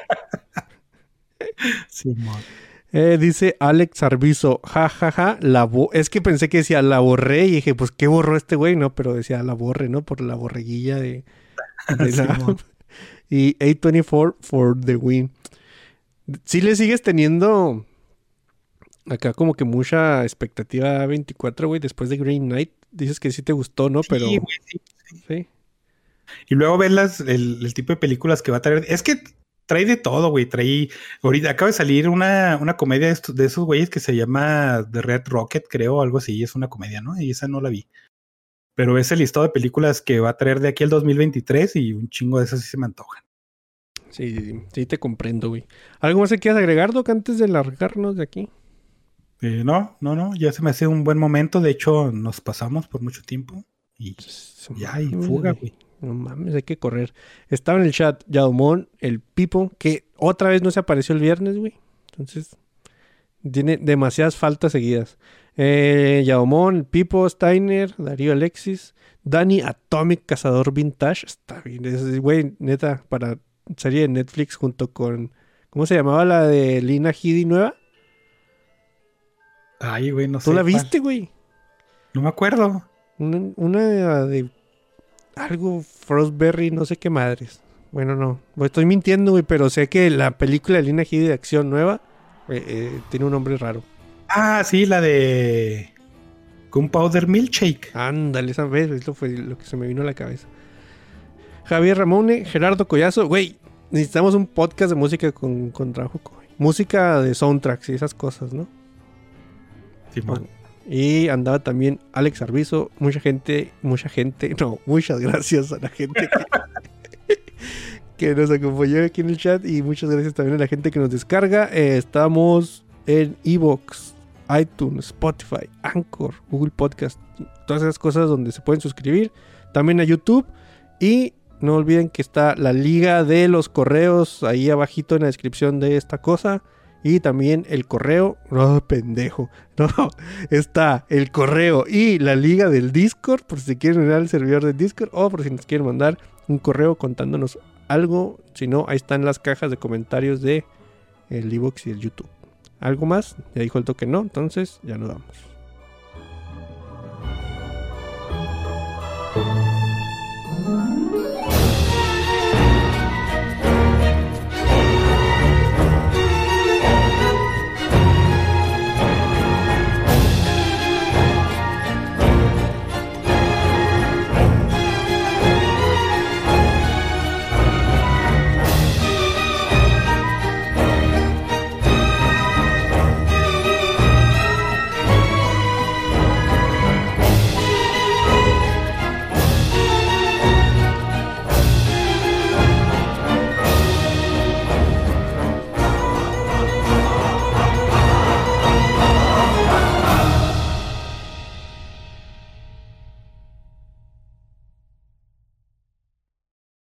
Sí, mon. Eh, dice Alex Arbizo, ja, ja, ja, la bo... Es que pensé que decía la borré y dije, pues, ¿qué borró este güey? No, pero decía la borre, ¿no? Por la borreguilla de... de Sí, la... mon. Y A veinticuatro for the win. ¿Sí le sigues teniendo acá como que mucha expectativa a veinticuatro, güey, después de Green Knight? Dices que sí te gustó, ¿no? Sí, Pero... güey, sí. Sí. Y luego ves las, el, el tipo de películas que va a traer. Es que trae de todo, güey. Trae. Ahorita acaba de salir una, una comedia de, estos, de esos güeyes que se llama The Red Rocket, creo, o algo así. Es una comedia, ¿no? Y esa no la vi. Pero es el listado de películas que va a traer de aquí al dos mil veintitrés y un chingo de esas sí se me antojan. Sí, sí te comprendo, güey. ¿Algo más que quieras agregar, Doc, antes de largarnos de aquí? Eh, no, no, no. Ya se me hace un buen momento. De hecho, nos pasamos por mucho tiempo. Y ya, y fuga, güey. No mames, hay que correr. Estaba en el chat Yadomón, el Pipo, que otra vez no se apareció el viernes, güey. Entonces, tiene demasiadas faltas seguidas. Eh, Yadomón, el Pipo, Steiner, Darío Alexis, Dani Atomic, Cazador Vintage. Está bien, es, güey, neta, para serie de Netflix junto con... ¿Cómo se llamaba la de Lina Headey nueva? Ay, güey, no sé. ¿Tú la cuál. viste, güey? No me acuerdo. Una, una de... Algo Frostberry, no sé qué madres. Bueno, no. Estoy mintiendo, güey, pero sé que la película de Lina Headey de acción nueva eh, eh, tiene un nombre raro. Ah, sí, la de Gunpowder Milkshake. Ándale, esa vez, eso fue lo que se me vino a la cabeza. Javier Ramone, Gerardo Collazo, güey, necesitamos un podcast de música con, con trabajo, güey. Música de soundtracks y esas cosas, ¿no? Simón. Y andaba también Alex Arbizo, mucha gente, mucha gente, no, muchas gracias a la gente que, que nos acompañó aquí en el chat y muchas gracias también a la gente que nos descarga. Eh, estamos en iVoox, iTunes, Spotify, Anchor, Google Podcast, todas esas cosas donde se pueden suscribir, también a YouTube y no olviden que está la liga de los correos ahí abajito en la descripción de esta cosa. Y también el correo, no, pendejo, no, está el correo y la liga del Discord, por si quieren unir al servidor del Discord o por si nos quieren mandar un correo contándonos algo. Si no, ahí están las cajas de comentarios de el iVoox y el YouTube. ¿Algo más? Ya dijo el toque no, entonces ya nos vamos.